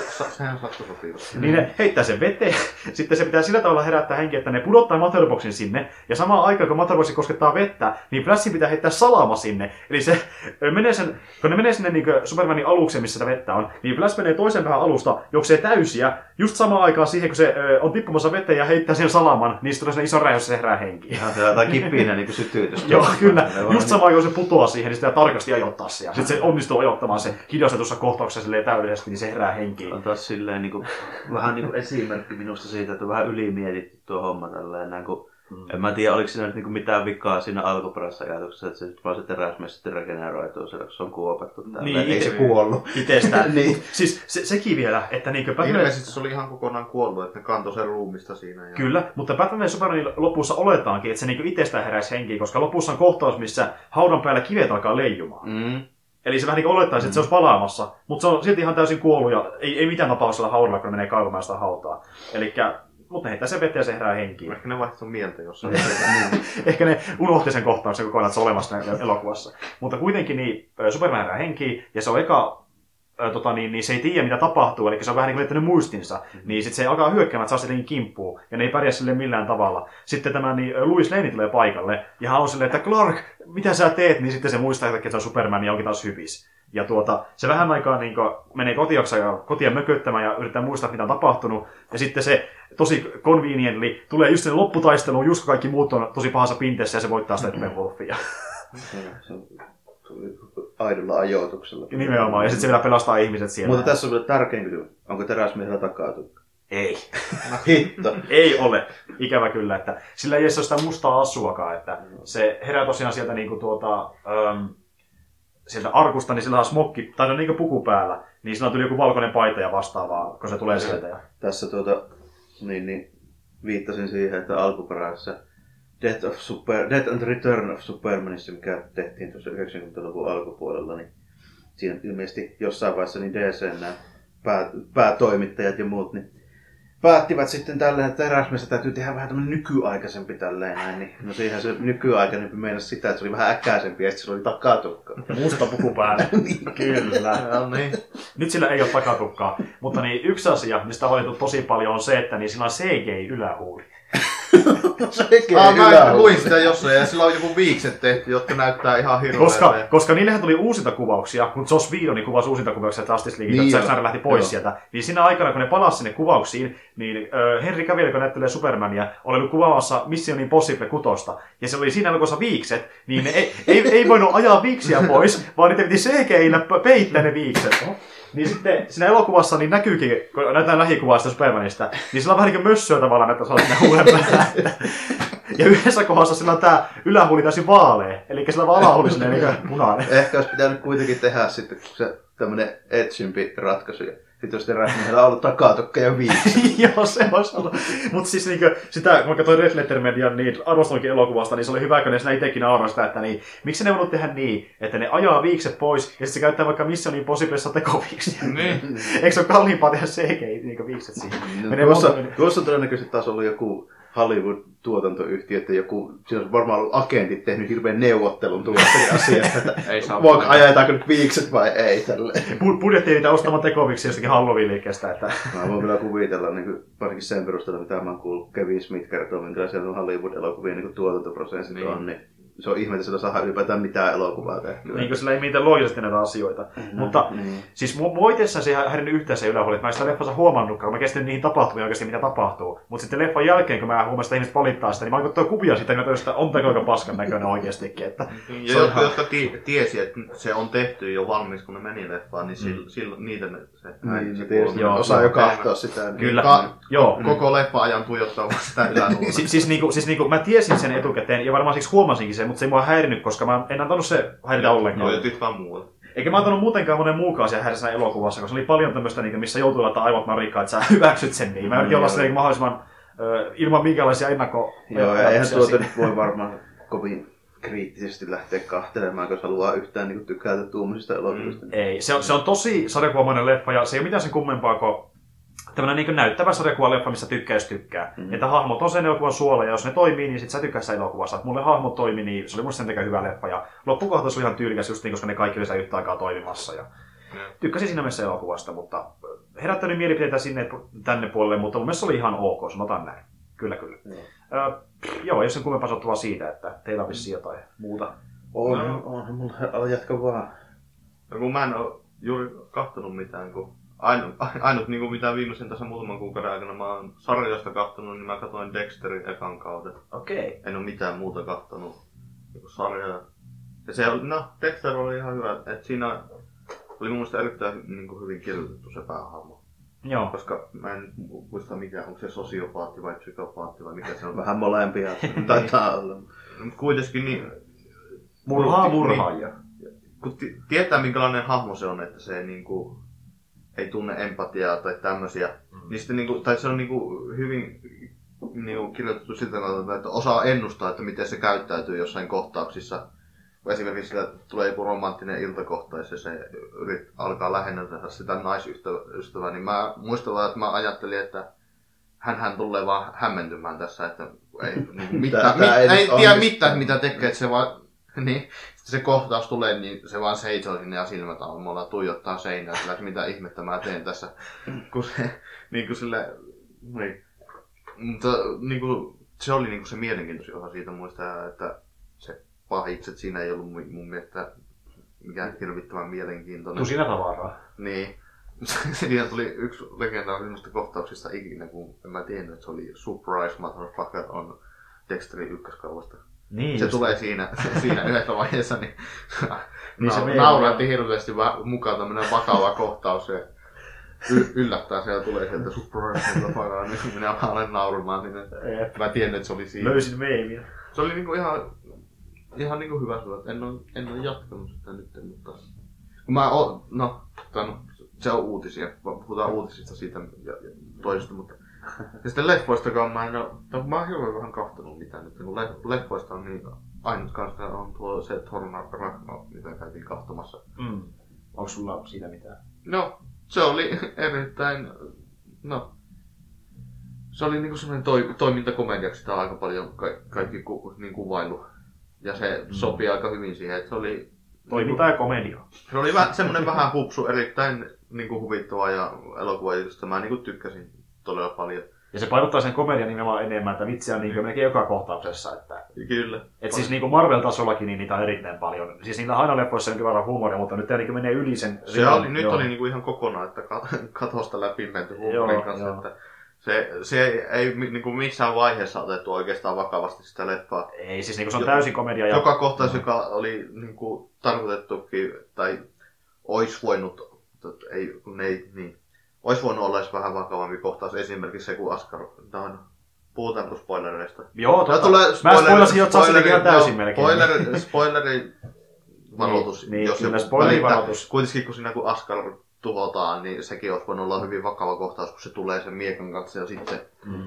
sattuu sopivasti. Niin ne heittää sen veteen, sitten se pitää sillä tavalla herättää henki, että ne pudottaa Motherboxin sinne, ja samaan aikaan kun Motherboxi koskettaa vettä, niin Flashin pitää heittää salama sinne. Eli se kun ne menee sinne Supermanin alukseen, missä sitä vettä on, niin Flash menee toisen päähän alusta, juoksee täysiä, just samaan aikaan siihen, kun se on tippumassa veteen ja heittää sen salaman, niin sitten tulee iso räjähdys, se herää henkiin. Ihan se jotain kippiinä sytyytys. Joo, kyllä. Just samaan aikaan, kun se putoaa siihen, niin sitä tarkasti ajoittaa siellä. Sitten se onnistuu ajoittamaan se hidastetussa kohtauksessa täydellisesti, niin se herää henkiin. On taas silleen vähän esimerkki minusta siitä, että on vähän ylimietitty tuo homma tälleen näin, kun en mä tiedä, oliko siinä nyt mitään vikaa siinä alkuperäisessä ajatuksessa, että se vaan se teräsmies sitten regeneroituu, se on kuopattu täällä. Niin, ei se kuollut. Itsestään. Niin. Siis sekin vielä, että ilmeisesti se oli ihan kokonaan kuollut, että ne kantoi sen ruumista siinä. Ja kyllä, mutta Batman v Supermanin lopussa oletaankin, että se itsestään heräisi henkiin, koska lopussa on kohtaus, missä haudan päällä kivet alkaa leijumaan. Eli se vähän olettaisi, että se olisi palaamassa, mutta se on silti ihan täysin kuollut ja ei mitään tapauksella haudalla, kun menee kaivamaan sitä hautaa. Elikkä mutta ne heittää sen veteen ja se herää henkiin. Ehkä ne vaihtuu mieltä jossain. Ehkä ne unohti sen kohtauksen kokonaan, että se on olemassa elokuvassa. Mutta kuitenkin niin Superman herää henkiin ja se on niin se ei tiedä mitä tapahtuu, eli se on vähän niin kuin menettänyt muistinsa, niin sitten se alkaa hyökkäämään, että saa sitten kimppuun, ja ne ei pärjää sille millään tavalla. Sitten tämä Lois Lane tulee paikalle, ja hän on silleen, että Clark, mitä sä teet, niin sitten se muistaa, että se on Superman, ja onkin taas hypis. Ja se vähän aikaa niin menee kotia mököttämään ja yrittää muistaa, mitä on tapahtunut, ja sitten se tosi conveniently tulee just sen lopputaisteluun, just kaikki muut on tosi pahassa pinteessä, ja se voittaa sitä Steppenwolfia. Aidolla ajoituksella. Nimenomaan, ja sitten se vielä pelastaa ihmiset siellä. Mutta tässä on vielä tärkein kysymys. Onko teräsmiehellä takatukka? Ei. Hitto. Ei ole. Ikävä kyllä, että sillä ei ole sitä mustaa asuakaan, että se herää tosiaan sieltä sieltä arkusta, niin sillä on smokki, tai niin puku päällä, niin sillä tuli joku valkoinen paita ja vastaavaa, kun se tulee sieltä. Ja... Tässä viittasin siihen, että alkuperäisessä Death and Return of Supermanissa, mikä tehtiin tuossa 90-luvun alkupuolella, niin siinä ilmeisesti jossain vaiheessa niin DC:n nämä päätoimittajat ja muut niin päättivät sitten tälleen, että teräsmiestä täytyy tehdä vähän tämmöinen nykyaikaisempi tälleen näin. Niin, no siihen se nykyaikainen meinasi sitä, että se oli vähän äkäisempi ja sitten sillä oli takatukka. Ja musta puku päällä. Kyllä. Niin. Nyt sillä ei ole takatukkaa. Mutta niin, yksi asia, mistä on hoidettu tosi paljon, on se, että niin sillä on CGI-ylähuuli. Mä luin sitä jossain ja sillä on joku viikset tehty, jotka näyttää ihan hirveältä. Koska niillähän tuli uusinta kuvauksia, kun Joss Whedon kuvasi uusinta kuvauksia, että Justice League, että Zack Snyder lähti pois sieltä. Niin siinä aikana, kun ne palasi sinne kuvauksiin, niin Henry Cavill, joka näyttelee Supermania, oli ollut kuvaamassa Mission Impossible 6. Ja se oli siinä elokuvassa viikset, niin ne ei voinut ajaa viiksiä pois, vaan niitä piti CGI-llä peittää ne viikset. Niin sitten siinä elokuvassa niin näkyykin, kun näytetään lähikuvaa sitä Supermanista, niin sillä on vähän niin kuin mössöä tavallaan, että se on sinne huulen päällä. Ja yhdessä kohdassa sillä on tää ylähuuli täysin vaalea, eli sillä on vaan alahuuli sinne niin punainen. Ehkä olisi pitänyt kuitenkin tehdä sitten se tämmönen etsimpi ratkaisu. Sitten jos teräsmiehellä on ollut takatukka ja viiksi. Joo, se olisi ollut. Mutta siis niinku, sitä, kun mä katsoin Red Letter Median niin arvostelunkin elokuvasta, niin se oli hyvä, kun ne siinä itsekin nauroin sitä, että niin, miksi ne voinut tehdä niin, että ne ajaa viikset pois ja sitten se käyttää vaikka Mission Impossiblessa tekoviiksiä. Niin. Eikö se ole kalliimpaa tehdä CGI niin viikset siihen? Tuossa on todennäköisesti taas ollut joku Hollywood-tuotantoyhtiö, että siinä on varmaan ollut agentit tehnyt hirveän neuvottelun tuollaisen asiasta, että ajetaanko nyt viikset vai ei. Budjetti ei niitä ostamaan tekoviksi jostakin Halloween-liikkeestä. Että... Mä voin kyllä kuvitella, niin varsinkin sen perusteella, mitä mä oon kuullut, Kevin Smith kertoo, minkälaisia Hollywood-elokuvien niin tuotantoprosessit on, niin se on ihme, että sillä saadaan ylipäätään mitään elokuvaa tehtyä. Niin kuin sillä ei mitään loogisesti näitä asioita. Mutta siis mua itsessään se häirinnyt yhtään se ylähuoli, että mä en sitä leffassa huomannutkaan, mä kestin niihin tapahtumia oikeasti mitä tapahtuu. Mutta sitten leffan jälkeen, kun mä huomasin, että ihmiset valittaa sitä, niin mä alkoin tuo kuvia siitä, niin mä toisin, että on teko aika paskan näköinen oikeastikin. Että ja jotka tiesi, että se on tehty jo valmis, kun ne meni leffaan, niin silloin niitä se häiritsee. Osaa jo kahtoa sitä. Kyllä. Koko leffa-ajan tuijottaa sitä ylähuolta. Siis mä tiesin sen etukäteen ja varmaan siksi huomasinkin sen, mutta se ei mua häirinyt, koska mä en antanut se häiritä ollenkaan. Joo, ja vaan muuta. Eikä mä antanut muutenkaan monen muukaan asia häiritä siinä elokuvassa, koska oli paljon tämmöistä, missä joutuu laittaa aivot narikkaan, että sä hyväksyt sen niin. Mä yritin olla se mahdollisimman ilman minkälaisia ennakkoajatuksia. Joo, ja eihän tuota nyt voi varmaan kovin kriittisesti lähteä kahtelemaan, jos haluaa yhtään niin tykätä tuommoisista elokuvista. Ei, se on tosi sarjakuvamainen leffa ja se ei ole mitään sen kummempaa kuin tämmöinen niin näyttävä sarjakuvaleffa, missä tykkää, jos tykkää. Että hahmot on sen elokuvan suola, ja jos ne toimii, niin sit sä tykkää sitä elokuvasta. Että mulle hahmot toimi, niin se oli musta sen takia hyvä leffa. Ja loppukohtaus oli ihan tyylikäs just niin, koska ne kaikki oli sitä yhtä aikaa toimimassa. Ja tykkäsin siinä mielessä elokuvasta, mutta herättänyt mielipiteitä sinne tänne puolelle, mutta mun mielestä se oli ihan ok, sanotaan näin. Kyllä. Joo, jos sen kummempaa sanottavaa siitä, että teillä on vissiin jotain muuta. On, mulla jatka vaan. No, kun mä en oo juuri kahtonut mitään, kun ainut niin kuin mitä viimeisen tässä muutaman kuukauden aikana mä oon sarjasta kahtonut, niin mä katsoin Dexterin ekan kauden. Okei. En oo mitään muuta kahtonut niin sarjaa. Ja se oli, Dexter oli ihan hyvä, että siinä oli mun mielestä erittäin niin kuin hyvin kirjoitettu se päähahmo. Joo. Koska mä en muista mikä, onko se sosiopaatti vai psykopaatti vai mikä se on. Vähän molempia taitaa olla. Mutta kuitenkin niin... Murhaaja. Kun tietää minkälainen hahmo se on, että se niinku ei tunne empatiaa tai tämmösiä, niin sitten niinku, tai se on niinku hyvin niinku kirjoitettu siltä tavalla, että osaa ennustaa, että miten se käyttäytyy jossain kohtauksissa. Esimerkiksi sillä tulee joku romanttinen iltakohtaus ja se alkaa lähennellä sitä naisystävää, niin mä muistan vaan, että mä ajattelin, että hänhän tulee vaan hämmentymään tässä, että ei tiedä mitään, mitä tekee, että se vaan, niin, se kohtaus tulee, niin se vaan seisoo sinne ja silmät aamulla tuijottaa seinään, sillä, että mitä ihmettä mä teen tässä, kun se, niin kuin sille, niin. Mutta niin kuin, se oli niin kuin se mielenkiintoisin osa siitä muista, että se pahikset siinä ei ollut mun mielestä mikään hirvittävän mielenkiintoinen. Tusina tavaraa. Niin. Siinä tuli yksi legendaarisimmista kohtauksista ikinä, kun en mä tiennyt, että se oli Surprise Motherfucker on Dexterin ykköskaudesta. Niin se tulee siinä yhdessä vaiheessa, niin, niin nauratti hirveästi mukaan tämmönen vakava kohtaus ja yllättää se ja tulee sieltä Surprise Motherfucker, niin minä olen naurumaan sinne. Mä tiennyt, että se oli siinä. Löysin meemiä. Se oli niinku ihan niinku hyvä sulla, että en ole jatkanut sitä nyt, mutta se on uutisia. Puhutaan uutisista siitä ja toisesta, mutta ja sitten leffoistakaan mä oon hirveän vähän kahtonut mitään nyt. Kun leffoista on niin ainut kanssa on tuo se Thor Ragnarok, mitä käytiin kahtomassa. Onko sulla siitä mitään? No, se oli erittäin, se oli niinku semmoinen toimintakomediaksi sitä aika paljon kaikki niin kuvailu. Ja se sopii aika hyvin siihen, että se oli toiminta ja komedia. Se oli semmoinen vähän hupsu, erittäin niinku huvittava ja elokuvaeditosta. Mä niinku tykkäsin todella paljon. Ja se painottaa sen komedian nimenomaan enemmän, että vitsiä on niinku melkein joka kohtauksessa. Että kyllä. Et siis niinku Marvel-tasollakin niin niitä on erittäin paljon. Siis niillä aina leffoissa on kyllä huumoria, mutta nyt niinku menee yli sen. Nyt oli niinku ihan kokonaan, että katosta läpi menty huumorin kanssa. Että se ei niinku missään vaiheessa otettu oikeastaan vakavasti sitä leffaa. Ei, siis niinku se on täysin komedia. Joka kohtaus, joka oli niinku tarkoitettukin, tai ois voinut, ois voinut olla edes vähän vakavampi kohtaus. Esimerkiksi se, kun Asgard, puhutaanko spoilereista? Joo, mä spoilasin jo Chasellekin ihan täysin melkein. Spoileri varoitus, niin, jos joku spoilerivaroitus. Kuitenkin kun siinä kun Asgard tuhotaan, niin sekin olisi voinut olla hyvin vakava kohtaus, kun se tulee sen miekan kanssa ja sitten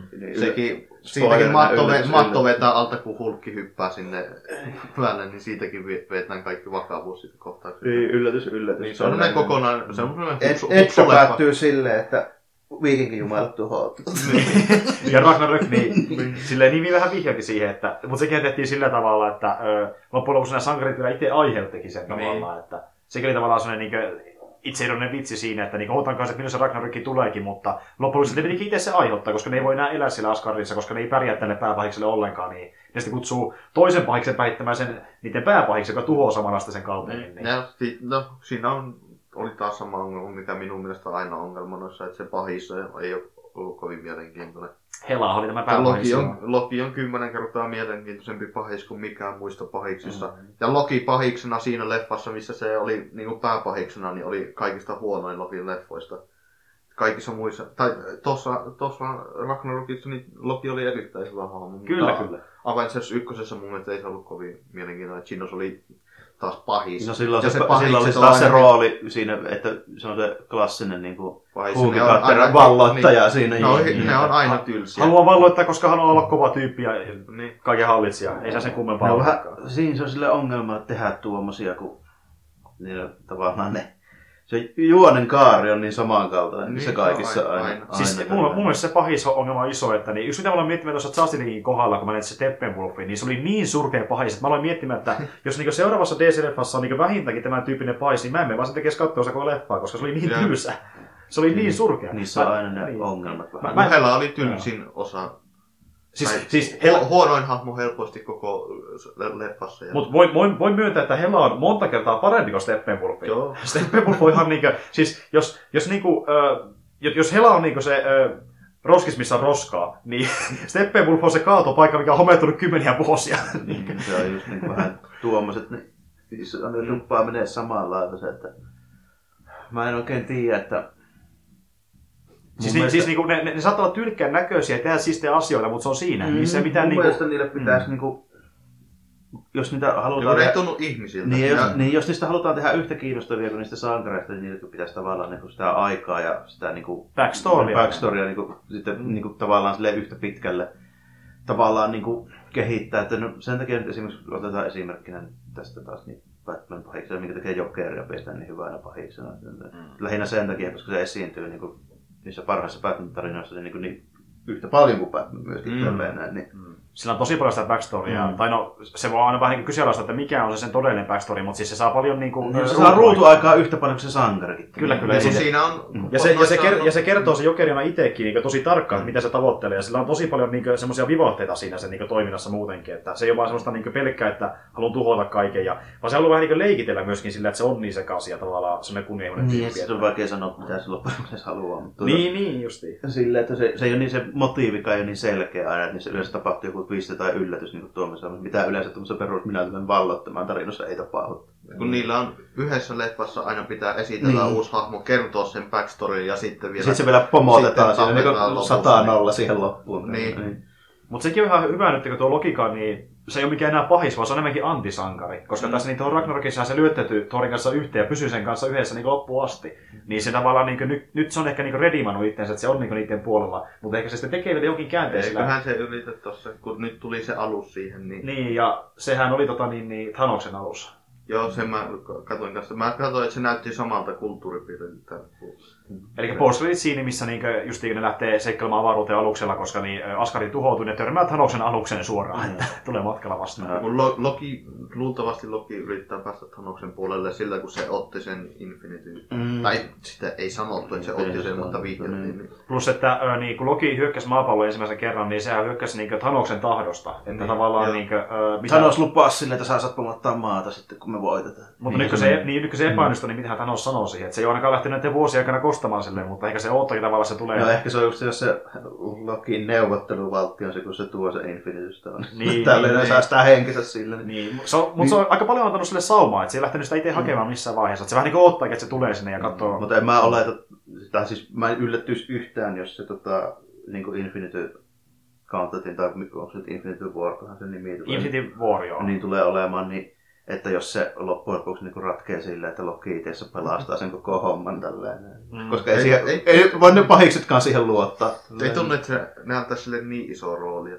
siitäkin matto vetää alta, kun Hulkki hyppää sinne päälle, niin siitäkin vetään kaikki vakavuus siitä kohtauksesta. Yllätys. Niin se on näin kokonaan, se on Etso päättyy silleen, että viikinkijumalat tuhoutuu. Ja Ragnarök, niin silleen nimi vähän vihjati siihen, mutta sekin tehtiin sillä tavalla, että loppujen lopuksi nämä sankarit vielä itse aiheuttikin sen tavallaan, että sekin oli tavallaan sellainen itseidollinen vitsi siinä, että odotan kanssa, että milloin se Ragnarökki tuleekin, mutta loppujen lopuksi ne pitikin itse se aiheuttaa, koska ne ei voi enää elää siellä Asgardissa, koska ne ei pärjää tänne pääpahikselle ollenkaan, niin ne sitten kutsuu toisen pahiksen päittämään niiden pääpahiksen, joka tuhoaa samanlaista sen kaupungin. No, siinä oli taas sama ongelma, mikä minun mielestä aina ongelma noissa, että se pahis ei ole ollut kovin mielenkiintoinen. Hela oli tämä pääpahis. Loki on 10 kertaa mielenkiintoisempi pahis kuin mikään muista pahiksista. Ja Loki pahiksena siinä leffassa, missä se oli niin pääpahiksena, niin oli kaikista huonoin Lokin leffoista. Kaikissa muissa, tai tuossa Ragnarokissa niin Loki oli erittäin hyvä hahmo. Kyllä. Avengers 1 mun mielestä ei se ollut kovin mielenkiintoinen. Chinos oli taas pahis. No silloin oli taas se rooli siinä, että se on se klassinen niinku huumikaatteran valloittaja siinä. Ne on aina tylsiä. Haluan valloittaa, koska haluaa olla kova tyyppi ja kaiken hallitsija. Ei saa sen kummempaa olla. Siinä se on sille ongelma, että tehdään tuommoisia, kun niillä tavallaan se juonen kaari on niin samankaltainen, niin se kaikissa aina. Siis mun mielestä se pahis ongelma on iso, että yksi mitä mä aloin miettimään tuossa Justiningin kohdalla, kun mä näin se Steppenwolfiin, niin se oli niin surkea pahis, että mä aloin miettimään, että jos seuraavassa DC-leffassa on vähintäänkin tämän tyyppinen pahis, niin mä en mene vaan sen tekee katsoa koko leffaa, koska se oli niin tylsä. Se oli niin surkea. Niissä on aina ne ongelmat. Hela oli tylsin osa. Siis huonoin hahmo helposti koko leffassa. Mutta voin myöntää, että Hela on monta kertaa parempi kuin Steppenwolf. Steppenwolf on ihan siis jos Hela on se roskis, missä on roskaa, niin Steppenwolf on se kaatopaikka, mikä on homettunut kymmeniä vuosia. Se on just vähän tuommoiset, ne tuppaa menee samanlaatuisen, että mä en oikein tiedä, että Siis ne saattaa olla tylkkään näköisiä ja tehdä siistejä asioita, mutta se on siinä. Mun mielestä niille pitäisi, jos niitä halutaan tehdä, ei tunnu ihmisiltä. Niin, jos niistä halutaan tehdä yhtä kiinnostavia kuin niistä sankareista, niin niille pitäisi tavallaan sitä aikaa ja sitä backstorya sitten tavallaan yhtä pitkälle tavallaan kehittää. Että sen takia nyt esimerkiksi otetaan esimerkkinä tästä taas niin Batman pahiksena, minkä tekee Jokeria pestään niin hyvänä pahiksena. Lähinnä sen takia, koska se esiintyy niissä parhaissa Batman-tarinoissa niin yhtä paljon kuin Batman myöskin näin. Niin. Sillä on tosi paljon sitä backstorya, tai no se voi aina vähän niin kyseenalaista, että mikä on se sen todellinen backstory, mutta siis se saa paljon niin kuin... Se saa ruutuaikaa yhtä paljon kuin se sankarikin. Kyllä. Ja siinä on... Ja se kertoo se Jokerina itsekin niin tosi tarkkaan, että mitä se tavoittelee, ja sillä on tosi paljon niin semmoisia vivahteita siinä sen niin toiminnassa muutenkin, että se ei ole vaan semmoista niin pelkkää, että haluan tuhota kaiken, vaan se haluaa vähän niin leikitellä myöskin sillä, että se on niin sekaisin ja tavallaan semmoinen kunnianhimoinen tyyppi. Niin, se on vaikea sanoa, mitä se loppujen haluaa. Mutta niin justiin. Silleen, että se ei ole niin se motiivikaan ei ole niin selkeä aina, että se yleensä tapahtuu joku twist tai yllätys niin tuomassa, mitä yleensä tuommoisessa perusminäytelmän vallottamaan tarinoissa ei tapahdu. Kun niillä on yhdessä leffassa aina pitää esitellä uusi hahmo, kertoa sen backstoryn ja sitten vielä... Sitten se vielä pomotetaan siinä niin 100 siihen loppuun. Niin. Mutta sekin on ihan hyvä nyt, kun tuo logiikka, niin se ei ole mikään enää pahis, vaan se on enemmänkin antisankari. Koska tässä niin tuohon Ragnarokissa se lyöttäytyy Thorin kanssa yhteen ja pysyy sen kanssa yhdessä niin loppuun asti. Niin se tavallaan, niin nyt se on ehkä niin redimannut itseensä, että se on niin niiden puolella. Mutta ehkä se sitten tekee vielä jonkin käänteen sillä. Eiköhän se ylitä tuossa, kun nyt tuli se alus siihen. Niin ja sehän oli Thanoksen alus. Joo, sen mä katsoin kanssa. Mä katsoin, että se näytti samalta kulttuuripiiriltä. Eli post-credit siinä, missä justiin ne lähtee seikkailemaan avaruuteen aluksella, koska Asgard tuhoutuu, ne törmää Thanoksen aluksen suoraan, että tulee matkalla vastaan. Luultavasti Loki yrittää päästä Thanoksen puolelle sillä, kun se otti sen Infinity. Tai sitä ei sanottu, että se otti sen, mutta viihdettiin. Plus, että kun Loki hyökkäsi maapallon ensimmäisen kerran, niin sehän hyökkäsi Thanoksen tahdosta. Että tavallaan Thanos lupasi sille, että saa pomottaa maata sitten, kun me voitetaan. Mutta nyt kun se epäonnistui, niin mitähän Thanos sanoo siihen? Että se ei ole ainakaan lähtenyt näiden vuosien aikana kostamaan silleen, mutta ehkä se oottakin tavallaan se tulee. No ehkä se on just se, jos se Lokin neuvotteluvaltti on se, kun se tuo se Infinitystä on. Niin, tälleen saa sitä henkensä sille. Niin. Mutta se on aika paljon antanut sille saumaa, että se ei lähtenyt sitä itse hakemaan missään vaiheessa. Että se vähän niin kuin oottaakin, että se tulee sinne ja katsoo. Mutta en mä oleta, tai siis mä en yllättyisi yhtään, jos se niin kuin Infinity Gauntletin, tai onko se Infinity War, kunhan se nimi tulee. Infinity War, joo. Niin tulee olemaan, niin että jos se loppujen lopuksi niin ratkee silleen, että Loki itse pelastaa sen koko homman tälleen. Koska ei voi ne pahiksetkaan siihen luottaa. Ei tunne, että se näyttää sille niin iso roolia.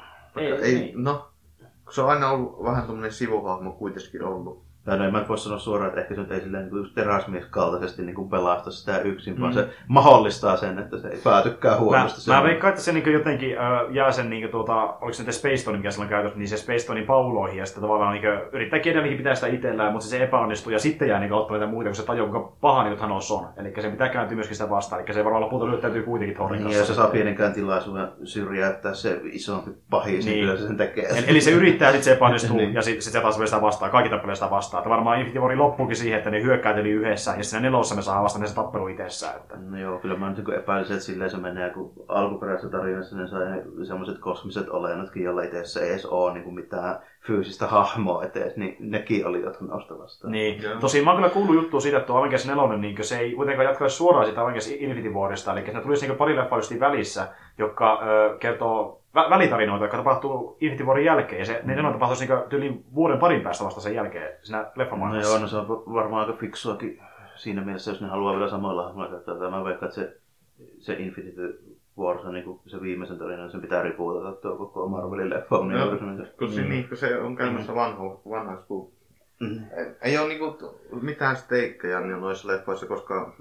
Ei. No, se on aina ollut vähän tommonen sivuhahmo kuitenkin ollut. No en mä voi sanoa suoraan, että ehkä se ei silleen niin teräsmieskaltaisesti niin pelasta sitä yksin, vaan se mahdollistaa sen, että se ei päätykään huonosti. Mä veikkaan, että se niin jotenkin jää sen, oliko se nyt Space Stone, mikä sillä on käytössä, niin se Space Stonein pauloihin ja sitten tavallaan yrittää edelleenkin pitää sitä itsellään, mutta se epäonnistuu ja sitten jää ottamaan niitä muita, kun se tajuaa, kuinka paha Thanos on. Eli se pitää kääntyä myöskin sitä vastaan, eli se varmaan lopulta lyöttäytyy kuitenkin Thorin kanssa. Ja se saa pienenkään tilaisuuden syrjäyttää se isompi pahis, niin kyllä se sen tekee. Eli se yrittää, sitten se epäonnistuu ja sitten se taas sitä vastaan, kaikki tappelee sitä vastaan. Että varmaan Infinity War loppuukin siihen, että ne hyökkäyteli yhdessä ja siinä nelossa me saadaan vasta ne se tappelu itsessään. Että... No joo, kyllä mä nyt epäilisin, että silleen se menee, kun alkuperäisessä tarinassa ne sai semmoiset kosmiset olennotkin, joilla itse ei edes ole niin mitään fyysistä hahmoa eteen, niin nekin oli jotkut nousta vastaan. Niin, tosin mä oon kyllä kuullut juttua siitä, että tuo Avengers 4, niin se ei kuitenkaan jatkaisi suoraan sitä Avengers Infinity Warista, eli siinä tulisi pari leffaa justiin välissä, jotka kertoo välitarinoita, jotka tapahtuu Infinity Warin jälkeen, ja se ne tapahtuisi tyyliin vuoden parin päästä vasta sen jälkeen siinä leffamaailmassa. No joo, no se on varmaan aika fiksuakin siinä mielessä, jos ne haluaa vielä samoilla hahmoilla käyttää. Mä veikkaan, että se Infinity War, se viimeisen tarinan, sen pitää ripuutata tuo koko Marvelin leffa. Kun se on käymässä vanhaksi, kun ei ole mitään steikkejä noissa leffoissa, koska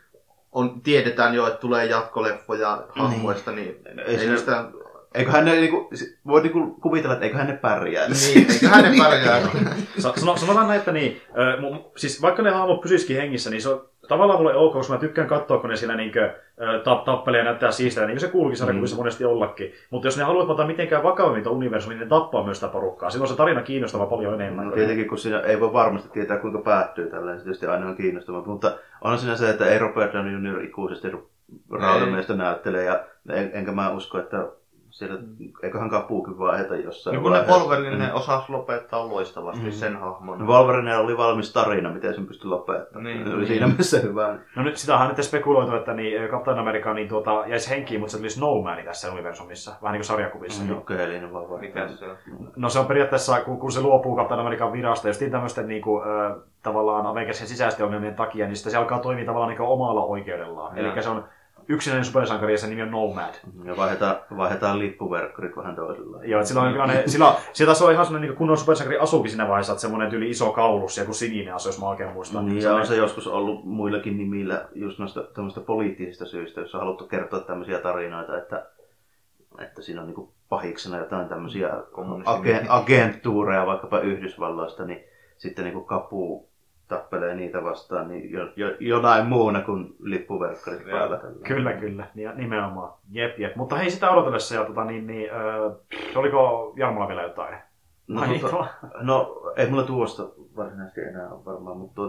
tiedetään jo, että tulee jatkoleffoja hahmoista, niin ei niistä... Eiköhän ne voi kuvitella, että eiköhän ne pärjää. Niin, eiköhän ne pärjää. Sanotaan näin, että siis vaikka ne hahmot pysyisikin hengissä, niin se on tavallaan mulle ok, koska mä tykkään katsoa, kun ne siinä tappelee ja näyttää siistää, niin kuin se kuuluukin sarjakuvissa monesti ollakin. Mutta jos ne haluat ottaa mitenkään vakavammin tuon universumin, niin ne tappaa myös sitä porukkaa. Silloin se tarina kiinnostava paljon enemmän. No tietenkin, kun siinä ei voi varmasti tietää, kuinka päättyy tällä, se tietysti aina on kiinnostava. Mutta on siinä se, että ei Robert Downey Jr. ikuisesti rautamiestä näyttelee, ja enkä mä usko, että siellä eiköhän kapuukin vaiheta jossain. No kun ne Wolverine osasi lopettaa loistavasti sen hahmon. No Wolverine oli valmis tarina, miten sen pystyi lopettamaan. Niin. Oli siinä mielessä hyvä. No nyt sitähän nyt spekuloitu, että Captain America jäisi henkiin, mutta se tuli Snowman tässä universumissa. Vähän niin kuin sarjakuvissa. Okei, eli ne vaan mikä se on? No se on periaatteessa, kun se luopuu Captain American virasta, just tämmöisten tavallaan Avengersin sisäisten ongelmien takia, niin sitten se alkaa toimia tavallaan omalla oikeudellaan. Eli se on yksinäinen supersankari ja sen nimi on Nomad. Ja vaihdetaan lippuverkkarit vähän toisella. Joo, sillä taas on ihan semmoinen kunnon supersankari asuukin siinä vaiheessa, että semmoinen tyyli iso kaulus ja joku sininen asu, jos mä oikein muistan. Niin, ja on se joskus ollut muillakin nimillä just noista poliittisista syistä, jos on haluttu kertoa tämmöisiä tarinoita, että että siinä on niin kuin pahiksena jotain tämmöisiä agenttuureja vaikkapa Yhdysvalloista, niin sitten niin kuin Kapu tappelee niitä vastaan niin jonain muuna kuin lippuverkkarit päällä. Kyllä. Ja nimenomaan. Jep. Mutta hei, sitä odotellessa, ja oliko Jarmolla vielä jotain? No, ei mulla tuosta varsinaisesti enää ole varmaan, mutta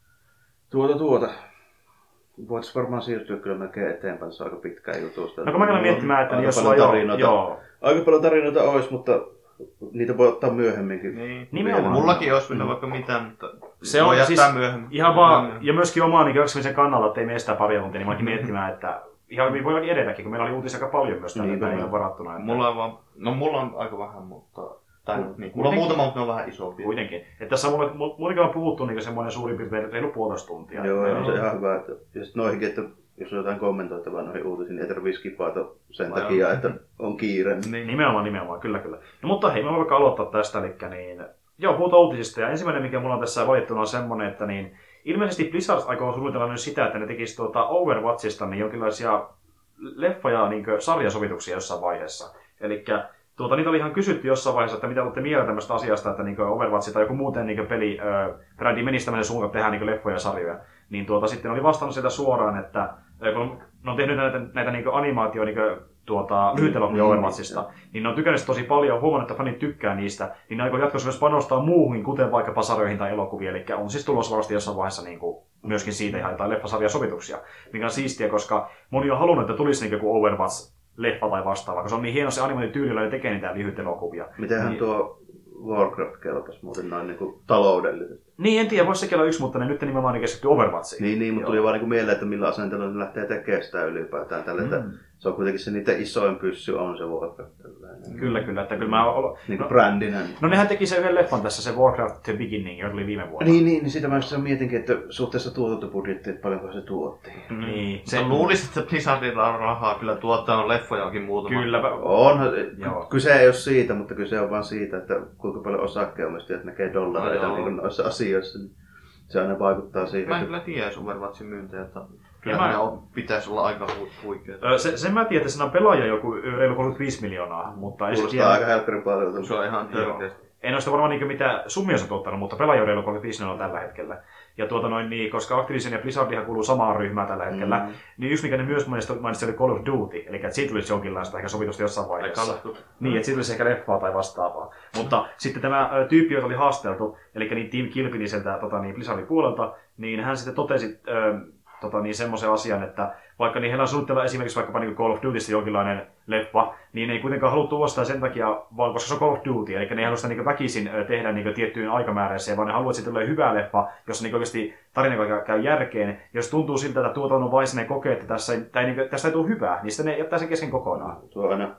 voitaisiin varmaan siirtyä kyllä melkein eteenpäin, se on aika pitkään jutusta. No kun mä käyn miettimään, että jos sulla joo. Aika paljon tarinoita olisi, mutta niitä voi ottaa myöhemminkin. Niin. Nimenomaan. Mullakin olisi vielä vaikka mitään, mutta se on siis myöhemmin. Ihan vaan, ja myöskin omaa niin jaksamisen kannalta, ettei mene sitä paria tuntia, niin mä miettimään, että ihan hyvin voi edetäkin, kun meillä oli uutisia aika paljon myös tällä päivänä varattuna. Että... Mulla on aika vähän, mutta... Mulla on muutama, mutta ne on vähän isompia. Kuitenkin. Että tässä on muutenkin puhuttu niin semmoinen suurin piirtein reilu puolitoista tuntia. Joo, se on ihan hyvä. Ja sitten noihinkin, että jos on jotain kommentoitavaa noihin uutisiin, niin ei tarvitse skipata sen takia, että on kiire. Niin, nimenomaan, kyllä. No, mutta hei, mä voin vaikka aloittaa tästä. Puhutaan uutisista. Ja ensimmäinen, mikä mulla on tässä valittuna, on semmoinen, että ilmeisesti Blizzard aikoo suunnitella nyt sitä, että ne tekisi Overwatchista niin jonkinlaisia leffa- ja sarjasovituksia jossain vaiheessa. Elikkä niitä oli ihan kysytty jossain vaiheessa, että mitä olette mieltä tämmöistä asiasta, että Overwatch tai joku muuten pelibrändi menisi tämmöinen suuntaan, että tehdään leffoja ja sarjoja. Niin sitten oli vastannut sieltä suoraan, että kun ne on tehnyt näitä animaatio lyhytelokuvia Overwatchista, niin ne on tykännyt tosi paljon, huomannut, että fanit tykkää niistä, niin ne aikoo jatkossa myös panostaa muuhun, kuten vaikkapa sarjoihin tai elokuviin. Eli on siis tulossa varmasti jossain vaiheessa myöskin siitä ihan jotain leffasarjasovituksia, mikä on siistiä, koska moni on halunnut, että tulisi joku Overwatch leffa tai vastaava, koska se on niin hieno se animointityyli, jolla ne tekee niitä lyhytelokuvia. Mitenhän tuo Warcraft kelpasi muuten noin taloudellisesti? Niin, en tiedä, voisi sekin olla yksi, mutta ne nyt nimenomaan keskittyy Overwatchiin. Niin, mutta tuli vaan mieleen, että millä asenteella ne lähtee tekemään sitä ylipäätään tällä, että se on kuitenkin se niiden isoin pyssy on se Warcraft. Kyllä, että kyllä mä brändinä. No nehän teki sen yhden leffan tässä, se Warcraft The Beginning, joka tuli viime vuonna. Niin sitä mä mietinkin, että suhteessa tuotantobudjettiin, että paljonko se tuotti. Niin. Se luulisi, että Blizzardilla on rahaa kyllä tuottaa leffojakin muutama. Kyllä. Onhan, kyse ei ole siitä, mutta kyse on vaan siitä, että kuinka paljon osakkeenomistajat näkee dollareita noissa asioissa. Se aina vaikuttaa siihen. Mä en kyllä tiedä, jos Overwatchin myyntejä, että kyllä ne pitäisi olla aika huikeaa. Sen mä tiedän, että siinä on pelaaja joku reilu 35 miljoonaa, mutta ei se tiedä. Aika helkkarin paljon. Se on ihan törkeästi. En ole sitä varmaan mitään summia se tuottanut, mutta pelaaja on reilu 35 miljoonaa tällä hetkellä. Ja koska Activision ja Blizzardihan kuuluu samaan ryhmään tällä hetkellä, niin yksi mikä ne myös mainitsi oli Call of Duty, eli että siitä tulisi jonkinlaista ehkä sovitusta jossain vaiheessa. Niin, että siitä tulisi ehkä leffaa tai vastaavaa. Mutta sitten tämä tyyppi, jota oli haasteltu, eli niin Tim Kilpini sieltä Blizzardin puolelta, niin hän sitten totesi semmoisen asian, että vaikka niin heillä on suunnitella esimerkiksi vaikkapa Call of Dutysta jonkinlainen leffa, niin ei kuitenkaan haluttu ostaa sen takia, vaan koska se on Call of Duty, eli ne ei halua sitä väkisin tehdä tiettyyn aikamääräiseen, vaan ne haluavat, että siitä tulee hyvä leffa, jossa oikeasti tarina käy järkeen. Jos tuntuu siltä, että tuotannon vaiheessa ne kokee, että tästä ei tule hyvää, niin sitten ne jättää sen kesken kokonaan. Tuo aina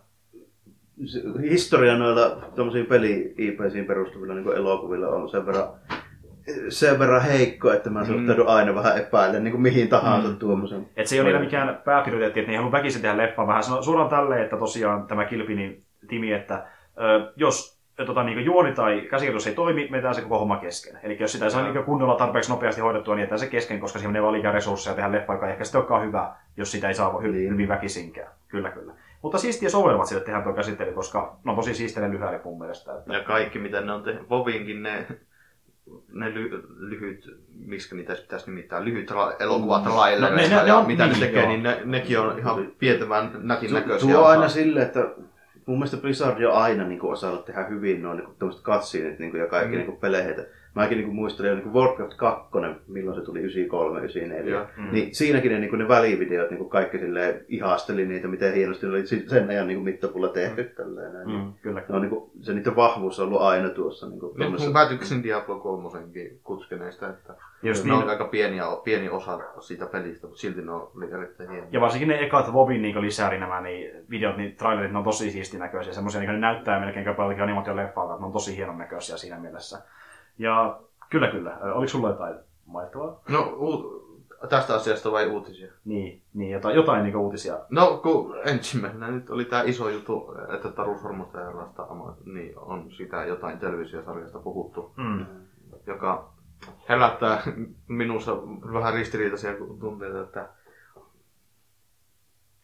historia noilla peli-IP:siin perustuvilla elokuvilla on sen verran heikko, että mä suhtaudun aina vähän epäillen mihin tahansa tuommoisen. Että se ei ole niillä mikään pääprioriteetti, että ne ei halua väkisin tehdä leffaa. Vähän suoraan tälleen, että tosiaan tämä Kilpinin timi, että jos juoni tai käsikirjoitus ei toimi, me se koko homma kesken. Eli jos sitä ei saa kunnolla tarpeeksi nopeasti hoidettua, niin jätetään se kesken, koska siihen menee vaan liikaa resursseja tehdä leffa, joka ei ehkä sitten olekaan hyvä, jos sitä ei saa hyvin väkisinkään. Kyllä. Mutta siistiä Overwatchille tehdään tuo käsittely, koska ne on tosi siistinen lyhäri mun mielestä. Että... Ja kaikki, mitä ne on tehnyt, Vovinkin ne lyhyt, miksi niitä pitäisi nimittää, lyhyt elokuvatrailereita ja mitä ne tekee, niin nekin on ihan pietevän näkin näköisiä. Tuo aina silleen, että mun mielestä Blizzard on aina osannut tehdä hyvin noin tämmöiset cutsceneit ja kaikki peleihin. Mäkin muistelen jo Warcraft 2, milloin se tuli 93, 94. Niin siinäkin ne välivideot kaikki ihasteli niitä, miten hienosti ne oli sen ajan mittapulla tehty. Kyllä. No, se niiden vahvuus on ollut aina tuossa. Mä tykkäsin Diablo 3:nkin kutskeneista, että ne on aika pieni osa siitä pelistä, mutta silti ne on erittäin hienoja. Ja varsinkin ne ekat WoWin lisäri nämä videot, trailerit, ne on tosi siisti näköisiä. Semmoisia ne näyttää melkein paljon animaatioleffalta, ne on tosi hienon näköisiä siinä mielessä. Ja kyllä. Oliko sulla jotain mainittavaa? No, tästä asiasta vai uutisia? Niin jotain uutisia. No, kun ensimmäisenä nyt oli tämä iso juttu, että Taru Sormusten niin on sitä jotain televisiosarjasta puhuttu, joka herättää minussa vähän ristiriitaisia tunteita, että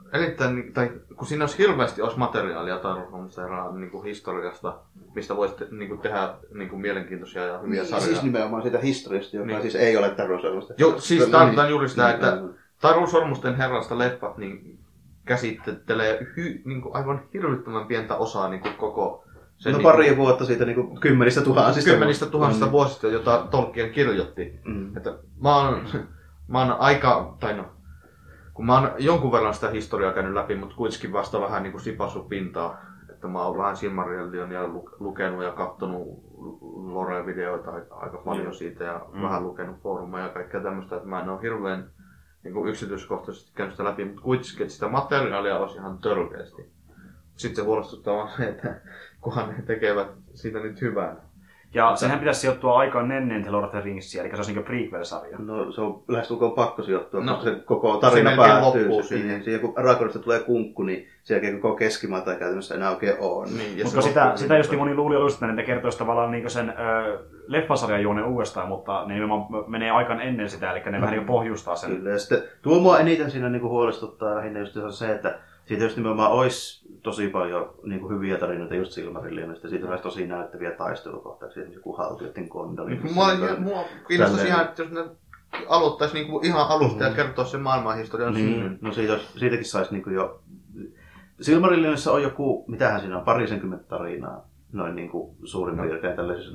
erittäin, tai kun siinä olisi hirveästi materiaalia Tarvonserraa niin historiasta, mistä voisi tehdä niin mielenkiintoisia ja hyviä sarjoja. Siis nimenomaan siitä historiasta, joka niin. Siis ei ole Tarvonsormusten. Joo, siis tarkoitan juuri sitä, että Tarvonsormusten herrasta leffat niin käsittelee niin aivan hirvittävän pientä osaa niin koko sen... No pari vuotta siitä niin kymmenistä tuhansista vuosista, jota Tolkien kirjoitti. Että mä oon aika, tai no, kun mä oon jonkun verran sitä historiaa käynyt läpi, mutta kuitenkin vasta vähän niin kuin sipassu pintaa. Että mä oon vähän Silmarillionia lukenut ja katsonut lore-videoita aika paljon siitä ja vähän lukenut foorumeja ja kaikkea tämmöistä, että mä en ole hirveän niin yksityiskohtaisesti käynyt sitä läpi, mutta kuitenkin, että sitä materiaalia olisi ihan törkeästi. Sitten se huolestuttaa vaan se, että kunhan ne tekevät siitä nyt hyvää. Ja sehän pitäisi sijoittua aikaan ennen The Lord of the Ringsia, eli se olisi niin kuin prequel-sarja. No se on lähestulkoon pakko sijoittua, koska se koko tarina päättyy siihen. Kun Aragornista tulee kunkku, niin sen jälkeen koko Keskimaata ei käytännössä enää oikein ole. Niin, mutta sitä just moni luuli alusta, että ne kertoisi tavallaan niin sen leffasarjan juoneen uudestaan, mutta ne menee aikaan ennen sitä, eli ne vähän niin pohjustaa sen. Kyllä, ja sitten tuo mua eniten siinä niin huolestuttaa lähinnä just se, että siitä just nimenomaan olisi tosi paljon niin kuin hyviä tarinoita just Silmarillionista. Siitä olisi tosi näyttäviä taistelukohtauksia, esimerkiksi joku haltijoiden Gondolin. Mua kiinnostaisi ihan, että jos ne aloittaisi niin kuin ihan alusta ja kertoisi sen maailmanhistorian synnyn. No siitäkin saisi niin kuin jo... Silmarillionissa on joku, mitähän siinä on, parisenkymmentä tarinaa. Noin niin kuin suurin piirtein tällaisissa.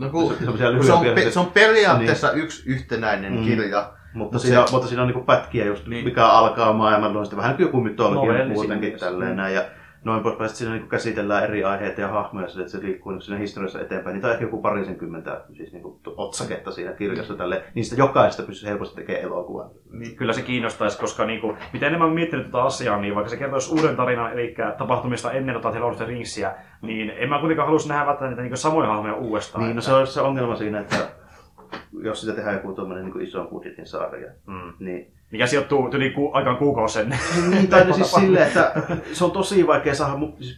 Se on periaatteessa yksi yhtenäinen kirja. Mutta siinä on niin kuin pätkiä just, mikä alkaa maailmanluonnosta. Vähän kuin joku mytologia muutenkin tälleen näin. Ja noin poispäin, että siinä niin käsitellään eri aiheita ja hahmoja, että se liikkuu niin siinä historiassa eteenpäin. Niitä on ehkä joku parisenkymmentä siis niin otsaketta siinä kirjassa tälleen. Niistä jokaista pystyy helposti tekemään elokuvan. Niin, kyllä se kiinnostaisi, koska niin kuin, mitä enemmän olen miettinyt tätä asiaa, niin vaikka se kertoisi uuden tarinan, eli tapahtumista ennen The Lord of the Ringsia, niin en mä kuitenkaan haluaisi nähdä välttämättä niitä samoja hahmoja uudestaan. Niin, no se on se ongelma siinä, että jos sitä tehdään joku tuommoinen niin ison budjetin sarja, niin... Mikä sijoittuu yli aikaan kuukausi ennen. Niin, tai siis silleen, että se on tosi vaikea saada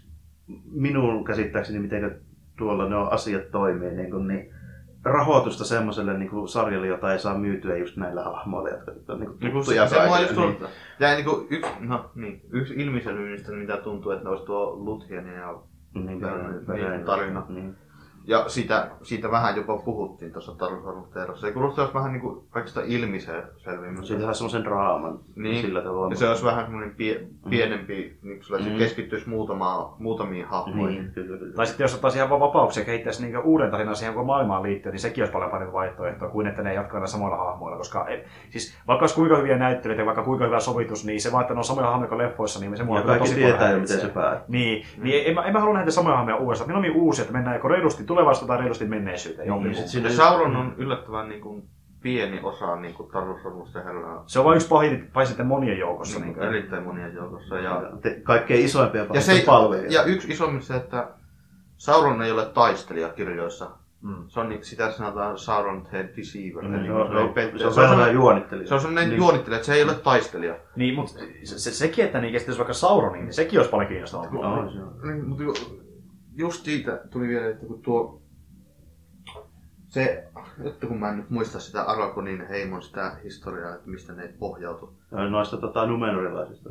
minun käsittääkseni, miten tuolla ne asiat toimii, niin rahoitusta semmoiselle niin sarjalle, jota ei saa myytyä just näillä hahmoilla, jotka on niin tuttuja kaikille. Ja yksi ilmiselvyydistä, mitä tuntuu, että ne olisi tuo Luthien ja tarina. Niin. Ja siitä vähän jopa puhuttiin tuossa Tarvonsormusten. Se kuulostaa vähän niin kuin kaikista ilmiselvimmistä. Siitä saa semmoisen draaman sillä tavalla. Ja se olisi vähän semmoinen pienempi, niin se keskittyisi muutamiin hahmoihin. Tai sitten jos ottaisi ihan vaan vapauksia ja kehittäisi niin uuden tarinan siihen koko maailmaan liittyen, niin sekin olisi paljon parempi vaihtoehto kuin että ne jatkaa samoilla hahmoilla. Koska siis, vaikka olisi kuinka hyviä näyttelyitä ja vaikka kuinka hyvä sovitus, niin se vaan, että ne on samoja hahmoja kuin leffoissa, niin se mua kyllä tosi tietää jo, miten se päättyy. Niin en mä halua näitä samoja hahmoja uudestaan. Minä on uusia, että mennään joko reilusti tulevaisuuteen tai reilusti menneisyyteen. Sauron on yllättävän niin kuin pieni osa niin kuin Tarvonsormusten herraa. Se on vain yksi pahin sitten monien joukossa. Niin, erittäin monien joukossa. Ja kaikkein isoimpia palveluja. Ja yksi isommista se, että Sauron ei ole taistelija kirjoissa. Se on sitä sanotaan Sauron the Deceiver. Se on sellainen juonittelija. Se on sellainen juonittelija, että se ei ole taistelija. Niin, mutta sekin, että niin kestäisi vaikka Sauroniin, niin sekin olisi paljon kiinnostavaa. Mutta just siitä tuli vielä, että kun tuo... Että kun mä en nyt muista sitä Aragonin heimon sitä historiaa, että mistä ne pohjautuu. Noista numenorilaisista.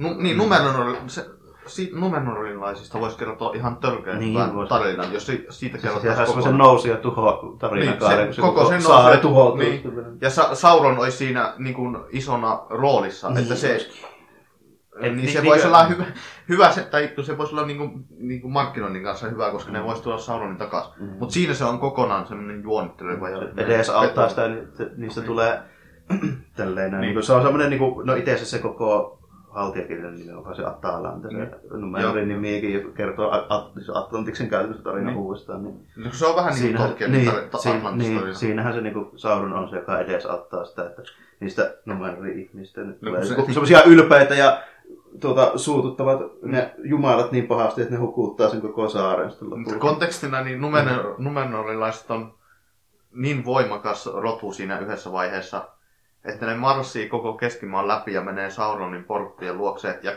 Numenorilaisista voisi kertoa ihan törkeän tarinan, jos siitä kerrotaan koko... Se nousi ja tuho tarinakaaren, niin, koko se saari tuhoutuu. Niin. Ja Sauron olisi siinä niin kuin isona roolissa, että se... Niin se voisi olla hyvä tai se voisi olla niin kuin markkinoinnin kanssa hyvä, koska ne voisi tulla Sauronin takaisin. Mutta siinä se on kokonaan semmoinen juonitteleva. Edes auttaa sitä, niistä tulee tälleen näin. Niin. Se on semmoinen, no itse se koko haltijakirjan nimi on se Atalanta. Numerorin nimiäkin kertoo Atlantiksen käytöstä tarina uudestaan. Niin. No, se on vähän niin kuin Tolkienin Atlantis-tarina. Siinähän se Sauron on se, joka edes auttaa sitä, että niistä numerori-ihmistä tulee semmoisia ylpeitä ja suututtavat ne jumalat niin pahasti, että ne hukuttaa sen koko saaren. Kontekstina niin numenorilaiset on niin voimakas rotu siinä yhdessä vaiheessa, että ne marssii koko keskimaan läpi ja menee Sauronin porttien luokse ja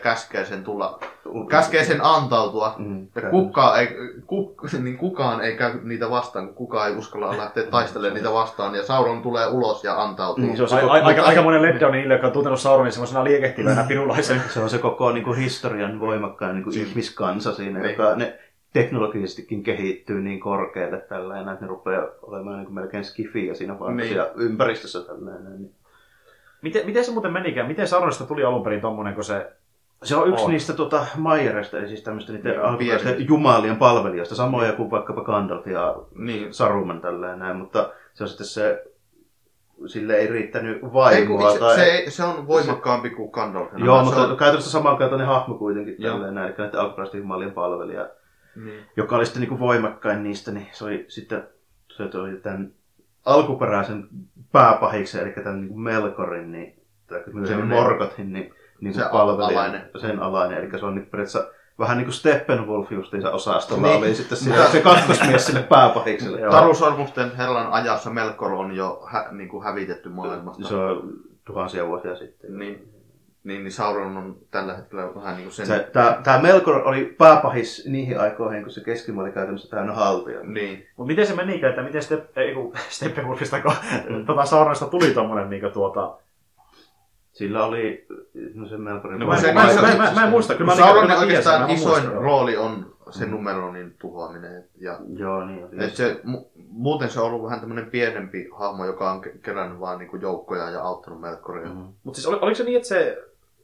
käskee sen antautua. Ja kukaan ei käy niitä vastaan, kun kukaan ei uskalla lähteä taistelemaan niitä vastaan. Ja Sauron tulee ulos ja antautuu. Aika monen letdown niille, jotka on tuntenut Sauronin semmoisena liekehtivänä pirulaisen. Se on se koko niin kuin historian voimakkain niin kuin ihmiskansa siinä, joka ne teknologisestikin kehittyy niin korkealle tällainen, että ne rupeaa olemaan niin kuin melkein skifiä siinä ympäristössä tällainen. Miten se muuten menikään? Miten Sauronista tuli alun perin tommonen, kun se... Se on yksi niistä Maijerista, eli siis tämmöistä niiden alkuperäisten jumalien palvelijoista, samoja kuin vaikkapa Gandalf ja Saruman tällainen, mutta se on sitten sille ei riittänyt vaimoa. Se on voimakkaampi kuin Gandalf. Joo, mutta käytännössä samankaltainen hahmo kuitenkin tällainen, eli näiden alkuperäisten jumalien palvelija, joka oli sitten niin kuin voimakkain niistä, niin se oli sitten tämän alkuperäisen pääpahiksen, eli tämän niin kuin Melkorin, niin Morgothin, niin se sen alainen, eli se on niin periaatteessa vähän niin kuin Steppenwolf justiinsa osastolla oli sitten se kakkosmies sille pääpahikselle. Tarusormusten herran ajassa Melkor on jo niin kuin hävitetty maailmasta. Se on tuhansia vuosia sitten. Niin Sauron on tällä hetkellä vähän niin kuin sen... Tämä Melkor oli pääpahis niihin aikoihin, kun se keskimaa oli käytännössä täynnä haltia. Niin. Mutta miten se menikään, että miten Steppenwolfista, kun Sauronista tuli tommonen niinku Sillä oli se Melkorin... No, mä en muista. Kyllä Sauronin oikeastaan isoin rooli on se Numeronin tuhoaminen. Joo, niin. Muuten se on ollut vähän tämmöinen pienempi hahmo, joka on kerännyt vaan niinku joukkoja ja auttanut Melkoria. Mutta siis oliko se niin, että se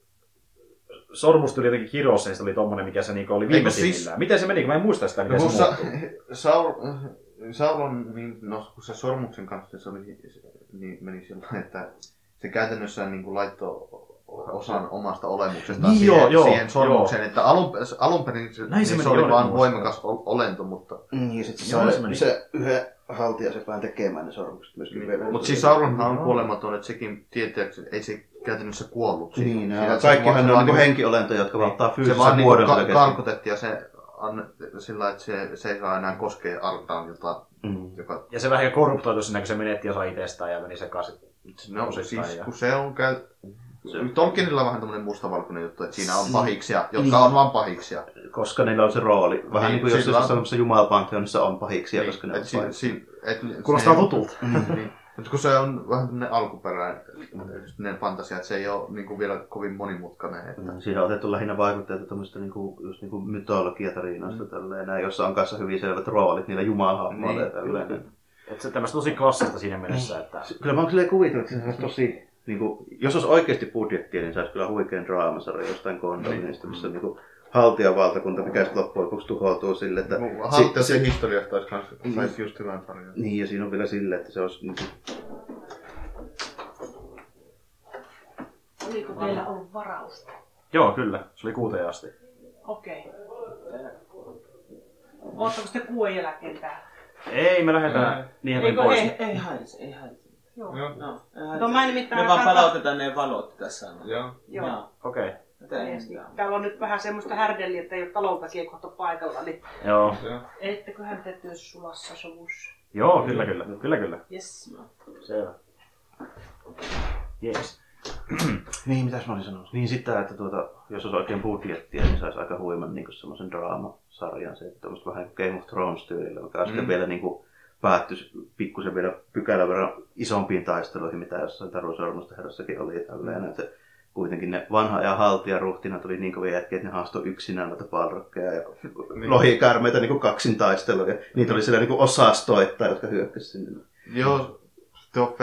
sormus tuli jotenkin Kirosen, se oli tommonen, mikä se niinku oli viimeisimmillään? Miten se meni, kun mä en muista sitä, miten se muuttui? Sauron, kun se sormuksen kanssa se oli, niin meni sillä, että se käytännössä niin kuin laittoi osan omasta olemuksestaan siihen sormukseen, että alun perin se oli vain voimakas olento, mutta... Niin, sitten se yhden haltijasepään tekemään ne sormukset myöskin vielä. Mutta siis Sauronhan on kuolematon, että sekin tietääkseni ei se käytännössä kuollut. Niin, kaikkihan ne on niin henkiolentoja, jotka valtaa fyysisen muodon. Se vaan karkotettiin ja se sillä että se ei saa enää koskea Artaan, joka... Ja se vähän korruptoitu siinä, kun se menetti osa itsestään ja meni sekaisin. No siis, kun se on Tolkienilla on vähän tämmöinen mustavalkoinen juttu, että siinä on pahiksia, jotka on vaan pahiksia. Koska niillä on se rooli. Vähän niin kuin jos jossain Jumalpantheonissa on pahiksia, koska ne on pahiksia. Kuulostaa tutulta. Mutta kun se on vähän tämmöinen alkuperäinen fantasia, että se ei ole niin kuin vielä kovin monimutkainen. Että... Siinä on otettu lähinnä vaikutteita tämmöistä just niinku mytologiatarinoista, jossa on kanssa hyvin selvät roolit niillä jumalhahmoilla. Että se tämmöistä tosi klassista siinä mielessä. Että... Kyllä mä oon silleen kuvitellut, että se olisi tosi... Niinku, jos olisi oikeasti budjettia, niin saisi kyllä huikean draamasarja jostain Gondolinista, missä on niinku haltijavaltakunta, mikä sitten loppujen lopuksi tuhoutuu sille, että... Haltijaisen historiasta saisi just hyvän tarinan. Niin, ja siinä on vielä silleen, että se olisi... Niinku... Oliko teillä ollut varausta? Joo, kyllä. Se oli 6 asti. Okei. Ootteko te 6 jälkeen täällä? Ei, me lähdetään niihin pois. Ei haise. Joo. No, me vaan palautetaan ne valot tässä. Joo. Okei. Täällä on nyt vähän semmoista härdelliä, että ei ole talonväkiä kohta paikalla. Niin... Joo. Etteköhän te työ sulassa sovussa? Joo, kyllä. Yes. Selvä. Jees. Niin, mitäs mä olin sanonut? Niin sitä, että jos olisi oikein budjettia, niin saisi aika huiman niin semmoisen draamasarjan. Se, että vähän Game of Thrones-tyylillä, joka sitten vielä niin kuin päättyisi pikkusen vielä pykälän verran isompiin taisteluihin, mitä jossain Tarusormusten herrassakin oli. Tälleen, että kuitenkin ne vanha ajan haltijaruhtinat oli niin kovia jätkiä, että ne haastoi yksinään noita palrokkeja ja lohikäärmeitä niin kaksin taisteluja. Niitä oli siellä niin osastoittaa, jotka hyökkäsivät sinne. Joo, tuo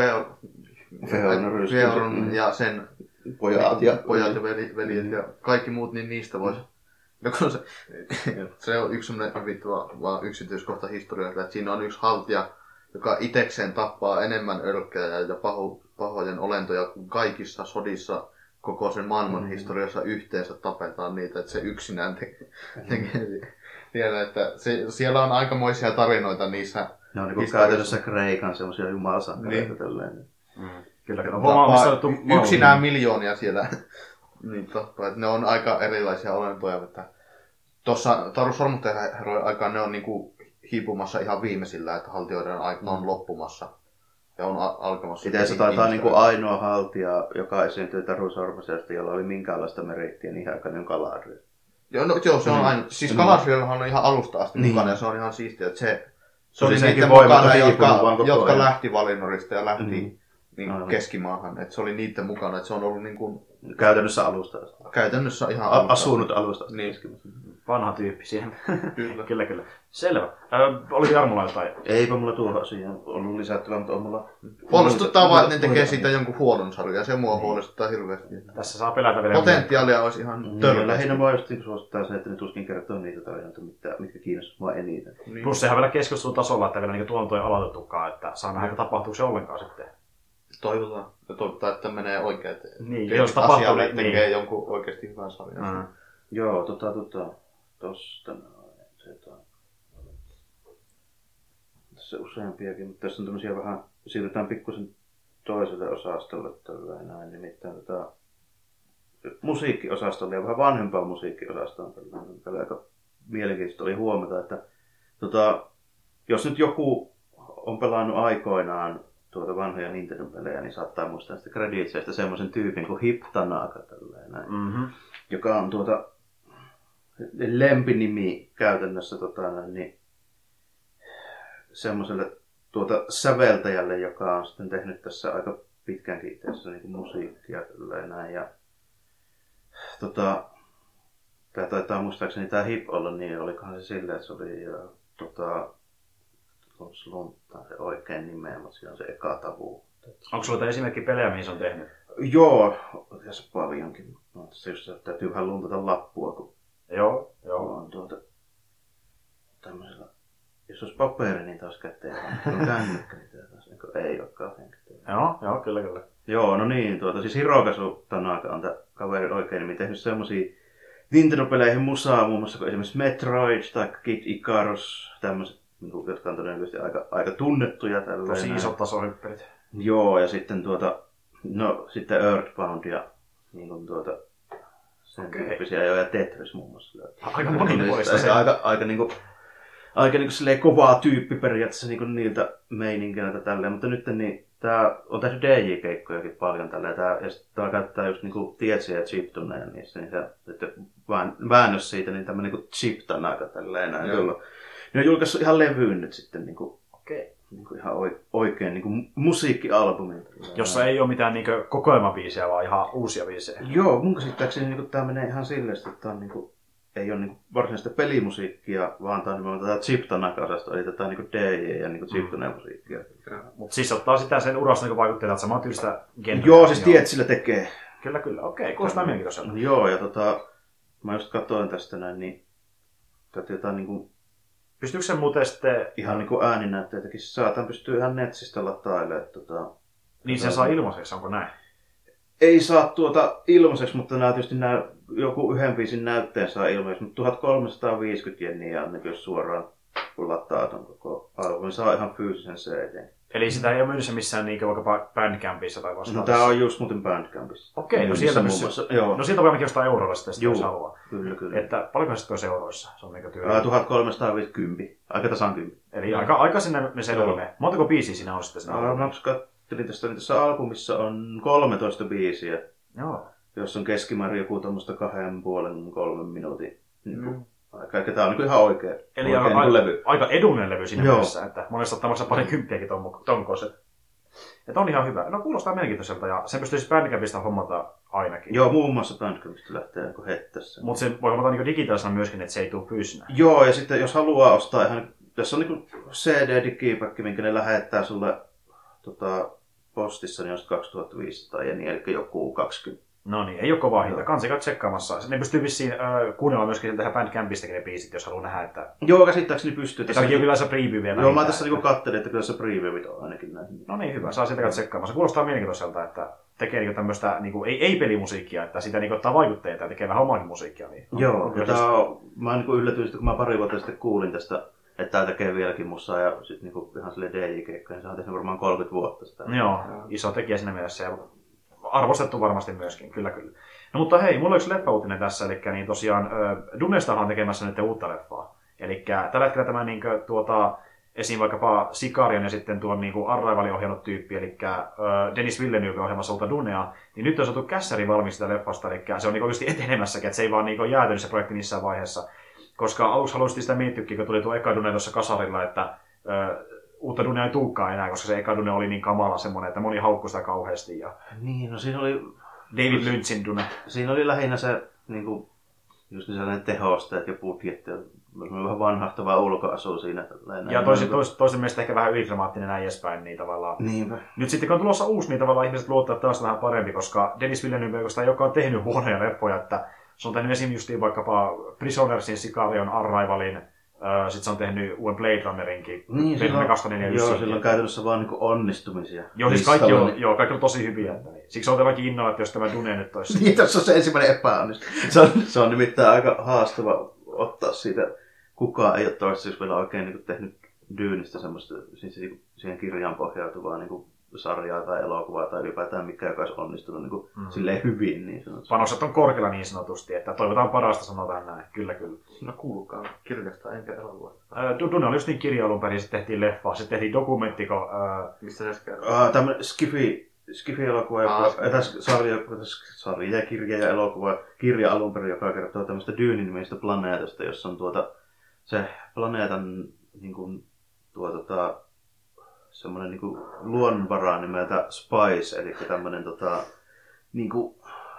Feorn ja sen pojat ja veljet ja kaikki muut, niin niistä voisi... No, se on yksi semmoinen vaan yksityiskohta historiasta, että siinä on yksi haltija, joka itekseen tappaa enemmän ölkkejä ja pahojen olentoja kuin kaikissa sodissa koko sen maailman historiassa yhteensä tapetaan niitä, että se yksinään tekee siellä, että siellä on aikamoisia tarinoita niissä. Ne on niin kuin käytännössä Kreikan semmoisia jumalsankareita tälleen. Kyllä. Yksinään miljoonia siellä. Niin totta, että ne on aika erilaisia olentoja, että tuossa Tarusormusten herrojen aikaan ne on niinku hiipumassa ihan viimeisillä, että haltioiden aika on loppumassa. Ja on alkamassa. Itse taitaa niinku ainoa haltija, joka esiintyy Taru Sormuselta, jolla oli minkäänlaista merittiä, niin ihan on Galadriel. Joo, se on aina. Siis Galadrielhan on ihan alusta asti mukana ja se on ihan siistiä, että se oli niiden mukana, jotka lähti Valinorista ja lähti Keskimaahan. Että se oli niiden mukana, että se on ollut niinku käytännössä alusta asti. Käytännössä ihan alusta. Asunut alusta asti. Niin. Vanha tyyppi siihen. Kyllä. Kyllä. Selvä. Oli Jarmolla jotain? Eipä mulla tuohon asiaan ollut lisättävää, mutta on mulla... Huolestuttaa vaan, että ne tekee siitä jonkun huonon sarjan. Se mua huolestuttaa hirveästi. Tässä saa pelätä vielä. Potentiaalia olisi ihan törkeästi. Lähinnä vaan just suosittaa se, että ne tuskin kertoo niitä tarinoita, mitkä kiinnostaa mua eniten. Niin. Plus sehän vielä keskustelutasolla, että vielä tuotanto ei aloitettukaan, että saa nähdä, tapahtuuko se ollenkaan sitten. Toivotaan, että menee oikein. Niin, jos tapahtuu, niin tekee jonkun oikeasti hyvän sarjan. Joo, tosta tässä useampiakin, mutta tässä on tämmöisiä vähän, siirrytään pikkusen toiselle osastolle tällä näin, nimittäin musiikkiosastolle ja vähän vanhempaa musiikkiosastoa tällä aika mielenkiintoista oli huomata, että jos nyt joku on pelannut aikoinaan vanhoja Nintendo-pelejä, niin saattaa muistaa sitä Creditseistä semmoisen tyypin kuin Hip Tanaka tällainen, joka on lempinimi käytännössä niin semmoiselle säveltäjälle, joka on sitten tehnyt tässä aika pitkäänkin itse asiassa niin musiikkia tällainen. Ja tää taitaa muistaakseni tää Hip olla, niin olikohan se silleen, että se oli slunttaa se oikein nimeä, mutta siinä on se eka tavu. Onko sulla esimerkki pelejä, mihin se on tehnyt? Joo, tässä paljonkin. No, se just täytyy vähän luntata lappua, kun Joo. on tämmöisellä, jos olisi paperi, niin taas käteen. On kännykkä, niin taas ei ole kauhean käteen. Joo, kyllä. Joo, no niin, siis Hirokazu Tanaka on tämä kaveri oikein nimi tehnyt semmosia Nintendo-peleihin musaa, muun muassa esimerkiksi Metroid tai Kid Icarus, tämmöiset, jotka on todennäköisesti aika tunnettuja tälleen. Tosi isot tasohyppelit. Joo, ja sitten sitten Earthbound ja niin kuin sen tyyppisiä ja Tetris muun muassa. Aika monipuolista se. Aika silleen kovaa tyyppi periaatteessa niin niiltä meininkeiltä tälleen, mutta nyt niin tää on tehnyt DJ-keikkojakin paljon tälleen, ja sitten tää käyttää just niinku Tietsiä ja chiptuneja niissä, niin se sitten väännös siitä, niin tämmönen niinku chip-tanaka tälleen näin. Ne on julkaissut ihan levyyn nyt sitten niinku ihan oikein niinku musiikkialbumin. Jossa ei ole mitään niinku kokoelmabiisejä, vaan ihan uusia biisejä. Joo, mun käsittääkseni niinku tää menee ihan silleen, että tää on niinku ei ole niinku varsinaista pelimusiikkia, vaan tää on nimenomaan tätä chip-tanaka-osasta, eli tätä niinku DJ ja niinku chip-tune-musiikkia. Mutta siis ottaa sitä sen urasta niinku vaikutteita, että samaa tyylistä genreä. Joo, siis Tietsillä tekee. Kyllä. Okei, kuulostaa mielenkiintoiselta. Joo, ja mä just katsoin tästä näin, niin jotain niinku... Pystyykö se muuten sitten... Ihan niinku ääninäytteitäkin saatan pystyy ihan netsistä latailemaan. Niin se saa ilmaiseksi, onko näin? Ei saa ilmaiseksi, mutta tietysti joku yhden biisin näytteen saa ilmaiseksi, mutta 1350 jenniä on jos suoraan kun lataa ton koko albumin, saa ihan fyysisen CD. Eli sitä ei ole myynnissä missään niin vaikka Bandcampissa tai vastaavassa? No tää on just muuten Bandcampissa. Okei, no sieltä no sieltä voi ainakin jostain eurolla sitten, jos haluaa. Kyllä. Että paljonko se olisi euroissa? Se on niin työ. 1350, aika tasan 10. Eli aika sinne me selville. Montako biisiä siinä on sitten? Mä katselin tässä albumissa on 13 biisiä. Joo. Jos on keskimäärin joku tommoista 2,5-3 minuutin. Aika tää on niin ihan oikea. Eli aika edullinen levy siinä mielessä, että monesta ottaa maksaa pari kymppiäkin tonkoiset. Että on ihan hyvä. No kuulostaa mielenkiintoiselta ja sen pystyy siis Bandcampista hommata ainakin. Joo, muun muassa Bandcampista lähtee hettässä. Mutta se voi hommata niin digitaalisena myöskin, että se ei tule fyysinä. Joo, ja sitten jos haluaa ostaa ihan... Tässä on niin CD-digipäkki, minkä ne lähettää sulle postissa, niin on 2500 ja niin, eli joku 20. No niin, ei ole kovaa hinta. Kansi käy tsekkaamassa. Ne pystyy vissiin kuunnella myöskin tähän Bandcampistakin ne biisit, jos haluaa nähdä, että... Joo, käsittääkseni pystyy. Tässä on kyllä se preview vielä. Joo, mä tässä katselin, että kyllä se previewit on ainakin näin. No niin, hyvä. Saa sitä käydä tsekkaamassa. Kuulostaa mielenkiintoiselta, että tekee tämmöistä ei-pelimusiikkia, että sitä ottaa vaikutteita ja tekee vähän omaakin musiikkia. Niin joo, mä yllätyin, kun mä pari vuotta sitten kuulin tästä, että tää tekee vieläkin musaa ja sitten ihan silleen DJ-keikkoja, niin se on tehnyt varmaan 30 vuotta sitä. Joo, iso tekijä siinä mielessä ja arvostettu varmasti myöskin, kyllä. No mutta hei, mulla on yksi leffa-uutinen tässä, eli niin tosiaan Dunestahan on tekemässä nyt uutta leffaa. Eli tällä hetkellä tämä esim. Vaikkapa Sicarion ja sitten tuon niin Arrivalin ohjannut tyyppi, eli Denis Villeneuve ohjelmassa Uutta Dunea, niin nyt on saatu kässäri valmis sitä leffasta, eli se on niin oikeasti etenemässäkin, että se ei vaan niin jäätynyt se projekti missään vaiheessa. Koska aluksi haluaisin sitä miettiäkin, kun tuli tuo eka Dune tuossa kasarilla, että Uutta Dunea ei tulekaan enää, koska se eka Dune oli niin kamala semmoinen, että moni haukkui sitä kauheasti. Ja Niin, no siinä oli... David Lynchin Dune. Siinä oli lähinnä se niinku, just sellainen tehosteet ja budjetti. Vähän vanhahtava ulkoasu siinä. Ja toisen mielestä ehkä vähän ylidramaattinen näin edespäin. Niin tavallaan. Niinpä. Nyt sitten kun on tulossa uusi, niin tavallaan ihmiset luottaa, että taas vähän parempi, koska Denis Villeneuve, joka on tehnyt huonoja leffoja, että se on tehnyt esim. Justiin vaikkapa Prisonersin, Sicarion, Arrivalin, sitten se on tehnyt uuden Blade Runnerinkin. Niin, sillä on käytännössä vaan niinku onnistumisia. Joo, siis kaikki on tosi hyviä. Että niin. Siksi on todellakin innolla, että jos tämä Dune nyt olisi. Niin, tässä on se ensimmäinen epäonnistuminen. Se on nimittäin aika haastava ottaa siitä. Kukaan ei ole toistaiseksi vielä oikein niin tehnyt Dyynistä semmoista siihen kirjaan pohjautuvaa niin sarjaa tai elokuvaa tai ylipäätään mikä joka olisi onnistunut niin silleen hyvin. Niin panostat on korkealla niin sanotusti, että toivotaan parasta, sanotaan näin. Kyllä. No kuulukaan kirjasta enkä elokuvasta. Dune oli just niin kirja alun perin, sitten tehtiin leffa, sitten tehtiin dokumenttiko. Mistä se kertoo? Tämmöinen Skifi-elokuva, sarja, kirja ja elokuva. Kirja alun perin, joka kertoo tämmöistä Dune-nimistä planeetasta, jossa on se planeetan niin kuin, semmoinen niin kuin luonnonvara nimeltä Spice, eli tämmöinen niin kuin,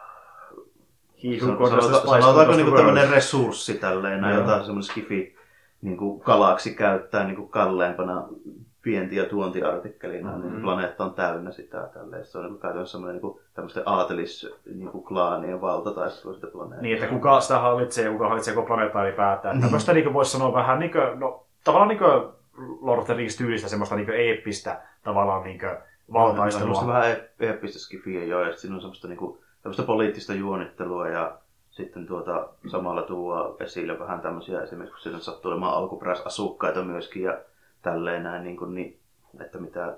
sanotaanko niin kuin tämmöinen resurssi tälleen, jota semmoinen skifi niin kuin galaksi käyttää niin kuin kalleimpana vienti- ja tuontiartikkelina, niin planeetta on täynnä sitä tälleen. Se on niin kuin käytännössä semmoinen niin kuin tämmöisten aatelisklaanien valtataistelu sitä planeettaa. Niin, että kuka sitä hallitsee ja kuka hallitsee koko planeettaa ylipäätään. Tämmöistä niin voisi sanoa vähän niin kuin, no tavallaan niin kuin Lord of the Rings-tyylistä semmoista niin eeppistä tavallaan niin valtaistelua. Semmoista vähän eeppistä skifiä jo, ja siinä on semmoista niin kuin, poliittista juonittelua ja sitten samalla tuo esille vähän tämmöisiä esimerkiksi, kun siinä sattuu olemaan alkuperäisasukkaita myöskin ja tälleen näin, niin, että mitä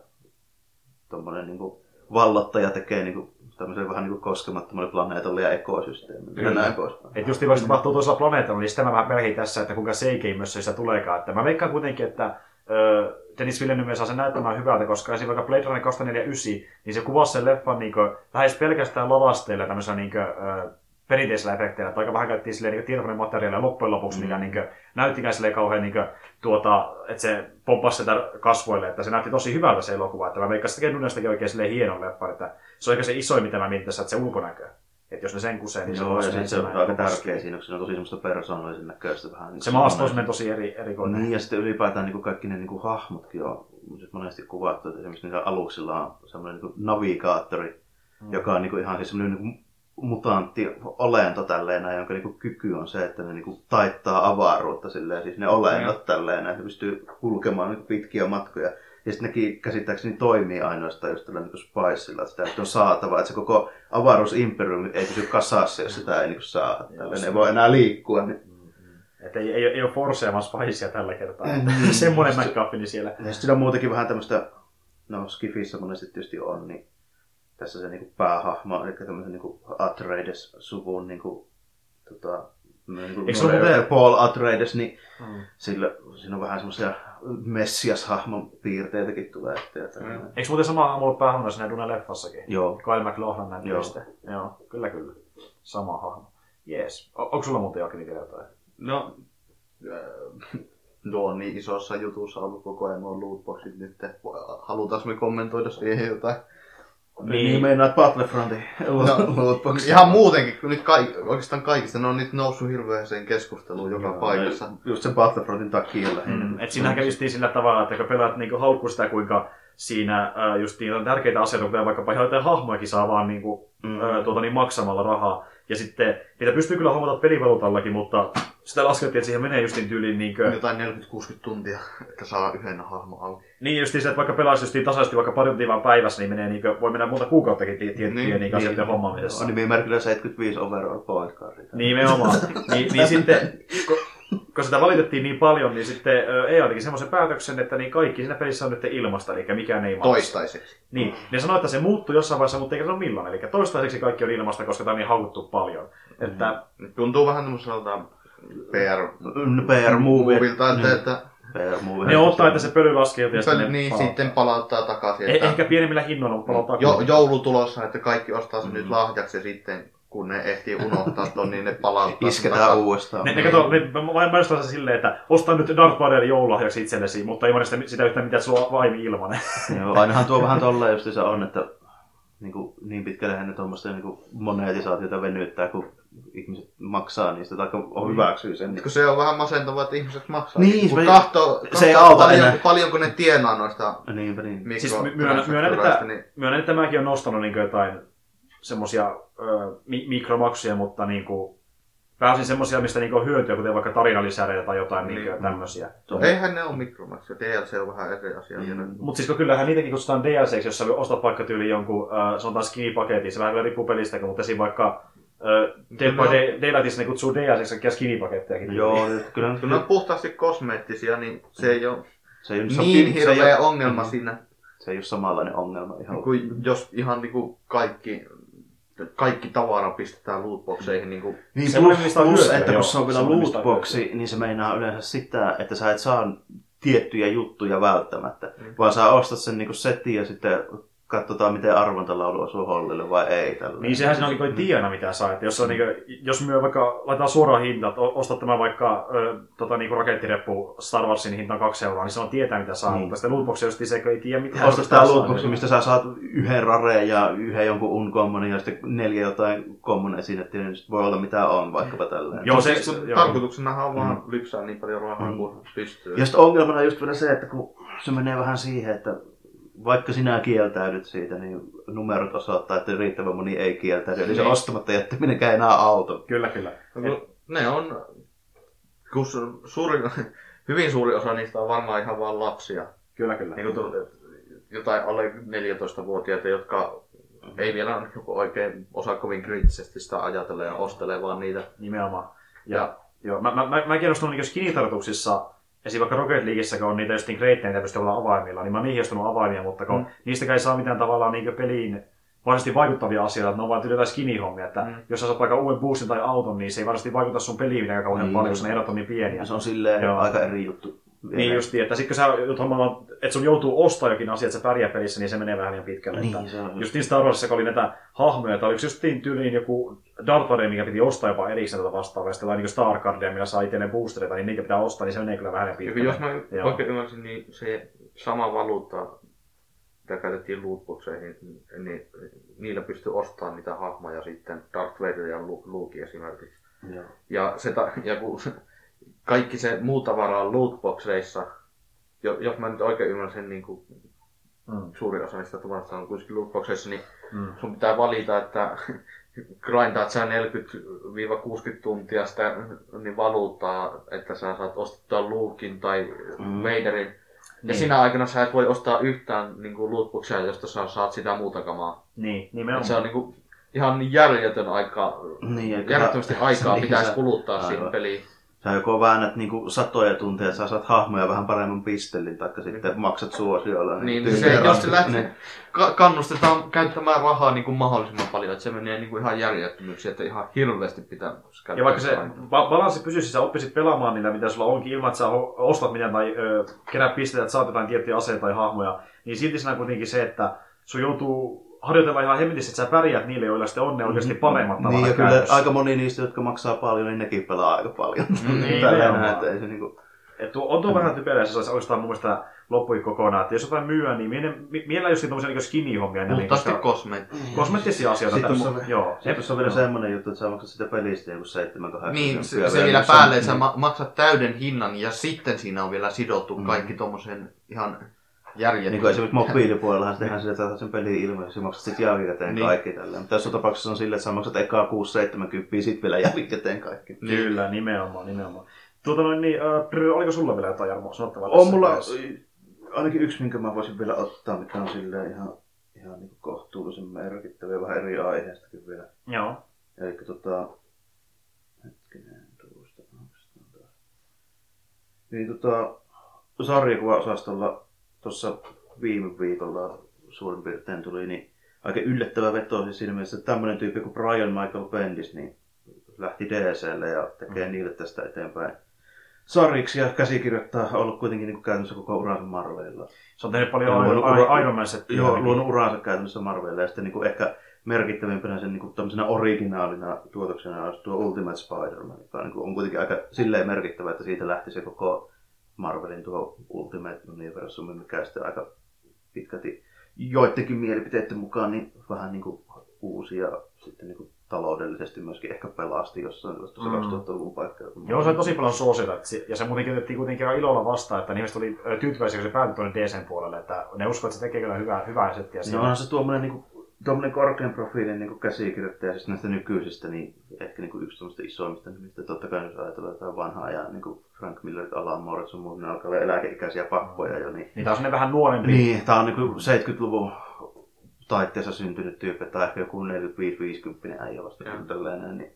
tommonen niin kuin vallottaja tekee niin kuin, tämmöiselle vähän niin kuin koskemattomalle planeetalle ja ekosysteemille ja näin pois. Että just kun se tapahtuu toisella planeetalla, niin sitä mä vähän pelhin tässä, että kuinka seikeimössä sitä tuleekaan. Että mä veikkaan kuitenkin, että Denis Villeneuve saa sen näyttämään hyvältä, koska esimerkiksi vaikka Blade Runner 2049, niin se kuvasi sen leffan niin kuin, lähes pelkästään lavasteilla tämmöisellä niin kuin, perinteisellä efekteillä, että aika vähän käyttiin niin tietokonemateriaalia loppujen lopuksi, mikä niin näyttikään silleen kauhean, niin kuin, että se pomppasi sitä kasvoille, että se näytti tosi hyvältä se elokuva, että mä veikkaan, että Dunestakin oikein silleen hienon leffa, että se on ehkä se isoin, mitä mä mietin tässä, että se ulkonäkö. Että jos ne sen kusee, niin joo, se on aika tärkeä siinä, kun se on tosi semmoista persoonallisen näköistä vähän. Se maasto on tosi erikoinen. Niin, ja sitten ylipäätään niin kaikki ne niin hahmotkin on monesti kuvattu, että esimerkiksi niillä aluksilla on semmoinen niin navigaattori, joka on niin ihan siis semmoinen niin mutantti olento tälleen, jonka niin kyky on se, että ne niin taittaa avaruutta silleen, siis ne olennot tälleen, että pystyy kulkemaan niin pitkiä matkoja. Ja sitten nekin käsittääkseni toimii ainoastaan just tällä niin Spicella, että sitä on saatava, että se koko avaruusimperiumi ei pysy kasassa, jos sitä ei niin saa. Ne ei voi enää liikkua. Niin. Että ei ole forseamaan Spicea tällä kertaa. Semmoinen McGuffin siellä. Ja sitten on muutenkin vähän tämmöistä, no Skifissä monesti tietysti on, niin tässä se niin päähahmo, eli tämmöisen niin Atreides-suvun niin Paul Atreides, niin siinä on vähän semmoisia Messias-hahmon piirteitäkin tulee. Eikö muuten sama hahmo ollut päähahmona siinä Dune-leffassakin? Joo. Kyle MacLachlan näkyvistä. Joo, kyllä. Sama hahmo. Jees. Onko sulla muuten jokin vielä jotain? No, tuo on niin isossa jutussa ollut koko ajan nuo lootboxit nyt. Halutaanko me kommentoida siihen jotain? Niin meinaat Battlefrontin lootboxit. Ihan muutenkin, kun nyt oikeastaan kaikista ne on nyt noussut hirveäseen keskusteluun joka paikassa. Just sen Battlefrontin takia lähinnä. Siinähän kävistiin sillä tavalla, että kun pelaat niin haukkuu sitä, kuinka siinä justiin on tärkeitä asioita, kuten vaikkapa ihan jotain hahmojakin saa vaan niin maksamalla rahaa. Ja sitten niitä pystyy kyllä hommata pelivaluutallakin, mutta sitä laskettiin, että siihen menee justiin tyyliin jotain 40-60 tuntia, että saa yhden hahmon auki. Niin justiin se, että vaikka pelaisi justiin tasaisesti vaikka pari tuntia vaan päivässä, niin menee voi mennä monta kuukauttakin tiettyjen asioiden hommaamisessa. On nimimerkillä 75 overall point card. Nimenomaan. niin sitten, kun sitä valitettiin niin paljon, niin sitten EA teki semmoisen päätöksen, että niin kaikki siinä pelissä on nyt ilmasta, eli mikään ei maksa. Toistaiseksi. Niin, ne sanoi, että se muuttui jossain vaiheessa, mutta eikä se ole milloin. Eli toistaiseksi kaikki on ilmasta, koska tämä on niin haukuttu paljon. Että tuntuu vähän tämmöiseltä PR-movilta, PR-movie. että Ne ottaa, että se pöly laskee ja sitten niin, sitten palauttaa takaisin. Että ehkä pienemmillä hinnoilla, mutta palauttaa joulutulossa, että kaikki ostaa sen nyt lahjaksi ja sitten kun ne ehtii unohtaa ton, niin ne palauttaa. Isketään uudestaan. Ne mainostaa se silleen, että ostaa nyt Darth Vaderin joululahjaksi itsellesi, mutta ei mainita sitä yhtään mitään, että sulla on vaimi ilmanen. Joo, ainahan tuo vähän tolleen just se on, että niin pitkällehän ne tuommoista monetisaatiota venyttää, kun ihmiset maksaa niistä tai hyväksyy sen. Kun se on vähän masentavaa, että ihmiset maksaa. Niin, kun kahtoo se ei auta paljonko ne tienaa noista myönnän, että mäkin olen nostanut niin jotain semmosia mikromaksuja, mutta niinku pääsin semmosia, mistä niinku on hyötyä, kuten vaikka tarinalisäreitä tai jotain niin. Tämmösiä. Eihän ne ole mikromaksuja, DLC on vähän eri asia. Mutta siis kyllähän niitäkin kutsutaan DLC:ksi, jos sä ostat vaikka tyyliin jonkun, sanotaan skinny-paketin, se vähän kyllä riippuu pelistäkin, mutta esim. vaikka Dead by Daylightissa ne kutsuu DLC:ksi kaikkia skinny-pakettejakin. Joo, kyllä ne on puhtaasti kosmeettisia, niin se ei ole niin hirveä ongelma siinä. Se ei ole samanlainen ongelma ihan. Jos ihan niinku kaikki tavara pistetään lootboxeihin. Niin plus, että kun se on vielä lootboxi, niin se meinaa yleensä sitä, että sä et saa tiettyjä juttuja välttämättä. Vaan sä ostat sen niin setin ja sitten katsotaan, miten arvontalaulu osuu hollille vai ei. Tällainen. Niin sehän siinä on niin tiena, mitä saa. Että jos myö vaikka laitetaan suoraan hinta, että ostat tämän vaikka rakettireppu Star Warsin hinta 2 €, niin se on tietää, mitä saa. Mutta sitten lootboxia just se, ei tiedä mitään. Ostat tämä lootboxi, mistä sä saat yhden rareen ja yhden jonkun uncommonin ja sitten 4 jotain common esinettä, niin voi olla mitä on vaikkapa tällainen. Joo, tarkoituksenahan on vaan lypsää niin paljon rahaa kuin pystyy. Ja sitten ongelmana on just vielä se, että kun se menee vähän siihen, että vaikka sinä kieltäydyt siitä, niin numerot osoittaa, että riittävän moni ei kieltäydy. Eli se ostamatta jättäminenkään enää auto. Kyllä. Ne on, hyvin suuri osa niistä on varmaan ihan vaan lapsia. Kyllä. Niin jotain alle 14-vuotiaita, jotka ei vielä oikein osaa kovin kriittisesti sitä ajatella ja ostelee vaan niitä. Nimenomaan. Mäkin olen ostunut skinitartuksissa. Esim. Vaikka Rocket Leagueissäkin on niitä justiin kreittejä, mitä pystyy olla avaimilla, niin mä oon niihin ostunut avaimia, mutta kun niistäkään ei saa mitään tavallaan niin peliin varsinaisesti vaikuttavia asioita, että ne on vaan jotain skinny-hommia, että jos sä saat vaikka uuden boostin tai auton, niin se ei varsinaisesti vaikuta sun peliin mitään kauhean paljon, koska ne erot on niin pieniä. Se on silleen aika eri juttu. Niin justiin, että sit kun sä että sun joutuu ostaa jokin asia, että sä pärjää pelissä, niin se menee vähän liian pitkälle. Niin, justiin Star Warsissa, kun oli näitä hahmoja, että oliko justiin tyyliin joku Darth Vader, mikä piti ostaa jopa erikseen tätä vastaavaa, ja sitten niin Star Cardia, millä saa itselleen boostereita, niin niitä pitää ostaa, niin se menee kyllä vähän liian pitkälle. Jos mä oikein ymmärsin, niin se sama valuutta, mitä käytettiin lootboxeihin, niin niillä pystyy ostamaan niitä hahmoja sitten, Darth Vader ja Luke esimerkiksi. Ja kun kaikki se muu tavara on lootboxeissa, jos mä nyt oikein ymmärsin, niin kuin suuri osa niistä tavarasta on kuitenkin lootboxeissa, niin sun pitää valita, että grindaat sä 40-60 tuntia sitä niin valuuttaa, että sä saat ostettua Luken tai Vaderin. Ja sinä aikana sä et voi ostaa yhtään niin kuin lootboxia, josta sä saat sitä muuta kamaa. Niin, nimenomaan. Se on niin kuin ihan niin järjetön aika, järjettömästi aikaa pitäisi kuluttaa siihen peliin. Sä joko väännät niinku satoja tunteja, että sä saat hahmoja vähän paremman pistellin, taikka sitten maksat suosiolla. Niin se jos se lähtee, kannustetaan käyttämään rahaa niin kuin mahdollisimman paljon, että se menee niin kuin ihan järjettömyyksiin, että ihan hirveästi pitää käyttää. Ja vaikka se balanssi pysyisi, sä oppisit pelaamaan niillä, mitä sulla onkin, ilman että sä ostat mitään tai kerää pisteitä, että saat jotain tiettyjä aseita tai hahmoja, niin silti siinä on kuitenkin se, että sun joutuu harjoitella ihan hemmetissä, että sä pärjäät niille, joilla sitten on ne oikeasti paremmat tavalla niin, ja kyllä aika moni niistä, jotka maksaa paljon, niin nekin pelaa aika paljon. On tuo vähän typerä, se saisi oikeastaan mun mielestä loppuikin kokonaan. Että jos jotain myyä, niin mielellä just tommosia niin skinny-hommia. Puhtaasti kosmeettisia asioita. Sitten on vielä semmoinen juttu, että sä maksat sitä pelistä joku 7-8. Niin, se vielä päälle, että sä maksat täyden hinnan ja sitten siinä on vielä sidottu kaikki tommosen ihan järjettömyyksiä. Niin kuin esimerkiksi mobiilipuolellahan tehdään sille, että sen pelin ilmeisesti ja maksat sitten jälkikäteen kaikki tälleen. Mutta tässä tapauksessa on silleen, että sä maksat ekaa 6-70, sitten vielä jälkikäteen kaikki. Kyllä, nimenomaan. Oliko sulla vielä jotain, Jarmo, sanottavaa? On mulla ainakin yksi, minkä mä voisin vielä ottaa, mikä on silleen ihan niin kohtuullisen merkittävä ja vähän eri aiheestakin vielä. Joo. Eli sarjakuva-osastolla tuossa viime viikolla suurin piirtein tuli niin aika yllättävä veto siis siinä mielessä, että tämmöinen tyyppi kuin Brian Michael Bendis niin lähti DC:lle ja tekee niille tästä eteenpäin sarjiksi ja käsikirjoittaa ollut kuitenkin niin käytännössä koko uransa Marvelilla. Se on tehnyt paljon Iron Man-settiä. Joo, luonut uransa käytännössä Marvelilla ja sitten niin ehkä merkittävimpänä sen niin tämmöisenä originaalina tuotoksena olisi tuo Ultimate Spider-Man, joka on kuitenkin aika silleen merkittävä, että siitä lähti se koko Marvelin tuo Ultimate Universum, mikä sitten aika pitkälti joidenkin mielipiteiden mukaan niin vähän niin kuin uusi ja sitten niin kuin taloudellisesti myöskin ehkä pelasti jossain 2000-luvun paikkaa. Joo, se on tosi paljon suosiota, ja se muutenkin otettiin kuitenkin ilolla vastaan, että ihmiset oli tyytyväisiä, kun se päätyi tuonne DC:n puolelle, että ne uskovat, että se tekee kyllä hyvää settiä. No onhan se tuommoinen korkean profiilin niin käsikirjoittaja siis näistä nykyisistä, niin ehkä niin yksi tämmöistä isoimmista nimistä. Totta kai jos ajatellaan jotain vanhaa ja niin Frank Millerit, Alan Moore, sun muut, ne alkaa olla eläkeikäisiä pappoja jo. Niin tää on sellainen vähän nuorempi. Niin, tää on niin 70-luvun taitteessa syntynyt tyyppi, tai ehkä joku 45-50 äijä vasta tällainen. Niin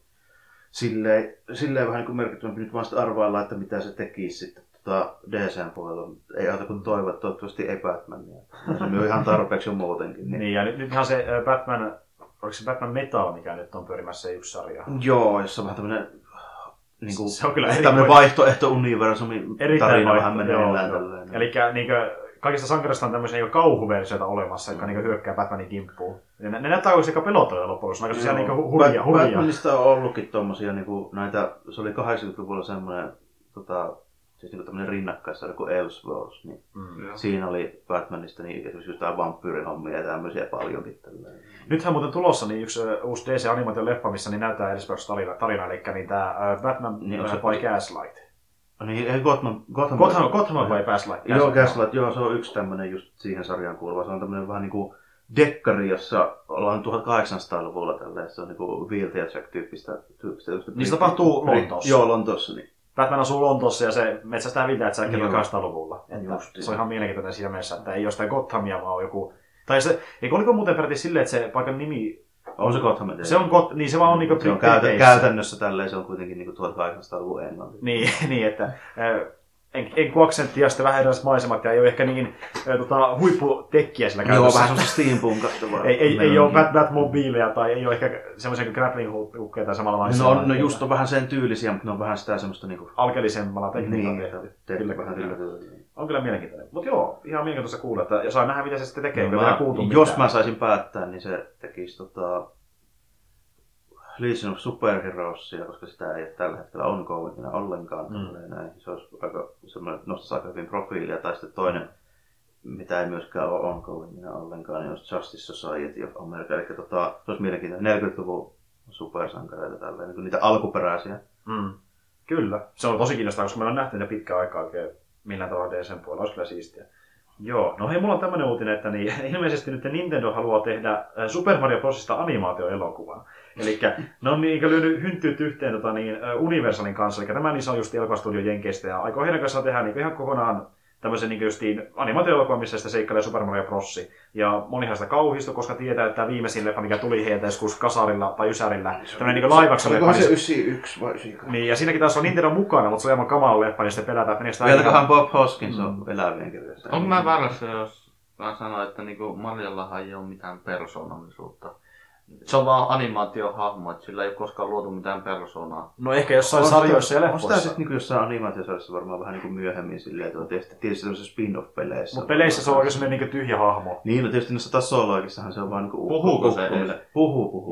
silleen vähän niin merkittävämpi nyt vasta arvailla, että mitä se tekisi sitten DC:n puolella. Ei auta kun toivoa, toivottavasti ei Batmania. Se on ihan tarpeeksi jo muutenkin. Niin, ja nythän se Batman, oliko se Batman Metal, mikä nyt on pyörimässä yksi sarja? Joo, jossa on vähän tämmönen niinku, se on kyllä tämmönen vaihtoehto-universumi tarina vähän meneillään tälleen. Elikkä niinkö kaikista sankarista on tämmöisiä niinku kauhuversioita olemassa, jotka niinku hyökkää Batmanin kimppuun. Ne näyttää oikeasti aika pelottavia loppujen lopuksi. Aika niinku hurjia. Batmanista on ollutkin tommosia niinku näitä, se oli 80-luvulla semmoinen siis niinku tämmönen rinnakkaissarja kuin Elseworlds, niin siinä oli Batmanista niin esimerkiksi jotain vampyyrihommia ja tämmöisiä paljonkin tälleen. Nythän muuten tulossa niin yksi uusi DC-animaatio-leffa, missä niin näyttää Elseworlds-tarina, eli niin tää Batman by Gaslight. Niin, ei Gotham by Gaslight. Joo, Gaslight, joo, se on yksi tämmönen just siihen sarjaan kuuluva. Se on tämmönen vähän niinku dekkari, jossa ollaan 1800-luvulla tälleen. Se on niinku Wheel Jack-tyyppistä. Niin se tapahtuu Lontoossa. Joo, Lontoossa. Niin. Batman asuu Lontoossa ja se metsästää Wheel Jackia 1800-luvulla. Se on ihan mielenkiintoinen siinä mielessä, että ei jostain Gothamia, vaan joku. Tai se, oliko muuten periaatteessa silleen, että se paikan nimi on se Gotham. Se on niin se vaan on niinku se on käytännössä tälleen, se on kuitenkin niinku 1800-luvun Englanti. Niin että enku-aksentti ja sitten vähän erilaiset maisemat ja ei ole ehkä niin huipputekkiä sillä käytössä. Joo, vähän semmoista steampunkattua. ei ole Batmobileja tai ei ole ehkä semmoisia kuin grappling-hukkeja tai samanlaisia. No just on vähän sen tyylisiä, mutta ne on vähän sitä semmoista niinku alkeellisemmalla tekniikalla tehty. On kyllä mielenkiintoinen. Mutta joo, ihan mielenkiintoista kuulla, että ja saa nähdä mitä se sitten tekee, kun vielä kuultu mitään. Jos mä saisin päättää, niin se tekisi Legion of Superheroesia, koska sitä ei ole tällä hetkellä ongoingina ollenkaan. Se olisi aika semmoinen, nostaisi aika hyvin profiilia. Tai sitten toinen, mitä ei myöskään ole ongoingina ollenkaan, niin olisi Justice Society of America. Eli se olisi mielenkiintoinen 40-luvun supersankareita tälleen, niin niitä alkuperäisiä. Kyllä, se on tosi kiinnostavaa, koska meillä on nähty niitä pitkään aikaa oikein millään tavalla DC:n puolella. Olisi kyllä siistiä. Joo, no hei, mulla on tämmönen uutinen, että niin, ilmeisesti nyt Nintendo haluaa tehdä Super Mario Brosista animaatioelokuvan. Elikkä ne on niin lyönyt hynttyyt yhteen Universalin kanssa, eli tämä niin on just elokuvastudio Jenkeistä, ja aikoo heidän kanssaan tehdä niin ihan kokonaan tämmöisen niin justiin animaatioelokuvan, missä sitä seikkailee Super Mario Bros. Ja monihan sitä kauhistu, koska tietää, että viimeisin leffa, mikä tuli heiltä joskus kasarilla tai ysärillä, tämmöinen niin laivaksi leffa. Onko se 91 vai 91? Niin, ja siinäkin taas on Nintendo mukana, mutta se on aivan kamala leffa, niin sitten pelätään, että meneekö sitä... Vieläköhän Bob Hoskins on elävien kirjassa. Onko mä väärässä, jos mä sanon, että niinku Mariollahan ei ole mitään persoonallisuutta? Se on vaan animaatiohahmo, että sillä ei ole koskaan luotu mitään persoonaa. No ehkä jossain sarjoissa ja leffoissa. On sitä sitten niin jossain animaatiosarjassa varmaan vähän niin myöhemmin silleen, että on tietysti tämmöisissä spin-off-peleissä. Mutta peleissä se on oikein semmoinen niin tyhjä hahmo. Niin, no tietysti noissa tasoloikissahan se on vaan niin puhuuko se edes? Puhuu.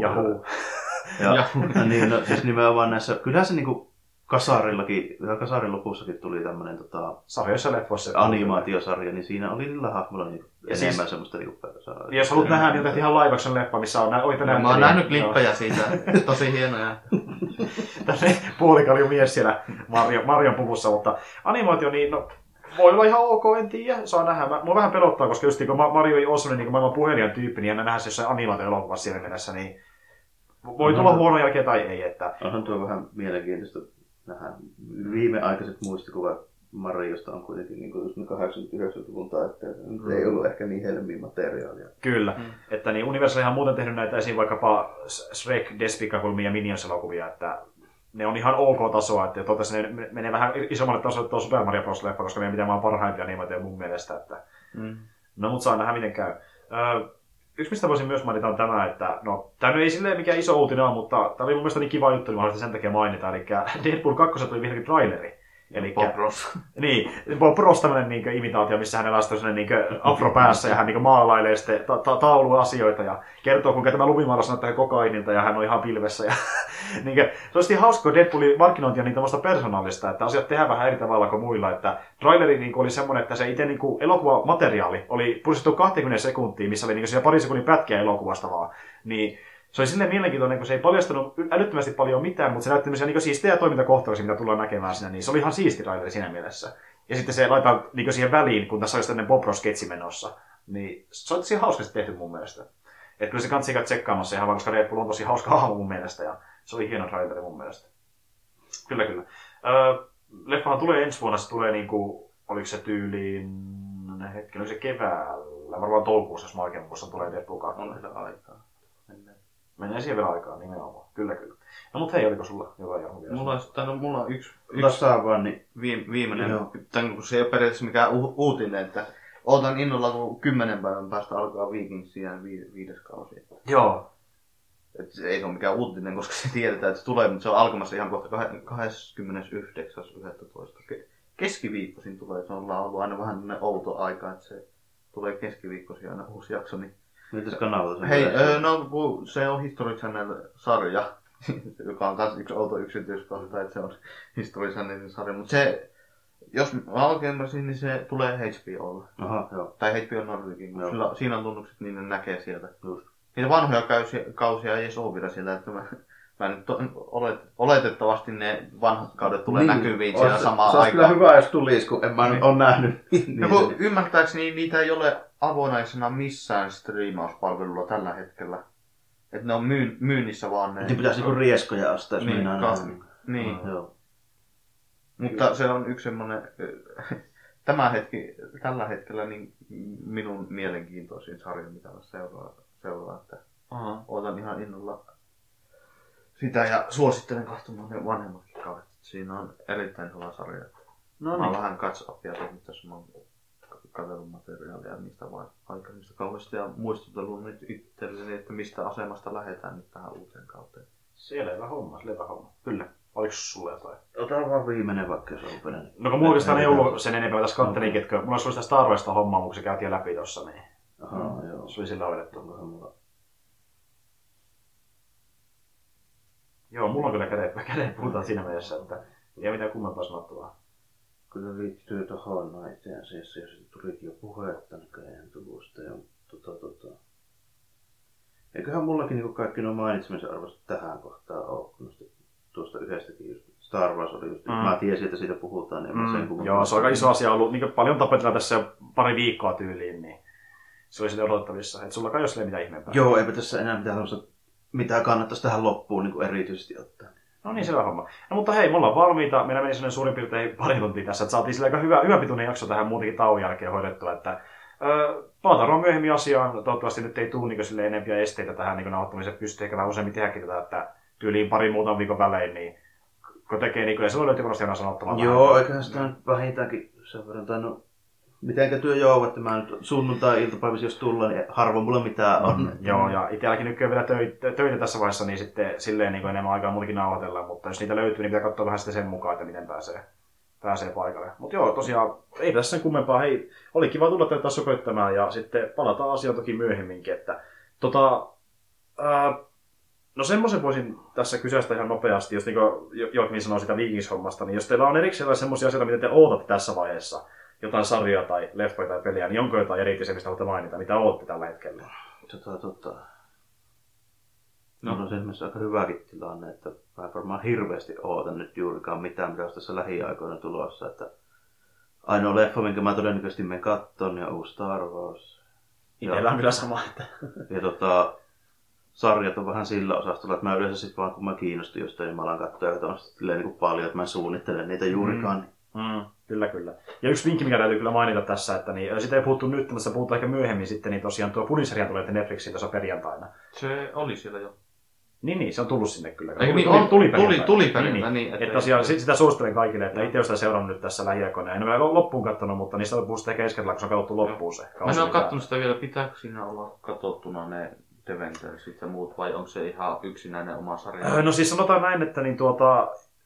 Ja niin, no siis nimenomaan näissä, kyllähän se niinku kasarillakin, kasarin lopussakin tuli tämmönen sarjoissa leffoissa animaatiosarja, niin siinä oli niillä hahmoilla niinku enemmän semmoista niinku persoonaa. Jos haluat nähdä, niin tehtiin ihan laivaksen leffa, missä on oikeita näyttelijä. Mä oon nähnyt klippejä siitä, tosi hienoja. Tällainen puolikalju mies siellä Marion puvussa, mutta animaatio niin voi olla ihan ok, en tiedä, saa nähdä. Mua vähän pelottaa, koska just kun Mario ei ole sellainen niin maailman puhelijan tyyppi, niin en nähdä se jossain animaatio-elokuvassa siellä mennessä, niin voi tulla huono jälkeen tai ei. Että... Onhan tuo vähän mielenkiintoista nähdä. Viimeaikaiset muistikuvat Mariosta on kuitenkin niin kuin 80-90-luvun taitteita. Ei ollut ehkä niin helmiä materiaalia. Kyllä. Että niin Universal on muuten tehnyt näitä esiin vaikkapa Shrek, Despicable Me ja Minions-elokuvia, että ne on ihan ok-tasoa, että toivottavasti ne menee vähän isommalle tasolle tuo Super Mario Bros. -leffa, koska meidän pitää vaan parhaimpia animaatioita mun mielestä. Että... No, mutta saa nähdä miten käy. Yksi, mistä voisin myös mainita, on tämä, että no, tämä ei silleen mikään iso uutinen ole, mutta tämä oli mun mielestä niin kiva juttu, niin mä haluaisin sen takia mainita. Eli Deadpool 2 tuli vihdoinkin traileri. Bob Ross. Niin, Bob Ross tämmöinen niin imitaatio, missä hänellä on sellainen niin afro päässä ja hän niin maalailee sitten tauluasioita ja kertoo, kuinka tämä lumimaailma näyttää kokainilta ja hän on ihan pilvessä. Ja, niin kuin, se olisi hauska, kun Deadpoolin markkinointi on niin tämmöistä persoonallista, että asiat tehdään vähän eri tavalla kuin muilla. Että traileri niin oli semmoinen, että se itse niin elokuvamateriaali oli puristettu 20 sekuntiin, missä oli niin siellä pari sekunnin pätkiä elokuvasta vaan. Niin, se oli silleen mielenkiintoinen, kun se ei paljastanut älyttömästi paljon mitään, mutta se näytti niin siistejä toimintakohtauksia, mitä tullaan näkemään siinä. Niin se oli ihan siisti traileri siinä mielessä. Ja sitten se laitetaan niin siihen väliin, kun tässä olisi tämmöinen Bob Ross-sketsi menossa. Niin se on tosi hauskasti tehty mun mielestä. Että kyllä se kannattaa käydä tsekkaamassa ihan vaan, koska Red Bull on tosi hauska hahmo mun mielestä. Ja se oli hieno traileri mun mielestä. Kyllä. Leffahan tulee ensi vuonna, se tulee niinku, oliko se tyyliin, oliko se keväällä, varmaan toukokuussa, jos mä oikein muistan, tulee Deadpool 2. On vielä aikaa. Menee siihen vielä aikaa, nimenomaan. Kyllä. No mut hei, oliko sulla jotain vielä? Mulla on yksi niin viimeinen, kun se ei ole periaatteessa mikään uutinen, että ootan innolla, kun 10 päivän päästä alkaa Vikingsia 5. kausi. Joo. Et se ei ole mikään uutinen, koska se tiedetään, että se tulee, mutta se on alkamassa ihan kohta 29.11. Keskiviikkoisin tulee, se on ollut aina vähän outo aika, että se tulee keskiviikkoisin aina uusi jakso. Niin... Miltä kanavalta se hei, se on History Channel-sarja, joka on taas yksi outo yksityiskohta, että se on History Channelin sarja, mutta se, jos mä oikein ymmärsin, niin se tulee HBOlle. Aha, joo. Tai HBO Nordikin, kun siinä on tunnukset, niin ne näkee sieltä. Just. Niitä vanhoja kausia ei edes ole vielä siellä, että mä nyt oletettavasti ne vanhat kaudet tulee näkyviin siellä samaan aikaan. Se on kyllä hyvä, jos tulisi, kun en mä nyt ole nähnyt. No, kun ymmärtääkseni niitä ei ole avonaisena missään striimauspalvelulla tällä hetkellä. Että ne on myynnissä vaan ne. Niin pitäisi niinku rieskoja ostaa, jos niin, niin. Joo. Mutta se on yksi semmonen, tällä hetkellä niin minun mielenkiintoisin sarja, mitä mä seuraa, että ootan ihan innolla sitä ja suosittelen katsomaan ne vanhemmatkin kaudet. Siinä on erittäin hyvä sarja. No, mä oon vähän catch-upia tehnyt tässä, mä oon katsellut materiaalia niistä aikaisemmista kaudesta ja muistutellut nyt itselleni, että mistä asemasta lähdetään nyt tähän uuteen kauteen. Selvä homma. Kyllä. Oliko sulla jotain? Ota vaan viimeinen, vaikka se on peräinen. No kun mulla oikeastaan ei ollut sen enempää tässä kattelinkin, että mulla olisi ollut sitä Star Warsista hommaa, kun se käytiin läpi tossa, niin joo. Se oli sillä hoidettu. Joo, mulla on kyllä kädet puhutaan siinä mielessä, että ei mitään kummempaa sanottavaa. Kyllä liittyy tohon itse asiassa, ja sitten tulikin jo puhetta näköjään tulosta. Ja eiköhän mullakin niin kaikki nuo mainitsemisen arvosta tähän kohtaan ole, kun tuosta yhdestäkin just Star Wars oli just, mä tiesin, että siitä puhutaan, niin mä sen kun... Joo, se on aika iso asia ollut, niin paljon tapetella tässä jo pari viikkoa tyyliin, niin se oli sitten odotettavissa, että sulla kai jos ei mitään ihmeempää. Joo, eipä tässä enää mitään kannattaisi tähän loppuun niin erityisesti ottaa. No niin, selvä homma. No mutta hei, me ollaan valmiita. Meillä meni sellainen suurin piirtein pari tuntia tässä, että saatiin sillä aika hyvä pituinen jakso tähän muutenkin tauon jälkeen hoidettua. Että, palataan myöhemmin asiaan. Toivottavasti nyt ei tule niin enempiä esteitä tähän niin nauhoittamiseen. Pystyy ehkä vähän useammin tehdäkin tätä, että tyyliin pari muutaman viikon välein, niin kun tekee niin kyllä se löytyy konosti aina sanottamaan. Joo, eiköhän sitä nyt vähintäänkin sen verran tainnut. Mitenkä työ joo, että mä nyt sunnuntai-iltapäivissä jos tullaan, niin harvoin mulla mitään on. Joo, ja itselläkin nyt vielä töitä tässä vaiheessa, niin sitten silleen niin enemmän aikaa muutenkin nauhoitellaan, mutta jos niitä löytyy, niin pitää katsoa vähän sitten sen mukaan, että miten pääsee paikalle. Mutta joo, tosiaan, ei tässä sen kummempaa. Hei, oli kiva tulla tätä sokoittamaan, ja sitten palataan asiaan toki myöhemminkin, että no semmoisen voisin tässä kysäistä ihan nopeasti, jos niin Joakim sanoi sitä Vikings-hommasta, niin jos teillä on erikseen semmoisia asioita, mitä te ootatte tässä vaiheessa, jotain sarjaa tai leffoja tai peliä, niin onko jotain erityisiä, mistä haluatte mainita, mitä ootte tällä hetkellä? No on esimerkiksi aika hyväkin tilanne, että mä varmaan hirveästi ootan nyt juurikaan mitään, mitä olisi tässä lähiaikoina tulossa. Että ainoa leffa, minkä mä todennäköisesti menen kattoon, niin on uusi Star Wars. Itsellä on kyllä sama. Ja sarjat on vähän sillä osastolla, että mä yleensä sitten vaan kun mä kiinnostun jostain, niin mä alan katsoa jotain niin paljon, että mä suunnittelen niitä juurikaan. Kyllä. Ja yksi vinkki, mikä täytyy kyllä mainita tässä, että niin, sitä ei puhuttu nyt, mutta se puhutaan ehkä myöhemmin sitten, niin tosiaan tuo Punisheria tulee Netflixiin tuossa perjantaina. Se oli siellä jo. Niin, se on tullut sinne kyllä. Tuli perjantaina. Niin, että tosiaan sitä suosittelen kaikille, että itse olen sitä seurannut nyt tässä lähiaikoina. En ole vielä loppuun katsonut, mutta niistä on puhuttu ehkä keskellä, kun se on katsottu loppuun se. Mä en ole katsonut sitä vielä. Pitääkö siinä olla katsottuna ne Deventersit ja muut, vai onko se ihan yksinäinen oma sarja? No siis sanotaan näin, että niin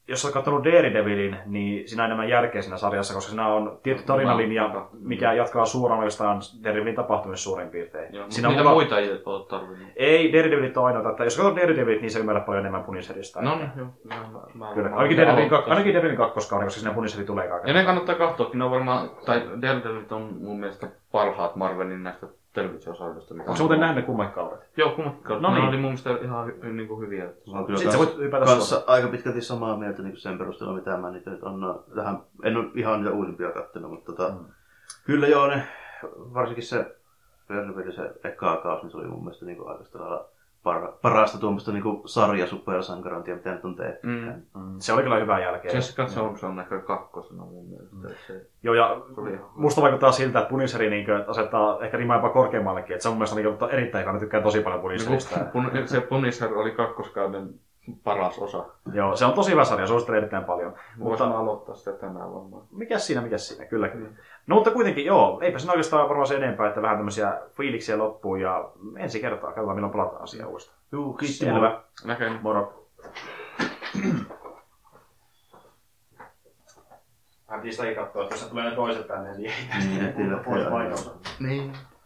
jos olet katsonut Daredevilin, niin siinä on enemmän järkeä siinä sarjassa, koska siinä on tietty tarinalinja, mikä jatkaa suoraan oikeastaan Daredevilin tapahtumissa suurin piirtein. Joo, mutta niitä muita ei ole tarvinnut. Ei, Daredevilit on ainoita, että jos katsot Daredevilit, niin se ymmärrät paljon enemmän Punisherista. No niin, joo. Kyllä, ainakin Daredevilin kakkoskauden, koska siinä Punisheri tulee kaiken. Ja ne kannattaa katsoakin, ne on varmaan, tai Daredevilit on mun mielestä parhaat Marvelin näistä televisio-sarjoista. Onko se muuten nähnyt kummat kaudet? Joo, kummat kaudet. No niin. Ne oli mun mielestä ihan niinku hyviä. Sitten sä voit hypätä kanssa aika pitkälti samaa mieltä niin sen perusteella, mitä mä niitä nyt on tähän, en ole ihan niitä uusimpia kattonut, mutta kyllä joo, ne, varsinkin se Daredevil, se eka kausi, niin se oli mun mielestä niin aika parasta tuommoista niin sarja-supersankarointia, mitä nyt on tehty. Se oli kyllä hyvää jälkeä. Jessica Jones on ehkä kakkosena mun mielestä. Se, joo, ja musta vaikuttaa siltä, että Punisheri niin asettaa ehkä rimaa jopa korkeammallekin. Että se on mun mielestä niin erittäin hyvä, mä tykkään tosi paljon Punisherista. Se Punisher oli kakkoskauden paras osa. Joo, se on tosi hyvä sarja, suosittelen erittäin paljon. Voisin aloittaa sitä tänään varmaan. Mikäs siinä, kyllä. No mutta kuitenkin, joo, eipä siinä oikeastaan varmaan se enempää, että vähän tämmöisiä fiiliksiä loppuun ja ensi kertaa katsotaan milloin palataan asiaa uudestaan. Juu, kiitos. Selvä. Näkeen. Moro. Hän pistäkin katsoa, että jos tulee ne toiset tänne, niin ei pois paikalta. Niin.